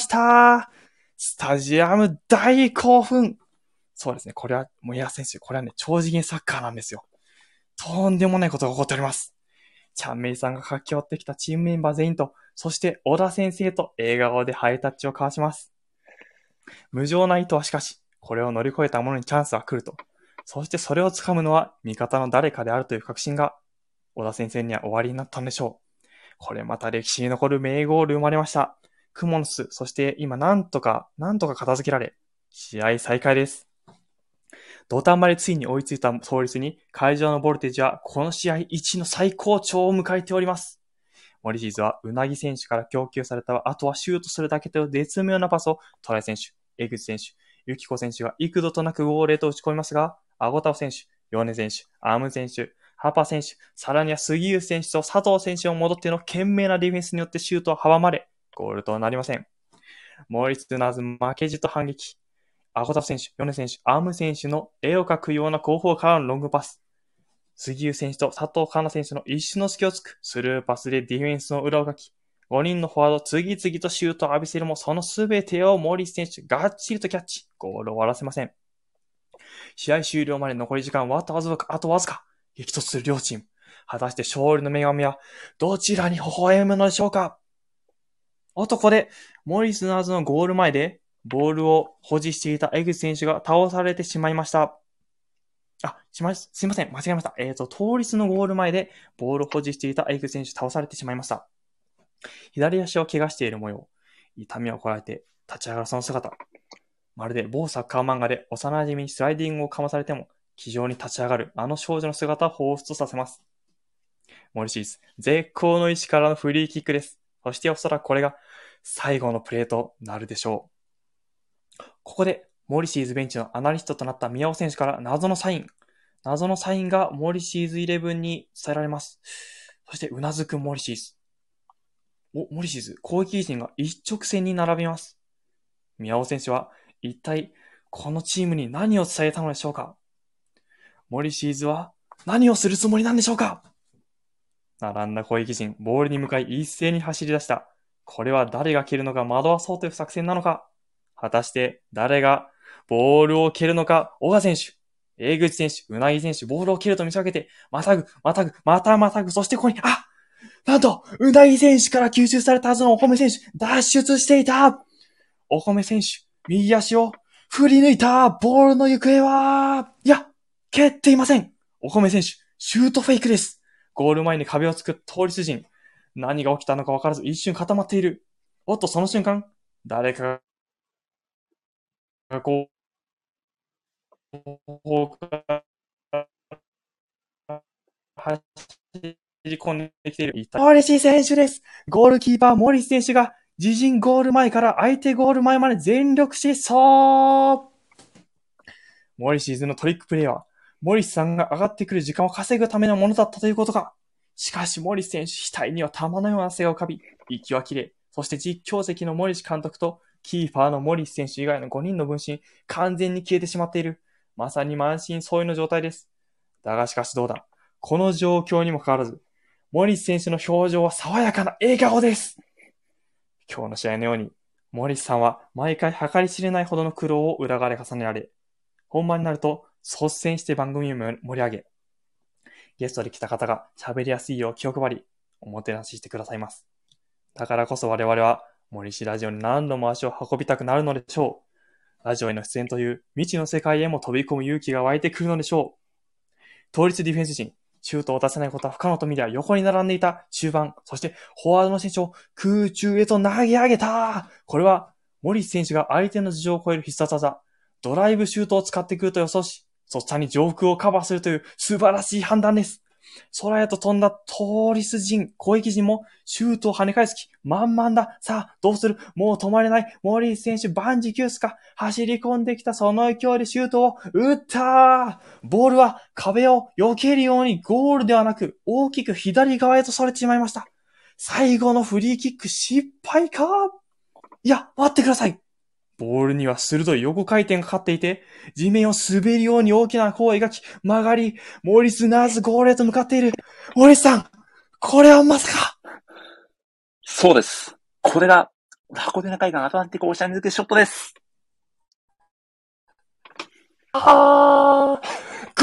スタジアム大興奮。そうですね。これは、森谷選手、これはね、超次元サッカーなんですよ。とんでもないことが起こっております。チャンメイさんが駆け寄ってきたチームメンバー全員と、そして小田先生と笑顔でハイタッチを交わします。無情な意図はしかし、これを乗り越えた者にチャンスは来ると。そしてそれを掴むのは味方の誰かであるという確信が、小田先生には終わりになったんでしょう。これまた歴史に残る名ゴール生まれました。クモの巣、そして今なんとか、なんとか片付けられ、試合再開です。土壇場でついに追いついた倒立に会場のボルテージはこの試合一の最高潮を迎えております。森シーズはうなぎ選手から供給されたあとはシュートするだけという絶妙なパスをトライ選手、江口選手、ユキコ選手が幾度となくゴールへと打ち込みますが、アゴタフ選手、ヨネ選手、アーム選手、ハパ選手、さらには杉内選手と佐藤選手を戻っての懸命なディフェンスによってシュートは阻まれ、ゴールとはなりません。モリス・ナーズ負けじと反撃。アゴタフ選手、ヨネ選手、アーム選手の絵を描くような後方からのロングパス。杉内選手と佐藤香奈選手の一種の隙をつくスルーパスでディフェンスの裏をかき、ごにんのフォワード次々とシュートを浴びせるも、そのすべてをモリス選手がっちりとキャッチ。ゴールを終わらせません。試合終了まで残り時間はあとわずか、あとわずか。激突する両チーム。果たして勝利の女神はどちらに微笑むのでしょうか。おとこで、モリスナーズのゴール前で、ボールを保持していた江口選手が倒されてしまいました。あ、しま、すいません。間違えました。えっと、倒立のゴール前で、ボールを保持していた江口選手倒されてしまいました。左足を怪我している模様。痛みをこらえて、立ち上がるその姿。まるで某サッカー漫画で幼馴染にスライディングをかまされても、気丈に立ち上がるあの少女の姿を彷彿とさせます。モリシーズ、絶好の位置からのフリーキックです。そしておそらくこれが最後のプレーとなるでしょう。ここで、モリシーズベンチのアナリストとなった宮尾選手から謎のサイン。謎のサインがモリシーズイレブンに伝えられます。そしてうなずくモリシーズ。お、モリシーズ、攻撃陣が一直線に並びます。宮尾選手は一体このチームに何を伝えたのでしょうか。モリシーズは何をするつもりなんでしょうか。並んだ攻撃陣、ボールに向かい一斉に走り出した。これは誰が蹴るのか惑わそうという作戦なのか。 果たして誰がボールを蹴るのか。小川選手、江口選手、うなぎ選手、ボールを蹴ると見せかけて、またぐ、またぐ、またまたぐ、そしてここに、あなんと、うなぎ選手から吸収されたはずのお米選手、脱出していた。お米選手、右足を振り抜いた。ボールの行方は、いや、蹴っていません。お米選手、シュートフェイクです。ゴール前に壁を作る通りす陣。何が起きたのか分からず一瞬固まっている。おっと、その瞬間、誰かがこう、こうから走り込んできている。モリシ選手です。ゴールキーパー、モリシ選手が自陣ゴール前から相手ゴール前まで全力疾走。モリシーズのトリックプレイは、モリスさんが上がってくる時間を稼ぐためのものだったということか。しかし、モリス選手、額には玉のような汗が浮かび、息は切れ、そして実況席のモリス監督と、キーパーのモリス選手以外のごにんの分身、完全に消えてしまっている。まさに満身創痍の状態です。だがしかしどうだ。この状況にもかかわらず、モリス選手の表情は爽やかな笑顔です。今日の試合のように、モリスさんは毎回計り知れないほどの苦労を裏側で重ねられ、本番になると率先して番組を盛り上げ、ゲストで来た方が喋りやすいよう気を配り、おもてなししてくださいます。だからこそ我々は森氏ラジオに何度も足を運びたくなるのでしょう。ラジオへの出演という未知の世界へも飛び込む勇気が湧いてくるのでしょう。統一ディフェンス陣、シュートを出せないことは不可能と見ては横に並んでいた中盤、そしてフォワードの選手を空中へと投げ上げた。これは森選手が相手の頭上を越える必殺技、ドライブシュートを使ってくると予想し、そちらに上空をカバーするという素晴らしい判断です。空へと飛んだ通りす陣、攻撃陣もシュートを跳ね返す気満々だ。さあ、どうする？もう止まれない。モリー選手、万事休すか。走り込んできたその勢いでシュートを打ったボールは壁を避けるようにゴールではなく大きく左側へとそれてしまいました。最後のフリーキック失敗か？いや、待ってください。ボールには鋭い横回転がかかっていて、地面を滑るように大きな弧を描き、曲がり、モリスナーズゴールへと向かっている。モリスさん、これはまさか。 そうです。これが、箱根中井間アトランティックオーシャンズショットです。 あー、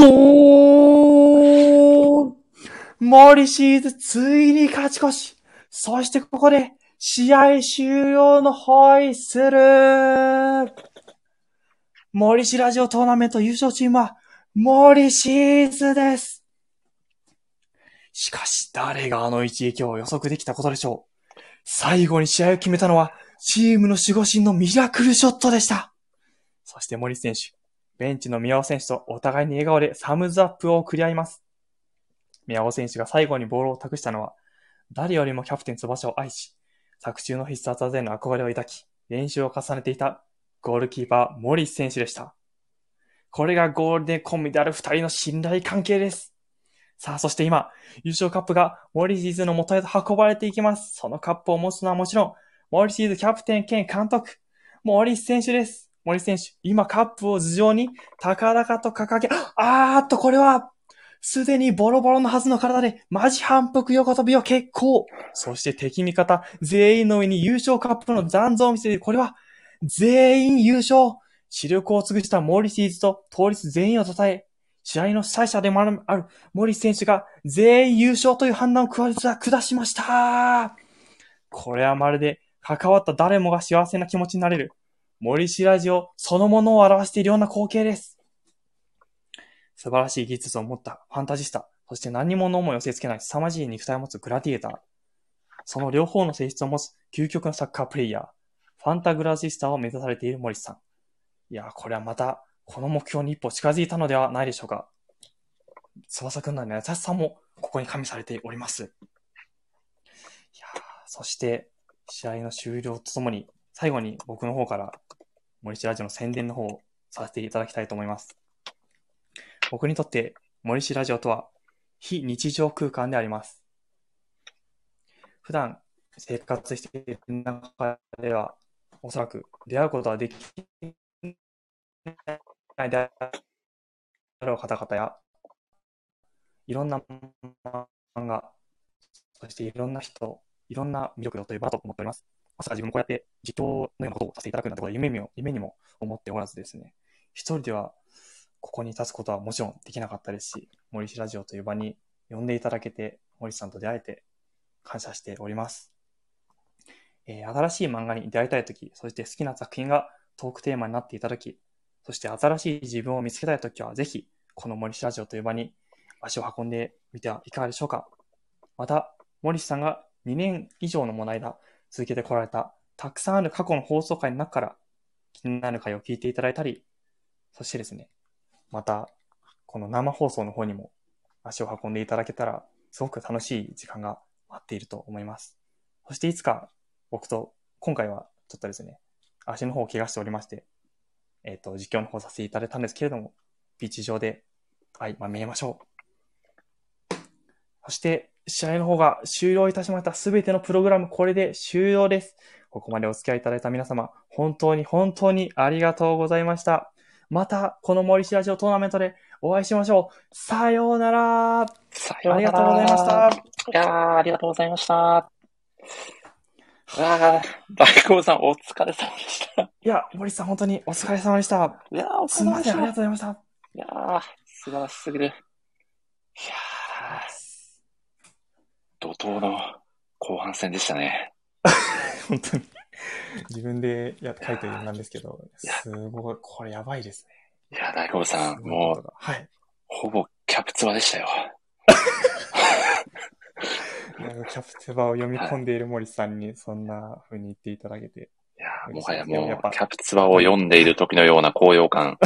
ゴールモリシーズついに勝ち越し。そしてここで、試合終了のホイッスル。森氏ラジオトーナメント優勝チームは、森シーズです。しかし、誰があの一撃を予測できたことでしょう。最後に試合を決めたのは、チームの守護神のミラクルショットでした。そして森選手、ベンチの宮尾選手とお互いに笑顔でサムズアップを送り合います。宮尾選手が最後にボールを託したのは、誰よりもキャプテン翼を愛し、作中の必殺技への憧れを抱き、練習を重ねていたゴールキーパー、モリス選手でした。これがゴールデンコンビである二人の信頼関係です。さあ、そして今、優勝カップがモリシーズの元へと運ばれていきます。そのカップを持つのはもちろん、モリシーズキャプテン兼監督、モリス選手です。モリス選手、今カップを頭上に高々と掲げ、あーっと、これは、すでにボロボロのはずの体でマジ反復横跳びを決行。そして敵味方全員の上に優勝カップの残像を見せている。これは全員優勝。視力を尽くしたモリシーズと当日全員を称え、試合の主催者でもあるモリス選手が全員優勝という判断を下しました。これはまるで関わった誰もが幸せな気持ちになれるモリシラジオそのものを表しているような光景です。素晴らしい技術を持ったファンタジスタ、そして何者も寄せ付けない凄まじい肉体を持つグラディエーター、その両方の性質を持つ究極のサッカープレイヤー、ファンタグラジスタを目指されているモリスさん。いや、これはまた、この目標に一歩近づいたのではないでしょうか。翼くんの優しさもここに加味されております。いや、そして、試合の終了とともに、最後に僕の方から、森氏ラジオの宣伝の方をさせていただきたいと思います。僕にとって、森氏ラジオとは、非日常空間であります。普段、生活している中では、おそらく出会うことはできないであろう方々や、いろんな漫画、そしていろんな人、いろんな魅力をという場だと思っております。 まさか自分もこうやって実況のようなことをさせていただくなんてことは夢にも、夢にも思っておらずですね、一人ではここに立つことはもちろんできなかったですし、森氏ラジオという場に呼んでいただけて、森氏さんと出会えて感謝しております。えー、新しい漫画に出会いたいとき、そして好きな作品がトークテーマになっていたとき、そして新しい自分を見つけたいときは、ぜひ、この森氏ラジオという場に足を運んでみてはいかがでしょうか。また、森氏さんがにねん以上のもの間続けてこられた、たくさんある過去の放送回の中から気になる回を聞いていただいたり、そしてですね、また、この生放送の方にも足を運んでいただけたら、すごく楽しい時間が待っていると思います。そしていつか僕と、今回はちょっとですね、足の方を怪我しておりまして、えっと、実況の方させていただいたんですけれども、ピッチ上で相まみえましょう。そして、試合の方が終了いたしました。すべてのプログラム、これで終了です。ここまでお付き合いいただいた皆様、本当に本当にありがとうございました。また、この森氏ラジオトーナメントでお会いしましょう。さようなら。 さようなら。 ありがとうございました。 いやー、ありがとうございました。あー、大久保さん、お疲れ様でした。 いや、森さん、本当にお疲れ様でした。 いやー、お疲れ様でした。 すみません、ありがとうございました。 いやー、素晴らしすぎる。いやー、怒涛の後半戦でしたね。 本当に。自分でや書いてるなんですけど、すごい、これやばいですね。いや、大久保さん、もう、はい、ほぼキャプツバでしたよ。 キャプツバを読み込んでいる森さんにそんな風に言っていただけて。 いや、もはやもう、キャプツバを読んでいる時のような高揚感。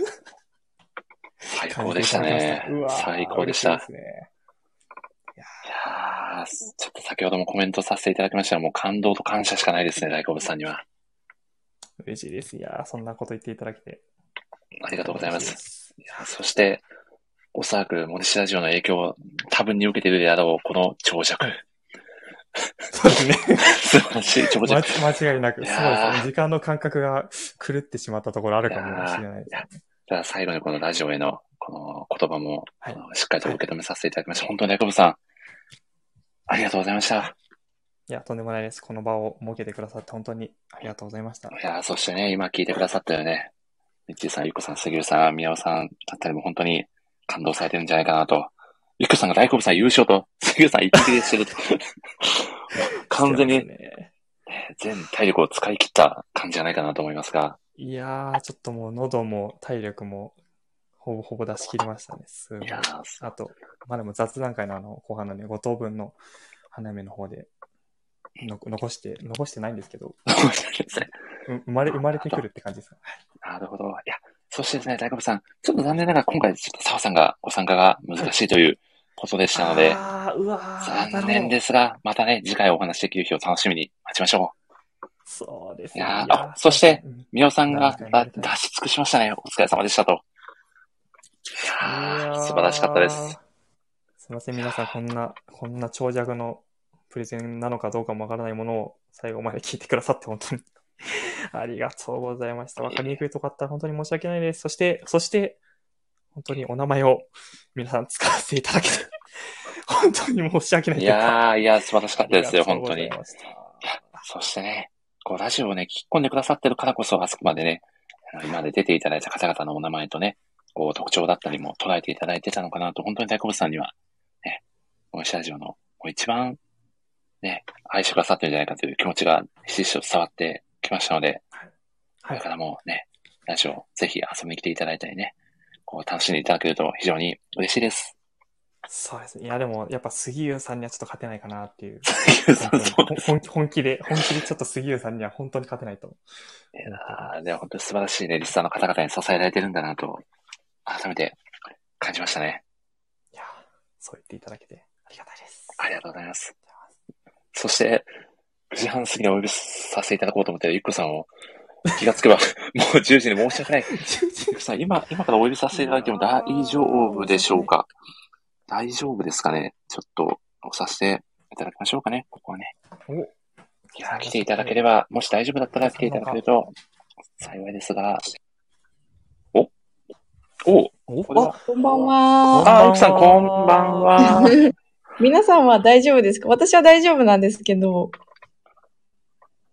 最高でしたね。最高でした。ですね、いやー、ちょっと先ほどもコメントさせていただきましたが、もう感動と感謝しかないですね、大久保さんには。 嬉しいです。いやー、そんなこと言っていただけて。 ありがとうございます。いやそして、おそらく森氏ラジオの影響を多分に受けているであろう、この長尺。 そうですね。 素晴らしい長尺。 間違いなく、そうですね。時間の感覚が狂ってしまったところあるかもしれないですね。 じゃあ最後にこのラジオへのこの言葉も、はい、しっかりと受け止めさせていただきました。はい、本当に大久保さん、ありがとうございました。 いや、とんでもないです。この場を設けてくださって本当にありがとうございました。いや、そしてね、今聞いてくださったよね。みっちーさん、ゆっこさん、杉浦さん、宮尾さんだったりも本当に感動されてるんじゃないかなと。ゆっこさんが大久保さん優勝と、杉浦さん一気でしてると。完全に、ね、全体力を使い切った感じじゃないかなと思いますが。 いやー、ちょっともう喉も体力もほぼほぼ出し切りましたね。すごい。あと、まあでも雑談会のあの後半のね、ご等分の花芽の方での残して、残してないんですけど。 残してないですね。 生まれ、生まれてくるって感じですか。 なるほど。いや、そしてですね、大久保さん、ちょっと残念ながら今回ちょっと澤さんがご参加が難しいということでしたので、 あうわ残念ですが、またね、次回お話できる日を楽しみに待ちましょう。 そうですね。 いやあ、そして、みおさんが出し尽くしましたね。お疲れ様でしたと。いやー、素晴らしかったです。 すいません、皆さん、こんな、こんな長尺のプレゼンなのかどうかもわからないものを最後まで聞いてくださって本当にありがとうございました。わかりにくいとこあったら本当に申し訳ないです。そして、そして、本当にお名前を皆さん使わせていただけて、本当に申し訳ないいやー、いや、素晴らしかったですよ、本当に。いや、そしてね、こう、ラジオをね、聞き込んでくださってるからこそ、あそこまでね、今まで出ていただいた方々のお名前とね、こう、特徴だったりも捉えていただいてたのかなと、本当に大久保さんには、ね、森氏ラジオのもう一番、ね、愛してくださってるんじゃないかという気持ちがひしひしと伝わってきましたので、はい、これからもね、ラジオぜひ遊びに来ていただいたりね、こう楽しんでいただけると非常に嬉しいです。 そうですね。いやでもやっぱ杉浦さんにはちょっと勝てないかなっていう。 杉浦さんそうです本気、本気で、本気でちょっと杉浦さんには本当に勝てないと。 いやー、でも本当に素晴らしいね、リスナーの方々に支えられてるんだなと、改めて感じましたね。 いやそう言っていただけてありがたいです。 ありがとうございます。そして、くじはん過ぎにお呼びさせていただこうと思って、ゆっこさんを気がつけば、もうじゅうじに申し訳ない。ゆっこさん、今、今からお呼びさせていただいても大丈夫でしょうか？大丈夫ですかね？ちょっと、押させていただきましょうかね、ここはね。 おいや、来ていただければ、もし大丈夫だったら来ていただけると幸いですが。おおおこんばんは。 あ、ゆっこさん、こんばんは。 皆さんは大丈夫ですか？私は大丈夫なんですけど。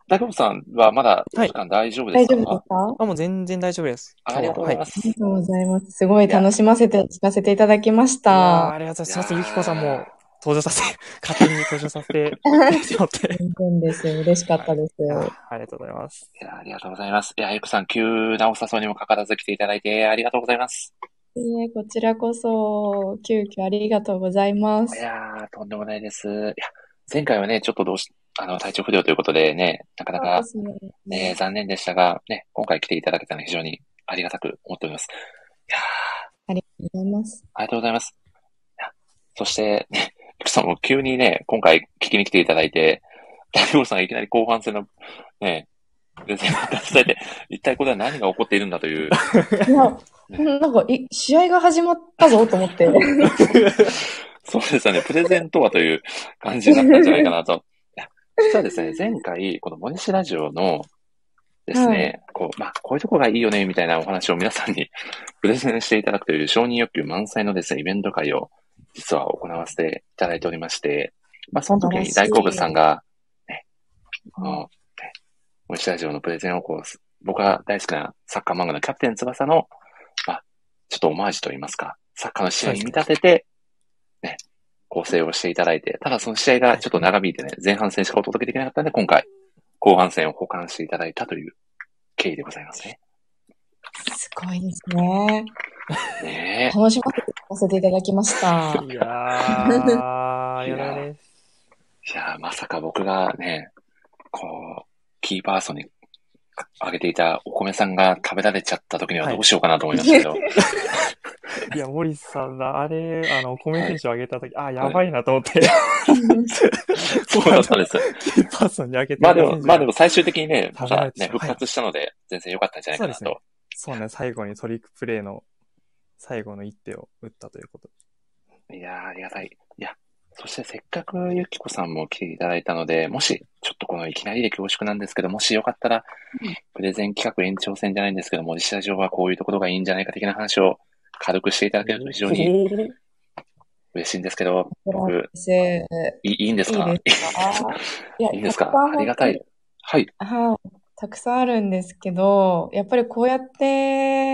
大久保さんはまだおはい時間大丈夫ですか？ 大丈夫ですか？ あ、もう全然大丈夫です。 ありがとうございます。 ありがとうございます。すごいいや、 楽しませて、聞かせていただきましいやー、 た。 ありがとうございます。 いすいません、ゆきこさんやも登場させ、勝手に登場させてしまって。 全然です。嬉しかったです。 あ、ありがとうございます。 ー、いや、ありがとうございます。いや、ゆくさん、急なお誘いにもかかわらず来ていただいてありがとうございます。 いいえ、こちらこそ、急遽ありがとうございまいす。 やー、とんでもないです。いや、前回はね、ちょっとどうし、あの、体調不良ということでね、なかなか、 そうですね、 ね。 残念でしたが、ね、今回来ていただけたのは非常にありがたく思っております。いやー、 ありがとうございます。 ありがとうございます。いやそして、ね、ゆくさんも急にね、今回聞きに来ていただいて、大久保さんがいきなり後半戦の、ね、プレゼンを伝えて、一体これは何が起こっているんだという、 いや、 ね、 なんかい、試合が始まったぞと思って。 そうですよね。プレゼンとはという感じになったんじゃないかなと。いや実はですね、前回、このモニシラジオのですね、 はい。 こう、まあ、こういうとこがいいよね、みたいなお話を皆さんにプレゼンしていただくという承認欲求満載のですね、イベント会を実は行わせていただいておりまして、まあ、その時に大好物さんが、ね、この、ね、モニシラジオのプレゼンをこう、僕が大好きなサッカー漫画のキャプテン翼の、まあ、ちょっとオマージュといいますか、サッカーの試合に見立てて、ね、構成をしていただいて、ただその試合がちょっと長引いてね、前半戦しかお届けできなかったので、今回、後半戦を補完していただいたという経緯でございますね。 すごいですね。 ね楽しませて聞かせていただきました。 いやー、ありがたいです。 え。いやー、まさか僕がね、こう、キーパーソンにあげていたお米さんが食べられちゃった時にはどうしようかなと思いましたけど。 いや、森さんだ、あれ、あの、お米選手をあげたとき、あ、やばいなと思って、 そうだったんです。 キーパーソンにあげてまあでも、 た選手がまあでも最終的にね、ま食べられてしまうたね、復活したので、全然良かったんじゃないかなと。 そうですね。そうね、最後にトリックプレーの最後の一手を打ったということで。 いやー、ありがたい。いや、そしてせっかくゆきこさんも来ていただいたので、もし、ちょっとこのいきなりで恐縮なんですけど、もしよかったら、プレゼン企画延長戦じゃないんですけども、実写上はこういうところがいいんじゃないか的な話を軽くしていただけると非常におー嬉しいんですけど、僕、 です。 いいいいんですか？ いいですか？いや、 いいんですか？ たくさんありがたい。はい。 はい。たくさんあるんですけど、やっぱりこうやって、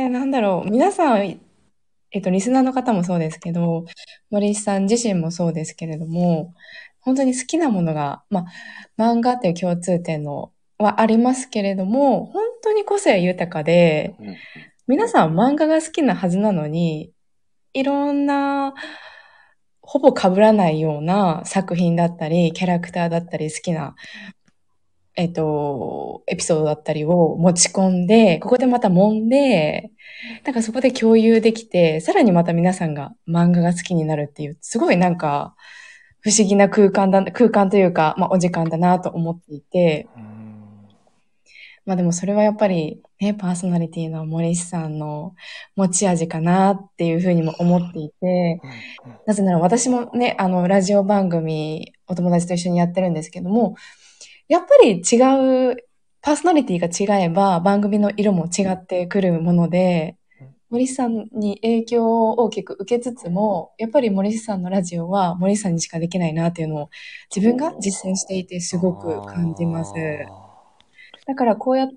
なんだろう、皆さん、えっと、リスナーの方もそうですけど、森井さん自身もそうですけれども、本当に好きなものが、まあ、漫画っていう共通点のはありますけれども、本当に個性豊かで、 うん、 皆さん漫画が好きなはずなのに、いろんな、ほぼ被らないような作品だったり、キャラクターだったり、好きなえっと、エピソードだったりを持ち込んで、ここでまた揉んで、なんかそこで共有できて、さらにまた皆さんが漫画が好きになるっていう、すごいなんか、不思議な空間だ、空間というか、まあお時間だなと思っていて、まあでもそれはやっぱりね、パーソナリティの森さんの持ち味かなっていうふうにも思っていて、なぜなら私もね、あの、ラジオ番組、お友達と一緒にやってるんですけども、やっぱり違う、パーソナリティが違えば番組の色も違ってくるもので、森さんに影響を大きく受けつつも、やっぱり森さんのラジオは森さんにしかできないなっていうのを自分が実践していてすごく感じます。だからこうやって、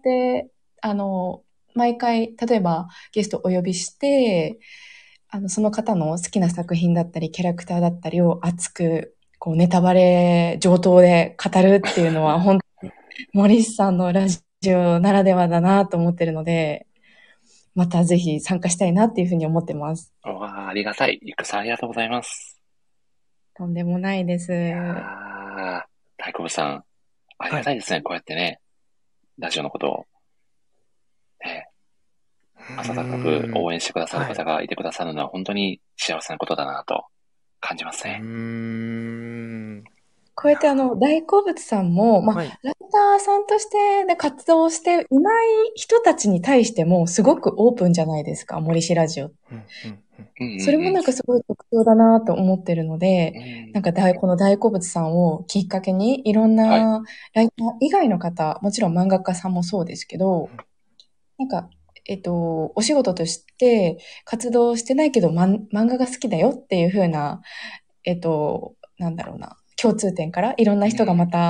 あの、毎回、例えばゲストをお呼びして、あの、その方の好きな作品だったり、キャラクターだったりを熱く、こう、ネタバレ上等で語るっていうのは、本当に森さんのラジオならではだなと思ってるので、またぜひ参加したいなっていうふうに思ってます。 うわあ、ありがたい。ゆくさんありがとうございます。 とんでもないです。 いやー、大久保さん、ありがたいですね。こうやってね、ラジオのことを、ね、温かく応援してくださる方がいてくださるのは本当に幸せなことだなと感じますね。 うーん。 こうやってあの、大好物さんも、まあ、 はい。 ライターさんとしてね、活動していない人たちに対しても、すごくオープンじゃないですか、森氏ラジオ。 うんうんうんうんうんうんそれもなんかすごい特徴だなと思ってるので、 うんなんか大、この大好物さんをきっかけに、いろんはい。 なライター以外の方、もちろん漫画家さんもそうですけど、なんか、えっと、お仕事として活動してないけど、まん、漫画が好きだよっていう風な、えっと、なんだろうな、共通点からいろんな人がまた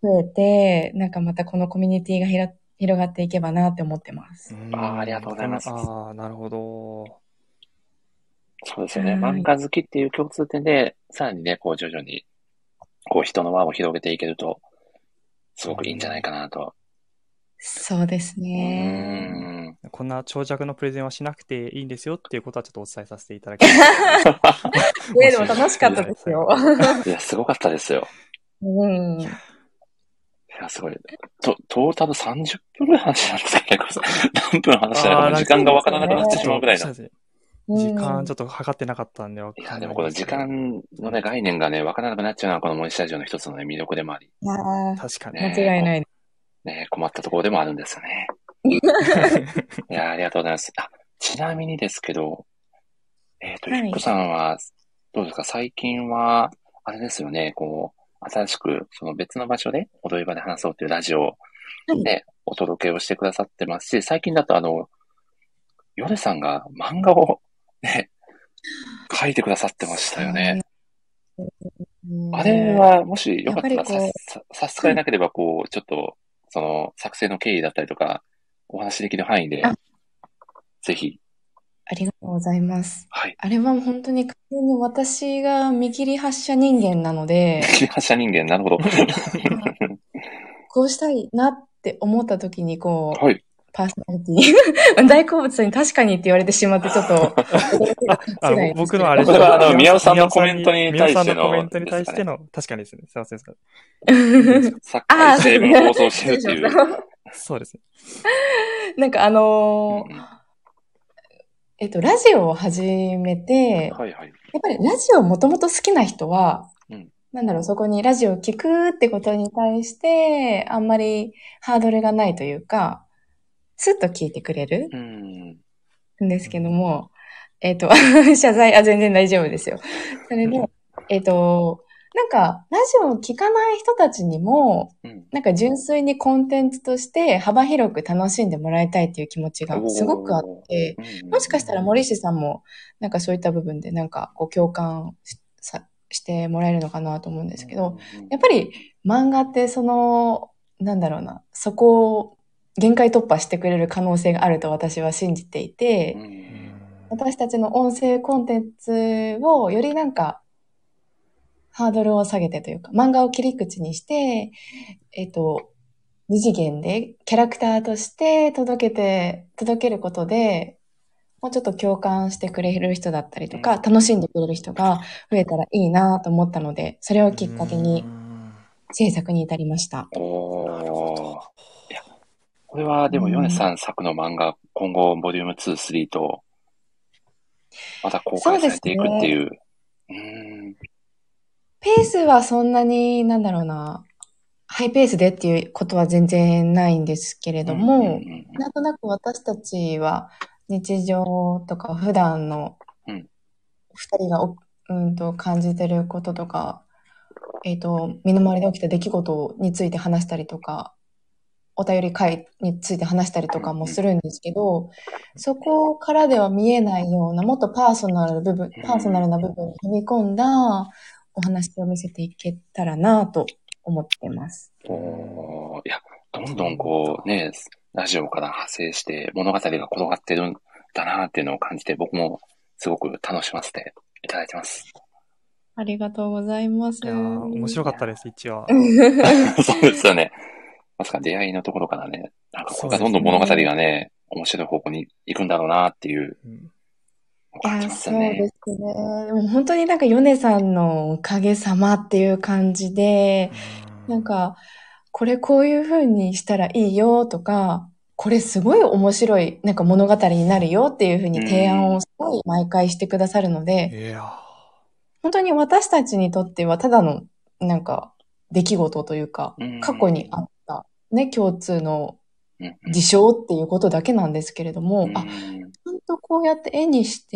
増えて、なんかまたこのコミュニティがひら広がっていけばなって思ってます。 うんあーありがとうございますこのああ、なるほど。 そうですよね。 はい漫画好きっていう共通点で、さらにね、こう徐々に、こう人の輪を広げていけると、すごくいいんじゃないかなと。 そうですうね。 ーん。 こんな長尺のプレゼンはしなくていいんですよっていうことはちょっとお伝えさせていただきます。 え、でも楽しかったですよ。 いや、すごかったですよ。 うん。 いや、すごい。と、トータルさんじゅっぷんぐらい話したんですかね、これ。何分話したのかもう時間がわからなくなってしまうぐらいの。 そうですね時間ちょっと測ってなかったんでわいや、 かんないでもこの時んですけど。 間のね、概念がね、わからなくなっちゃうのは、この森スタジオの一つのね、魅力でもあり、 いやー確かに。 ね間違いないでね、困ったところでもあるんですよね。いや、ありがとうございます。あ、ちなみにですけど、えっと、 はいゆっこさんは、どうですか最近は、あれですよね、こう、新しく、その別の場所で、踊り場で話そうっていうラジオをね、お届けをしてくださってますし、最近だとあの、ヨネさんが漫画をね、書いてくださってましたよね。 うんあれは、もしよかったらやっぱりこうさ、さ差し支えなければ、こう、ちょっと、その、作成の経緯だったりとか、お話しできる範囲であ、 ぜひ、 ありがとうございます。 はい。 あれは本当に完全に私が見切り発車人間なので、 発射人間、なるほど。 こうしたいなって思った時にこう、 はい。 パーソナリティ、大好物に確かにって言われてしまってちょっと驚きがあの、僕のあれこれはあの宮宮尾さんの宮尾コメントに対しての宮尾さんのコメントに対しての、確かにですね。すいません。 サッカー成分放送してるっていう。 そうですね。 なんかあのーうんうんえっと、ラジオを始めて、 はいはい。 やっぱりラジオをもともと好きな人は、 うんなんだろう、そこにラジオを聞くってことに対して、あんまりハードルがないというか、スッと聞いてくれるうん。 んですけども、えっと、謝罪、あ、全然大丈夫ですよ。それで、えっと、なんか、ラジオを聞かない人たちにも、 うん。 なんか純粋にコンテンツとして幅広く楽しんでもらいたいっていう気持ちがすごくあって、 うんもしかしたら森氏さんも、なんかそういった部分でなんかこう共感しさしてもらえるのかなと思うんですけど、やっぱり漫画ってその、なんだろうな、そこを限界突破してくれる可能性があると私は信じていて、 うん私たちの音声コンテンツをよりなんかハードルを下げてというか、漫画を切り口にして、えっと、二次元でキャラクターとして届けて、届けることで、もうちょっと共感してくれる人だったりとか、 うん楽しんでくれる人が増えたらいいなと思ったので、それをきっかけに制作に至りました。 おー。いや、これはでも、ヨネさん作の漫画、今後、ボリュームツー、スリーと、また公開されていくっていう。うーん。 ペースはそんなに、なんだろうな、ハイペースでっていうことは全然ないんですけれども、 うんうんうんなんとなく私たちは日常とか普段のうん二人がお、うんと感じてることとか、えっと、身の回りで起きた出来事について話したりとか、お便り会について話したりとかもするんですけど、そこからでは見えないような、もっとパーソナル部分、パーソナルな部分に踏み込んだお話を見せていけたらなと思っています。 おー。いや、どんどんこうね、ラジオから派生して物語が転がってるんだなっていうのを感じて、僕もすごく楽しませていただいてます。 ありがとうございます。 いやー面白かったです、一話。 そうですよね。まさか出会いのところからね、なんかこれからどんどん物語がね、面白い方向に行くんだろうなっていううんい感じや、 ますよね。 そうですね。でも本当になんかヨネさんのおかげさまっていう感じで、なんか、これこういう風にしたらいいよとか、これすごい面白いなんか物語になるよっていう風に提案をすごい毎回してくださるので、 いや本当に私たちにとってはただのなんか出来事というかうん、 過去にあったね、共通のうん事象っていうことだけなんですけれども、 うんあ、ちゃんとこうやって絵にして、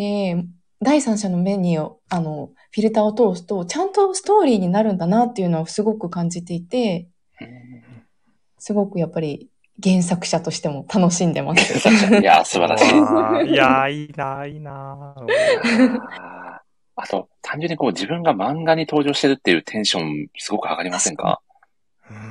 第三者の目に、あの、フィルターを通すと、ちゃんとストーリーになるんだなっていうのはすごく感じていて、すごくやっぱり原作者としても楽しんでます。 いや、素晴らしい。 ーいやー、いいなー、いいなー。 あーあと、単純にこう自分が漫画に登場してるっていうテンションすごく上がりませんか？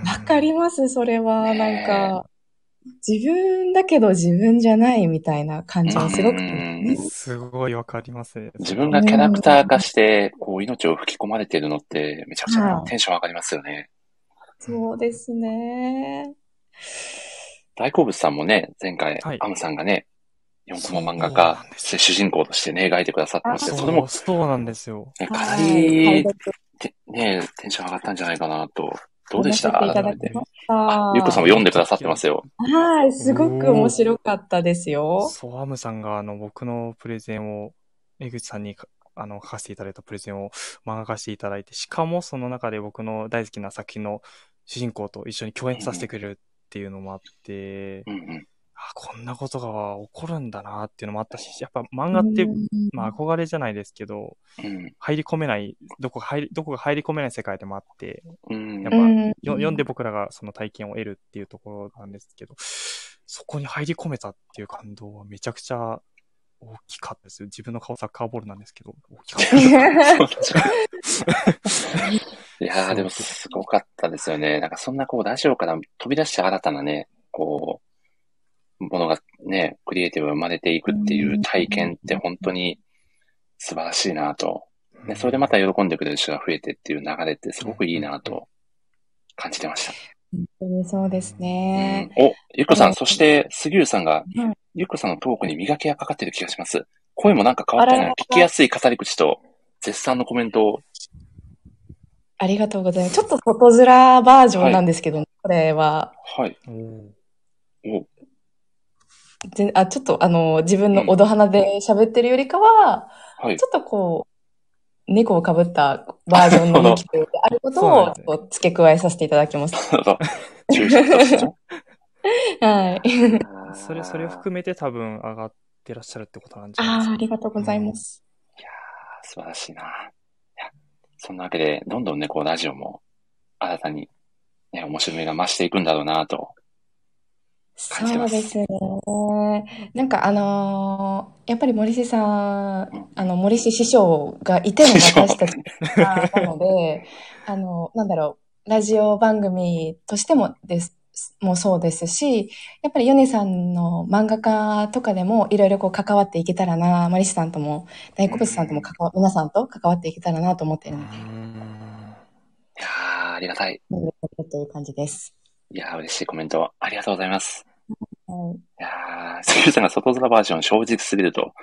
わかります、それは。 ねなんか、自分だけど自分じゃないみたいな感じはすごくうんすごいわかりますね。 自分がキャラクター化して、こう、命を吹き込まれてるのって、めちゃくちゃはいテンション上がりますよね。 そうですね。 大好物さんもね、前回、 はいアムさんがね、よんコマ漫画そう家なんですよ主人公としてね、描いてくださってまして、それもそう、そうなんですよ。 ねかなはい。 り解、 てね、テンション上がったんじゃないかなと。どう読までしたせていただ改めて。 きましあ、ゆっこさんもた。 読んでくださってますよ。 はい、すごく面おー白かったですよ。 そう、アムさんがあの僕のプレゼンを、江口さんにかあの書かせていただいたプレゼンを漫画化していただいて、しかもその中で僕の大好きな作品の主人公と一緒に共演させてくれるっていうのもあって、 うんうん。 あ、こんなことが起こるんだなっていうのもあったし、やっぱ漫う画って、 んまあ憧れじゃないですけど、 うん入り込めない、どこが入り、どこが入り込めない世界でもあって、 うんやっぱ、 うんよ読んで僕らがその体験を得るっていうところなんですけど、そこに入り込めたっていう感動はめちゃくちゃ大きかったですよ。自分の顔サッカーボールなんですけど、大きかったです。 そう確かにいやー、 そうでもすごかったですよね。なんかそんなこうラジオから飛び出して新たなね、こう、ものがね、クリエイティブが生まれていくっていう体験って本当に素晴らしいなと。ね、それでまた喜んでくれる人が増えてっていう流れってすごくいいなと感じてました。 本当にそうですうんね。、 お、ゆっこさん、 あのそして杉浦さんが、 はいゆっこさんのトークに磨きがかかってる気がします。声もなんか変わったようなあら聞きやすい語り口と絶賛のコメントを。 ありがとうございます。ちょっと外面バージョンなんですけど、これは、 はい。 おーお、 ぜあちょっとあの、自分のおどはなで喋ってるよりかは、 はい。 ちょっとこう、猫をかぶったバージョンのミキであることをそうなんですねちょっと付け加えさせていただきます。 なるほど。注釈としてね。 はい。 それ、それを含めて多分上がってらっしゃるってことなんじゃないですああ、 か。 ありがとうございます。 いやー、素晴らしいな。いや、そんなわけで、どんどんね、こう、ラジオも、新たに、ね、面白みが増していくんだろうなと。感じてますそうですね。なんかあのーやっぱり森氏さん、 うんあの、森氏師匠がいての師匠私たちなので、あの、なんだろう、ラジオ番組としてもです、もそうですし、やっぱりヨネさんの漫画家とかでもいろいろこう関わっていけたらな、森氏さんとも、大好物さんとも関わ、皆さんと関わっていけたらなと思っているので、 うーんいやー、ありがたい。 という感じです。 いやー、嬉しいコメントありがとうございます。 はいいやー、杉浦さんが外面バージョン正直すぎると。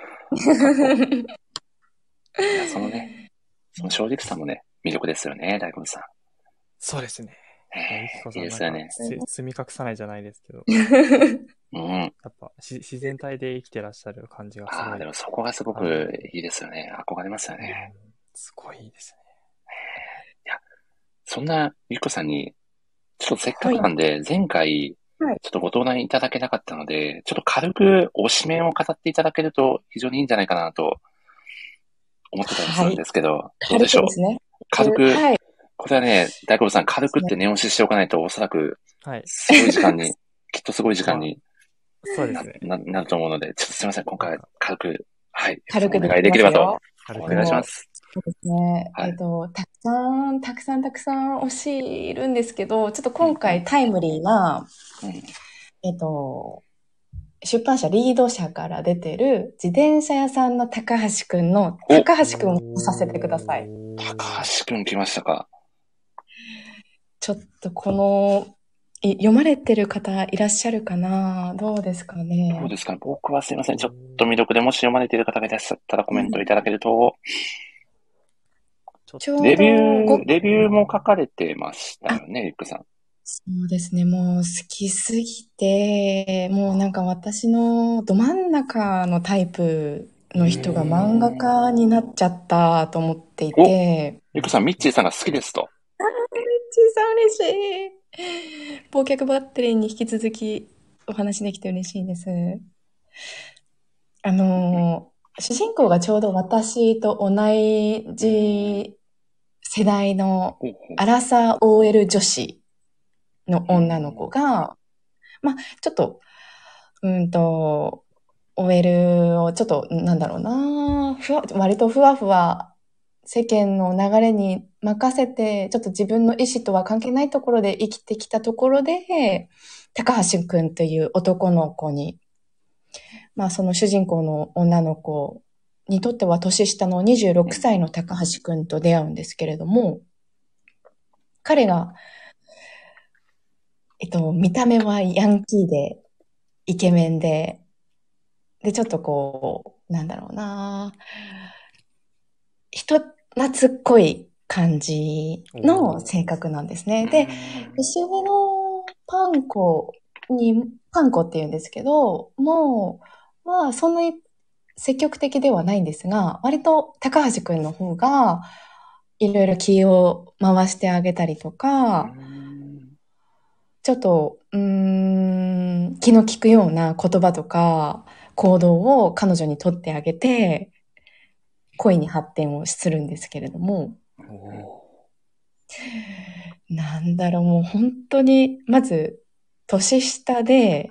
いや、そのね、その正直さもね、魅力ですよね、大根さん。 そうですね。 えゆきこさんいいですよね。 なんかせ包み隠さないじゃないですけど、 うん。 やっぱし自然体で生きてらっしゃる感じがすああ、 ごいでもそこがすごくいいですよね。憧れますよね。 うんすごいいいですね。 そんなゆっこさんに、ちょっとせっかくなんで、前回、 はいちょっとご登壇いただけなかったので、ちょっと軽く推しメンを語っていただけると非常にいいんじゃないかなと思ってたりするんですけど、どうでしょう軽くですね。 軽く、 はい。 これはね、大久保さん、軽くって念押ししておかないと、おそらく、 はい。 すごい時間に、きっとすごい時間にな,、 そうですね。 ななると思うので、ちょっとすいません、今回は軽く、はい、 軽くお願いできればと、 軽くお願いします。 そうですね。 はいえっと、たくさん、たくさんたくさん推しいるんですけど、ちょっと今回タイムリーな、 うん、 えっと、出版社リード社から出てる自転車屋さんの高橋くんのお高橋くんをさせてください。 高橋くん来ましたか。 ちょっとこの、い読まれてる方いらっしゃるかな？どうですかね？ どうですかね。僕はすいません。ちょっと未読でもし読まれている方がいらっしゃったらコメントいただけると、 ちょうどレビュごー、レビューも書かれてましたよね、ゆっくさん。 そうですね。もう好きすぎて、もうなんか私のど真ん中のタイプの人が漫画家になっちゃったと思っていて。 ゆっくさん、ミッチーさんが好きですと。 あー、ミッチーさん嬉しい。忘却バッテリーに引き続きお話できて嬉しいです。あの、主人公がちょうど私と同じ世代のほうほうアラサー オーエル 女子の女の子が、まあ、ちょっと、うんと、オーエル をちょっと、なんだろうな、ふわ、割とふわふわ世間の流れに任せて、ちょっと自分の意思とは関係ないところで生きてきたところで、高橋くんという男の子に、まあその主人公の女の子にとっては年下のにじゅうろくさいの高橋くんと出会うんですけれども、彼が、えっと、見た目はヤンキーで、イケメンで、で、ちょっとこう、なんだろうな、人懐っこい感じの性格なんですね。で、年上のパンコに、パンコって言うんですけど、もう、まあ、そんなに積極的ではないんですが、割と高橋くんの方が、いろいろ気を回してあげたりとか、ちょっと、うーん、気の利くような言葉とか行動を彼女にとってあげて、恋に発展をするんですけれども、なんだろう、もう本当に、まず、年下で、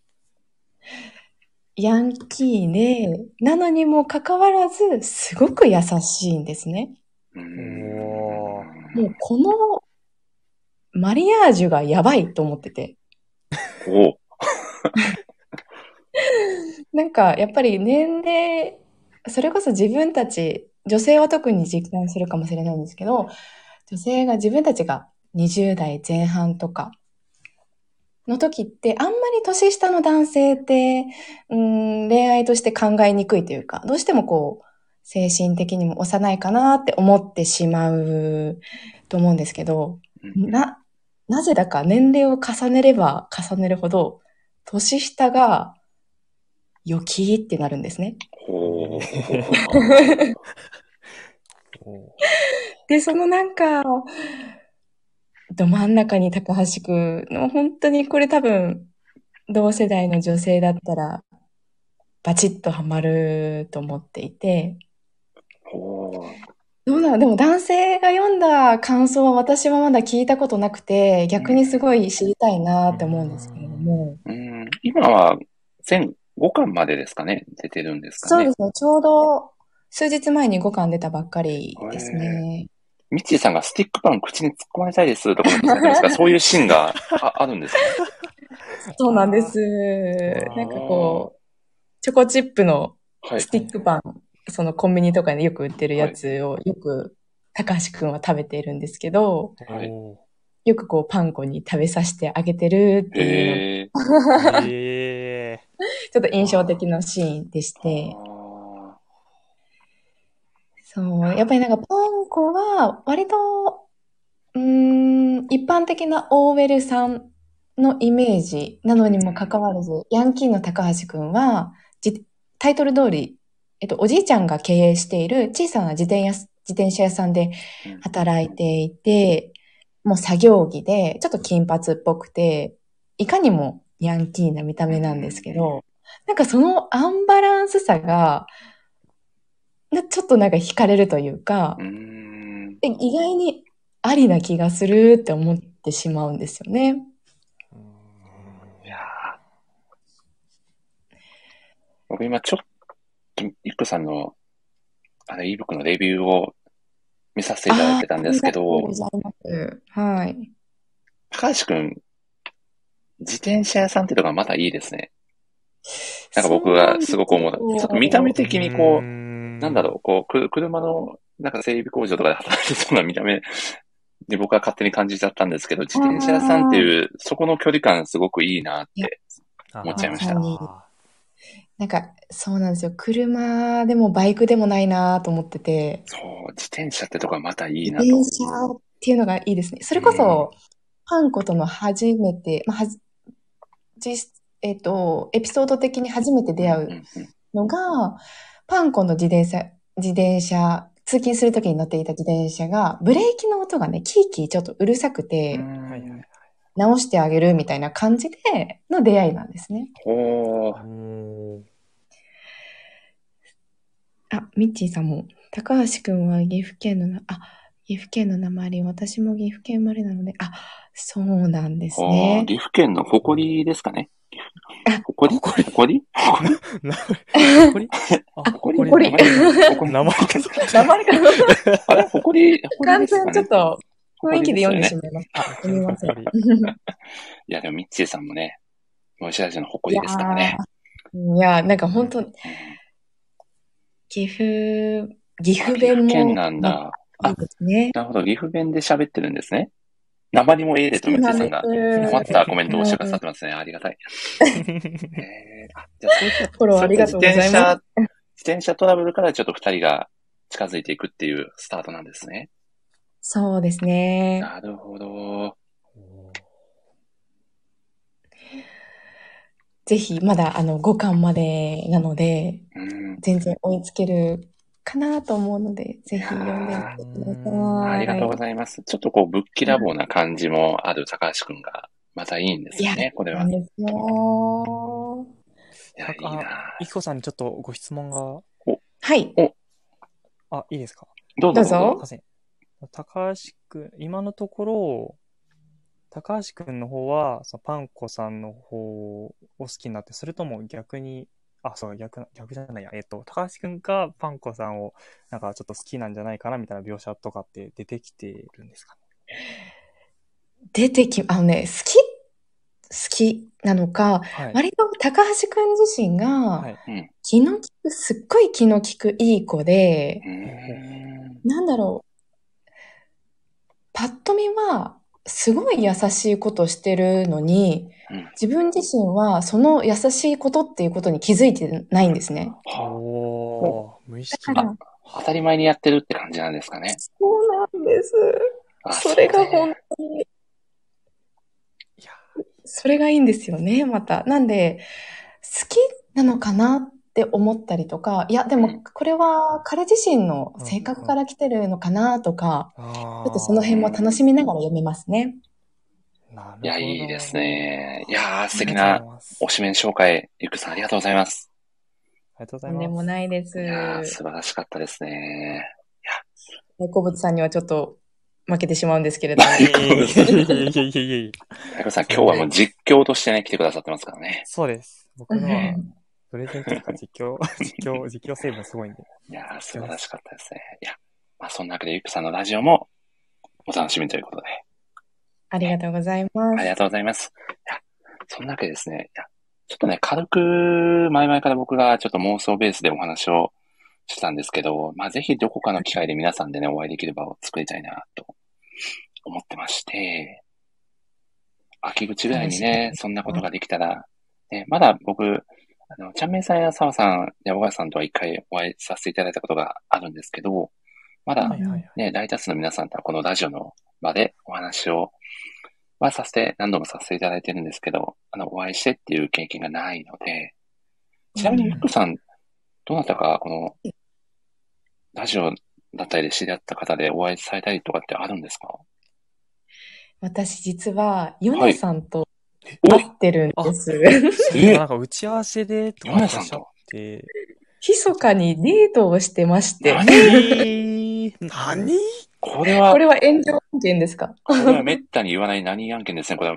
ヤンキーで、なのにもかかわらず、すごく優しいんですね。もうこのマリアージュがやばいと思ってて。 おなんか、やっぱり年齢、それこそ自分たち、女性は特に実感するかもしれないんですけど、女性が自分たちがにじゅう代前半とかの時って、あんまり年下の男性って、うーん、恋愛として考えにくいというか、どうしてもこう、精神的にも幼いかなって思ってしまうと思うんですけど、な、なぜだか年齢を重ねれば重ねるほど、年下が良きってなるんですね。 ほーで、そのなんか、ど真ん中に高橋くんの、本当にこれ多分、同世代の女性だったら、バチッとハマると思っていて、 ほーどうなのでも男性が読んだ感想は私はまだ聞いたことなくて、逆にすごい知りたいなって思うんですけれども。 うん今は全ごかんまでですかね、出てるんですかね。 そうですね、ちょうど数日前にごかん出たばっかりですね。 ミッチーさんがスティックパン口に突っ込まれたいですとか言ってますが、そういうシーンが あ, あるんですかね。 そうなんです。なんかこう、チョコチップのスティックパン、はい、そのコンビニとかでよく売ってるやつをよく高橋くんは食べているんですけど、はい、よくこうパン粉に食べさせてあげてるっていうのが、ちょっと印象的なシーンでして、そう、やっぱりなんかパン粉は割と、うーん、一般的なオーウェルさんのイメージなのにもかかわらず、ヤンキーの高橋くんは、タイトル通り、えっと、おじいちゃんが経営している小さな自転や自転車屋さんで働いていて、もう作業着で、ちょっと金髪っぽくて、いかにもヤンキーな見た目なんですけど、なんかそのアンバランスさが、ちょっとなんか惹かれるというか、え意外にありな気がするって思ってしまうんですよね。 いや僕今ちょっと、イックさんの、あれ、ebook のレビューを見させていただいてたんですけど、 ありがとうございます。はい。 高橋くん、自転車屋さんっていうのがまたいいですね。なんか僕がすごく思う。ちょっと見た目的にこう、なんだろう、こう、車の、なんか整備工場とかで働いてそうな見た目で僕は勝手に感じちゃったんですけど、自転車屋さんっていう、そこの距離感すごくいいなって思っちゃいました。 なんか、そうなんですよ。車でもバイクでもないなと思ってて。 そう、自転車ってとこはまたいいなと。 自転車っていうのがいいですね。それこそ、パンコとの初めて、まあ、はじ、実、えっと、エピソード的に初めて出会うのが、パンコの自転車、自転車、通勤するときに乗っていた自転車が、ブレーキの音がね、キーキーちょっとうるさくて、直してあげるみたいな感じでの出会いなんですね。 ほー。 あ、ミッチーさんも、高橋くんは岐阜県のな、あ、岐阜県のなまり、私も岐阜県生まれなので、あ、そうなんですね。 岐阜県の誇りですかね。 ほこりほこりほこりな、ほこりあ、 あ、 ほこりほこり。 ほこり名前か。 名前かなあれほこり、ほこり完ですかね。 全ちょっと雰囲気で読んでしほまいました。すみません。 ほこりいや、でもミッチーさんもね、森下ラジオのほこいやりですからね。 ーいや、なんか本当うん岐阜、岐阜あ岐弁も、 阜県なんだ。 いいですね。 なるほど、岐阜弁で喋ってるんですね。鉛も A でとミッチーさんが困ったコメントをしてくださってますね。ありがたい。えー、あじゃあそういった、 フォローありがとうございますそういった自転車、自転車トラブルからちょっと二人が近づいていくっていうスタートなんですね。 そうですね。 なるほど。 ぜひ、まだあのごかんまでなので、 うん、 全然追いつけるかなと思うので、ぜひ読んでみてください。 ありがとうございます。ちょっとこう、ぶっきらぼうな感じもある高橋くんが、またいいんですよね、これは。いなんですよ。 や、いいないきこさんにちょっとご質問が。 はい。 あ、いいですか。 どうぞどうぞ。 どうぞすいません。高橋くん、今のところ、高橋くんの方は、そのパンコさんの方を好きになって、それとも逆に、あ、そう、逆、逆じゃないや、えっと、高橋くんがパンコさんを、なんかちょっと好きなんじゃないかな、みたいな描写とかって出てきてるんですかね。 出てき、あのね、好き、好きなのか、 はい。 割と高橋くん自身が、 はい。 うん。 気の利く、すっごい気の利くいい子で、 うーん。 なんだろう、パッと見は、すごい優しいことしてるのに、 うん自分自身はその優しいことっていうことに気づいてないんですね。 はおー、無意識に。 だから、 あ、当たり前にやってるって感じなんですかね。 そうなんです。 あそれがそうね本当に、 いや、 それがいいんですよね、また。なんで、好きなのかなって思ったりとか、いや、でもこれは彼自身の性格から来てるのかなとか、 あちょっとその辺も楽しみながら読めますね。 なるほど。 いや、いいですね。いやー、素敵ありがとうございなます。 推しメン紹介、ゆっくさんありがとうございます。 ありがとうござとんでもいます。 ないです。 いやー、素晴らしかったですね。 大好物さんにはちょっと負けてしまうんですけれども。 いやいやいやいやいやいやいや。 大子さん、今日はもう実況としてね、来てくださってますからね。 そうです。僕のは、プレゼントとか実況、実況、実況成分すごいんで。 いやー、素晴らしかったですね。いや、まあ、そんなわけでゆっくさんのラジオもお楽しみということで。 ありがとうございます。 ありがとうございます。いや、そんなわけでですね、いや、ちょっとね、軽く、前々から僕がちょっと妄想ベースでお話をしてたんですけど、まあ、ぜひどこかの機会で皆さんでね、お会いできる場を作りたいな、と思ってまして、秋口ぐらいにね、そんなことができたら、ね、まだ僕、あの、ちゃんめいさんや澤さんや小川さんとは一回お会いさせていただいたことがあるんですけど、まだはいはいはい。 ね、大多数の皆さんとはこのラジオの場でお話を、はさせて、何度もさせていただいてるんですけど、あの、お会いしてっていう経験がないので、ちなみにゆっくさん、どなたかこの、ラジオだったりで知り合った方でお会いされたりとかってあるんですか？ 私実は、ヨネさんとお会ってるんです。 えなんか打ち合わせでとかいらっしゃって。 密かにデートをしてまして。 何何これはこ、れは炎上案件ですか？ これはめったに言わない何案件ですね、これは。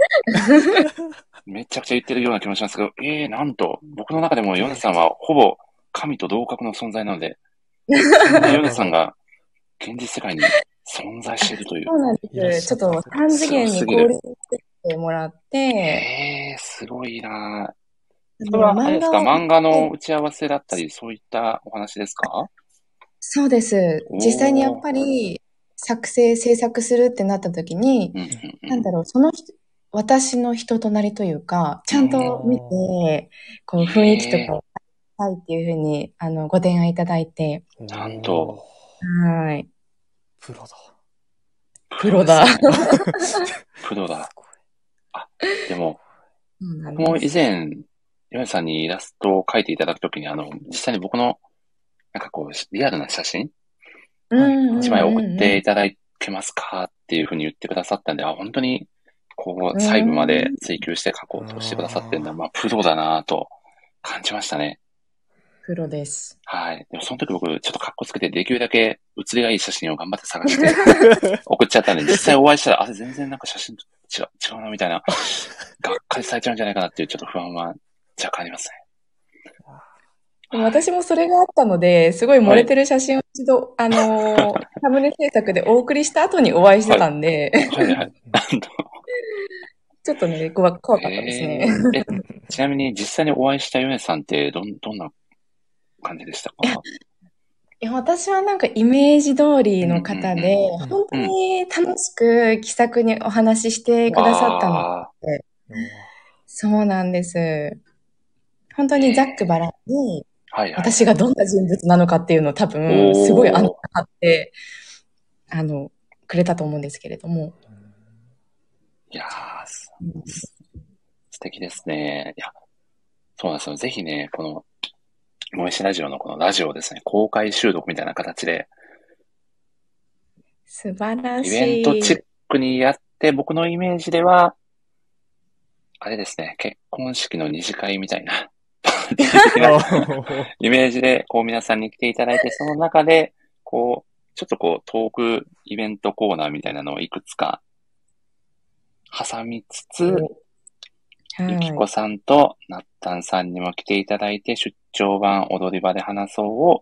めちゃくちゃ言ってるような気もしますけど、えー、なんと、僕の中でもヨネさんはほぼ神と同格の存在なので、そんなヨネさんが現実世界に存在しているという。 そうなんです。ちょっと三次元に降臨してもらって、 えー、すごいなぁ。そそれは、あれですか、漫画の打ち合わせだったり、そういったお話ですか？ そうです。実際にやっぱり作成、制作するってなった時に、 うんうんうんなんだろう、その人、私の人となりというか、ちゃんと見て、こう雰囲気とかをはいっていうふうに、あの、ご提案いただいて、 なんと。 はい。 プロだ。 プロだ。 プロだ。あ、でも、 そうなん僕もです。 以前、ヨネさんにイラストを描いていただくときに、あの、実際に僕の、なんかこう、リアルな写真うん一枚送っていただけますかっていうふうに言ってくださったんで、あ、本当に、こう、細部まで追求して描こうとしてくださってるんだ。まあ、プロだなぁと感じましたね。 プロです。 はい。でもその時僕、ちょっとカッコつけて、できるだけ写りがいい写真を頑張って探して送っちゃったんで、実際お会いしたら、あれ全然なんか写真違う、違うなみたいな、がっかりされちゃうんじゃないかなっていうちょっと不安は若干ありますね。 でも私もそれがあったので、すごい漏れてる写真を一度、あのー、サムネ制作でお送りした後にお会いしてたんで、 はいはいはい。 ちょっとね、怖かったですね。 えーえちなみに実際にお会いしたヨネさんってどん、どんな感じでしたか？ いや、私はなんかイメージ通りの方で、 うんうんうん本当に楽しく気さくにお話ししてくださったのわで、 おーそうなんです。本当にざっくばらんに、 ーはいはい。 私がどんな人物なのかっていうのを多分、 おーすごい穴が張って、あの、くれたと思うんですけれども。 いやー、すうん素敵ですね。いや、そうなんですよ。ぜひね、この、もえしラジオのこのラジオをですね、公開収録みたいな形で、 素晴らしい。 イベントチックにやって、僕のイメージでは、あれですね、結婚式の二次会みたいな、パーティー的なイメージで、こう皆さんに来ていただいて、その中で、こう、ちょっとこう、トークイベントコーナーみたいなのをいくつか挟みつつ、 はい。 ゆきこさんとなったんさんにも来ていただいて、出張版踊り場で話そうを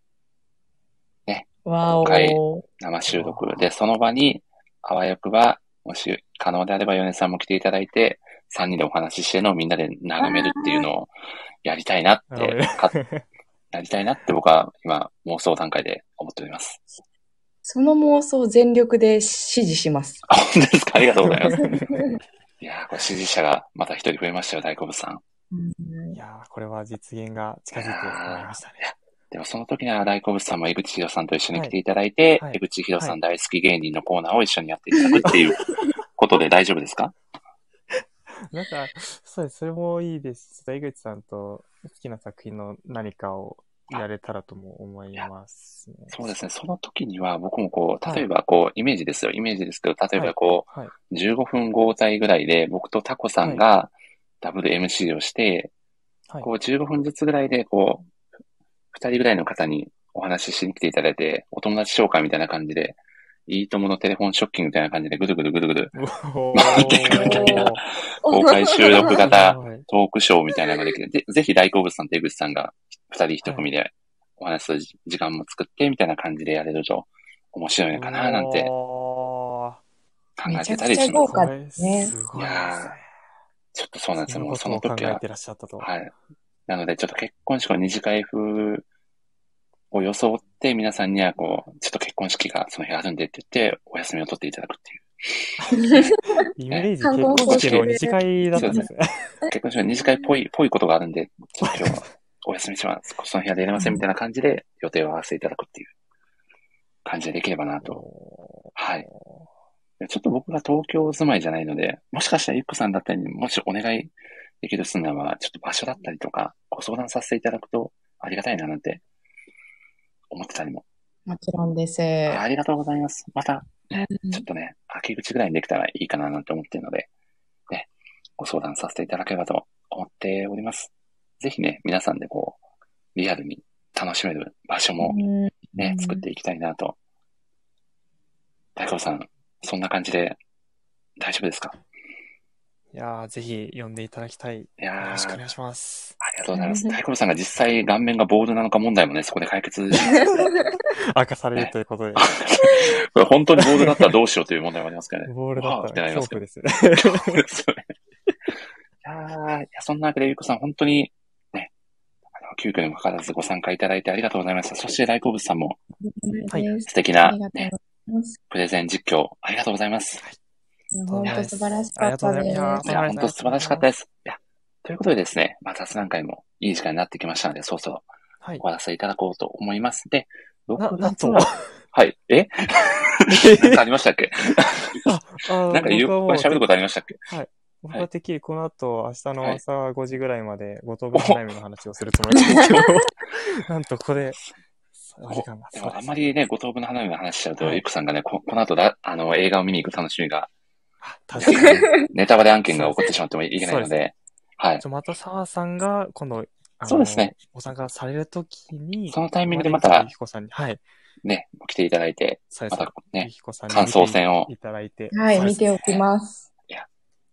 わお。 回生収録で、その場に、あわよくば、もし可能であれば、ヨネさんも来ていただいて、さんにんでお話ししてるのをみんなで眺めるっていうのをやりたいなって、かやりたいなって僕は今、妄想段階で思っております。 その妄想全力で支持します。 あ、本当ですか？ありがとうございます。いやー、これ支持者がまた一人増えましたよ、大好物さん。 いやー、これは実現が近づいてまいりましたね。 でもその時には大好物さんも江口博さんと一緒に来ていただいて、 はい江口博さん大好き芸人のコーナーを一緒にやっていただくっていうことで大丈夫ですか？ なんか、そうです。それもいいですし、江口さんと好きな作品の何かをやれたらとも思いますね。 そうですね。その時には僕もこう、例えばこう、イメージですよ。イメージですけど、例えばこう、 はい。 じゅうごふん交代ぐらいで僕とタコさんがダブル エムシー をして、 はい。 こうじゅうごふんずつぐらいでこう、ふたりぐらいの方にお話ししに来ていただいて、お友達紹介みたいな感じで、いいとものテレフォンショッキングみたいな感じでぐるぐるぐるぐるお回っていくみたいな公開収録型トークショーみたいなのができて、でぜひ大好物さんと江口さんが二人一組でお話しする時間も作ってみたいな感じでやれると面白いのかななんて考えてたりします。 めちゃくちゃ豪華ですね。 すごいいやー、ちょっとそうなんですよ。もうその時は。 考えてらっしゃったと。 はい。なのでちょっと結婚式の二次会風を装って皆さんにはこう、ちょっと結婚式がその日あるんでって言ってお休みを取っていただくっていう。 イメージ結婚式の二次会だったんですね。 結婚式の二次会っぽい、ぽいことがあるんで、ちょっと今日はお休みします。その日は出れませんみたいな感じで予定を合わせていただくっていう感じでできればなと。はい。ちょっと僕が東京住まいじゃないので、もしかしたらゆっこさんだったりにもしお願いできるすんなは、ちょっと場所だったりとか、ご相談させていただくとありがたいななんて思ってたりも。 もちろんです。 あありがとうございます。また、ねうんちょっとね、秋口ぐらいにできたらいいかななんて思っているので、ね、ご相談させていただければと思っております。ぜひね、皆さんでこう、リアルに楽しめる場所もね、 うん作っていきたいなと。大久保さん、そんな感じで大丈夫ですか？ いやー、ぜひ読んでいただきたい。 いやーよろしくお願いします。 ありがとうございます。大久保さんが実際顔面がボールなのか問題もね、そこで解決し明かされるということで。 これ本当にボールだったらどうしようという問題もありますからね。 ボールだわーってったらなりますけど恐怖ですね。 そうですよね。いやーいや、そんなわけでゆうこさん本当にね、あの急遽にもかかわらずご参加いただいてありがとうございました。そして大好物さんもはい素敵なありがとうね、 ございます。 プレゼン実況ありがとうございます。 いや本当素晴らしありがとかったでうございます。 す。 いや、本当素晴らしかったです。いや、ということでですね、まあ、雑談会もいい時間になってきましたので、そろそろはい終。わらせていただこうと思います。で、 な、 6 なんと。 月は、はい、えなんかありましたっけあ、あなんか言う、 僕はもう喋ることありましたっけはい。僕はてっきりこの後、明日の朝ごじぐらいまで、五等分の悩みの話をするつもりなんですけど、なんとここで、お時間が。 でもあんまりね、五等分の花火の話しちゃうと、 はいゆっくさんがね、ここの後だ、あの、映画を見に行く楽しみが、 あ確かに。 ネタバレ案件が起こってしまってもいけないのそうで、はい。 ちょまた澤さんが、今度、あのそうですね。 ご参加されるときに、 そのタイミングでまたゆきこさんに、はい。 ね、来ていただいて、 そうです。 またねゆきこさんに感想戦を見ていただいて。 はい、 そうです見ておきます。 いや、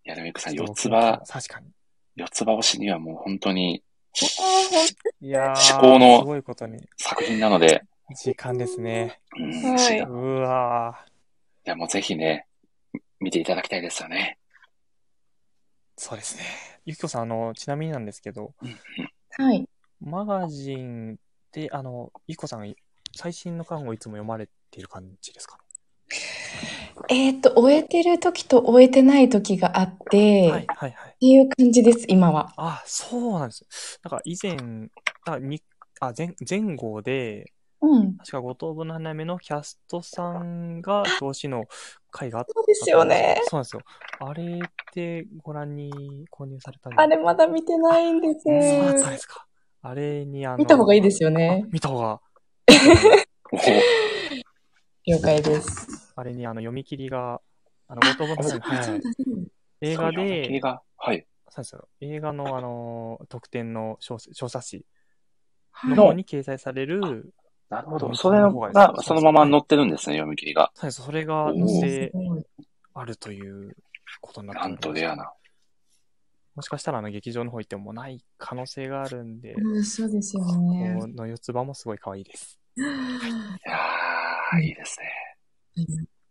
や、でもゆくさん、四ちょっとつ葉、 確かに。 四つ葉推しにはもう本当に、 いやー、 至高のすごいことに。 作品なので、 時間ですね。 うん、 はいしいうわー。 いや、もうぜひね、見ていただきたいですよね。 そうですね。ゆきこさん、あの、ちなみになんですけど、 はい。 マガジンで、あの、ゆきこさんが最新の巻をいつも読まれている感じですか？ えーっと、終えてる時と終えてない時があって、 はい、はい、はい。 っていう感じです、今は。 あ、そうなんです。なんか以前、なんかにあ前前後で、 うん。 確か五等分の花嫁のキャストさんが表紙の回があったそうですよね。 そうなんですよ。あれってご覧に購入されたんあれまだ見てないんです。 そうだったんですか。あれにあの、 見た方がいいですよあね。 見た方が、 お了解です。 あれにあの読み切りが、あの、五等分の花嫁、はいはい。映画そう読み切りで、 が、はい。 そうですよ。映画のあの、特典の小小冊子はい。 の方に掲載される、 なるほど。 読み切それりの方ががそのまま載はいってるんですね、読み切りが。 そうです。それがおー載ってすごい。 あるということになってなんおりました。 とレアな。 もしかしたらあの劇場の方行ってもない可能性があるんで、 うん、そうですよこね。 の四つ葉もすごい可愛いです。 いやー、いいですね。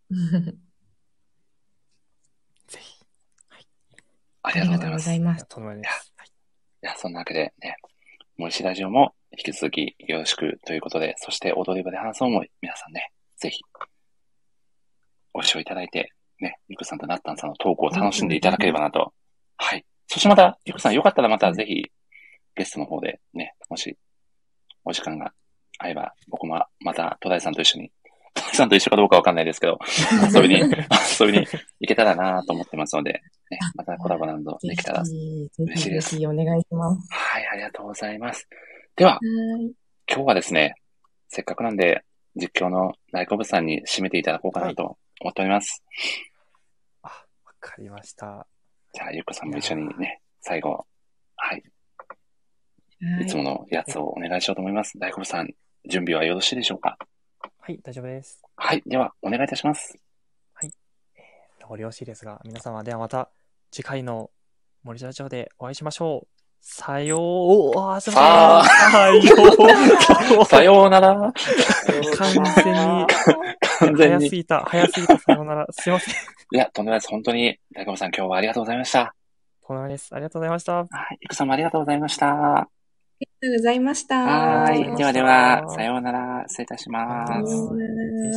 ぜひ。 ありがとうございます。いありがとうございます。 とんでもないです。はい。 や、そんなわけでね、森氏ラジオも引き続きよろしくということで、そして踊り場で話そうも皆さんね、ぜひ、ご視聴いただいて、ね、ゆくさんとなったんさんのトークを楽しんでいただければなと。はい。そしてまた、ゆくさんよかったらまたぜひ、ゲストの方でね、もし、お時間が合えば、僕もまた戸田さんと一緒に、戸田さんと一緒かどうかわかんないですけど、遊びに、遊びに行けたらなと思ってますので、ね、またコラボなどできたらぜひ、ぜひ嬉しいです。 ぜひお願いします。 はい、ありがとうございます。では、 はい。 今日はですね、せっかくなんで、実況の大好物さんに締めていただこうかなと思っております。 あ、わかりました。 じゃあ、ゆっこさんも一緒にね、最後、はい、 はいいつものやつをお願いしようと思います。大好物さん、準備はよろしいでしょうか？ はい、大丈夫です。 はい、では、お願いいたします。 名残惜しいですが、皆様ではまた次回の森ラジオでお会いしましょう。さよう、おあ、すいません。さよう。 さようなら。 完全に、 完全に。 早すぎた、早すぎた、さようなら。すいません。 いや、とんでもないです。本当に、大好物さん、今日はありがとうございました。 とんでもないです。ありがとうございました。 はい、ゆくさんもありがとうございました。 ありがとうございました。 はい、 ありがとうごではでざいましたは、さようなら。失礼いたします。 失礼します。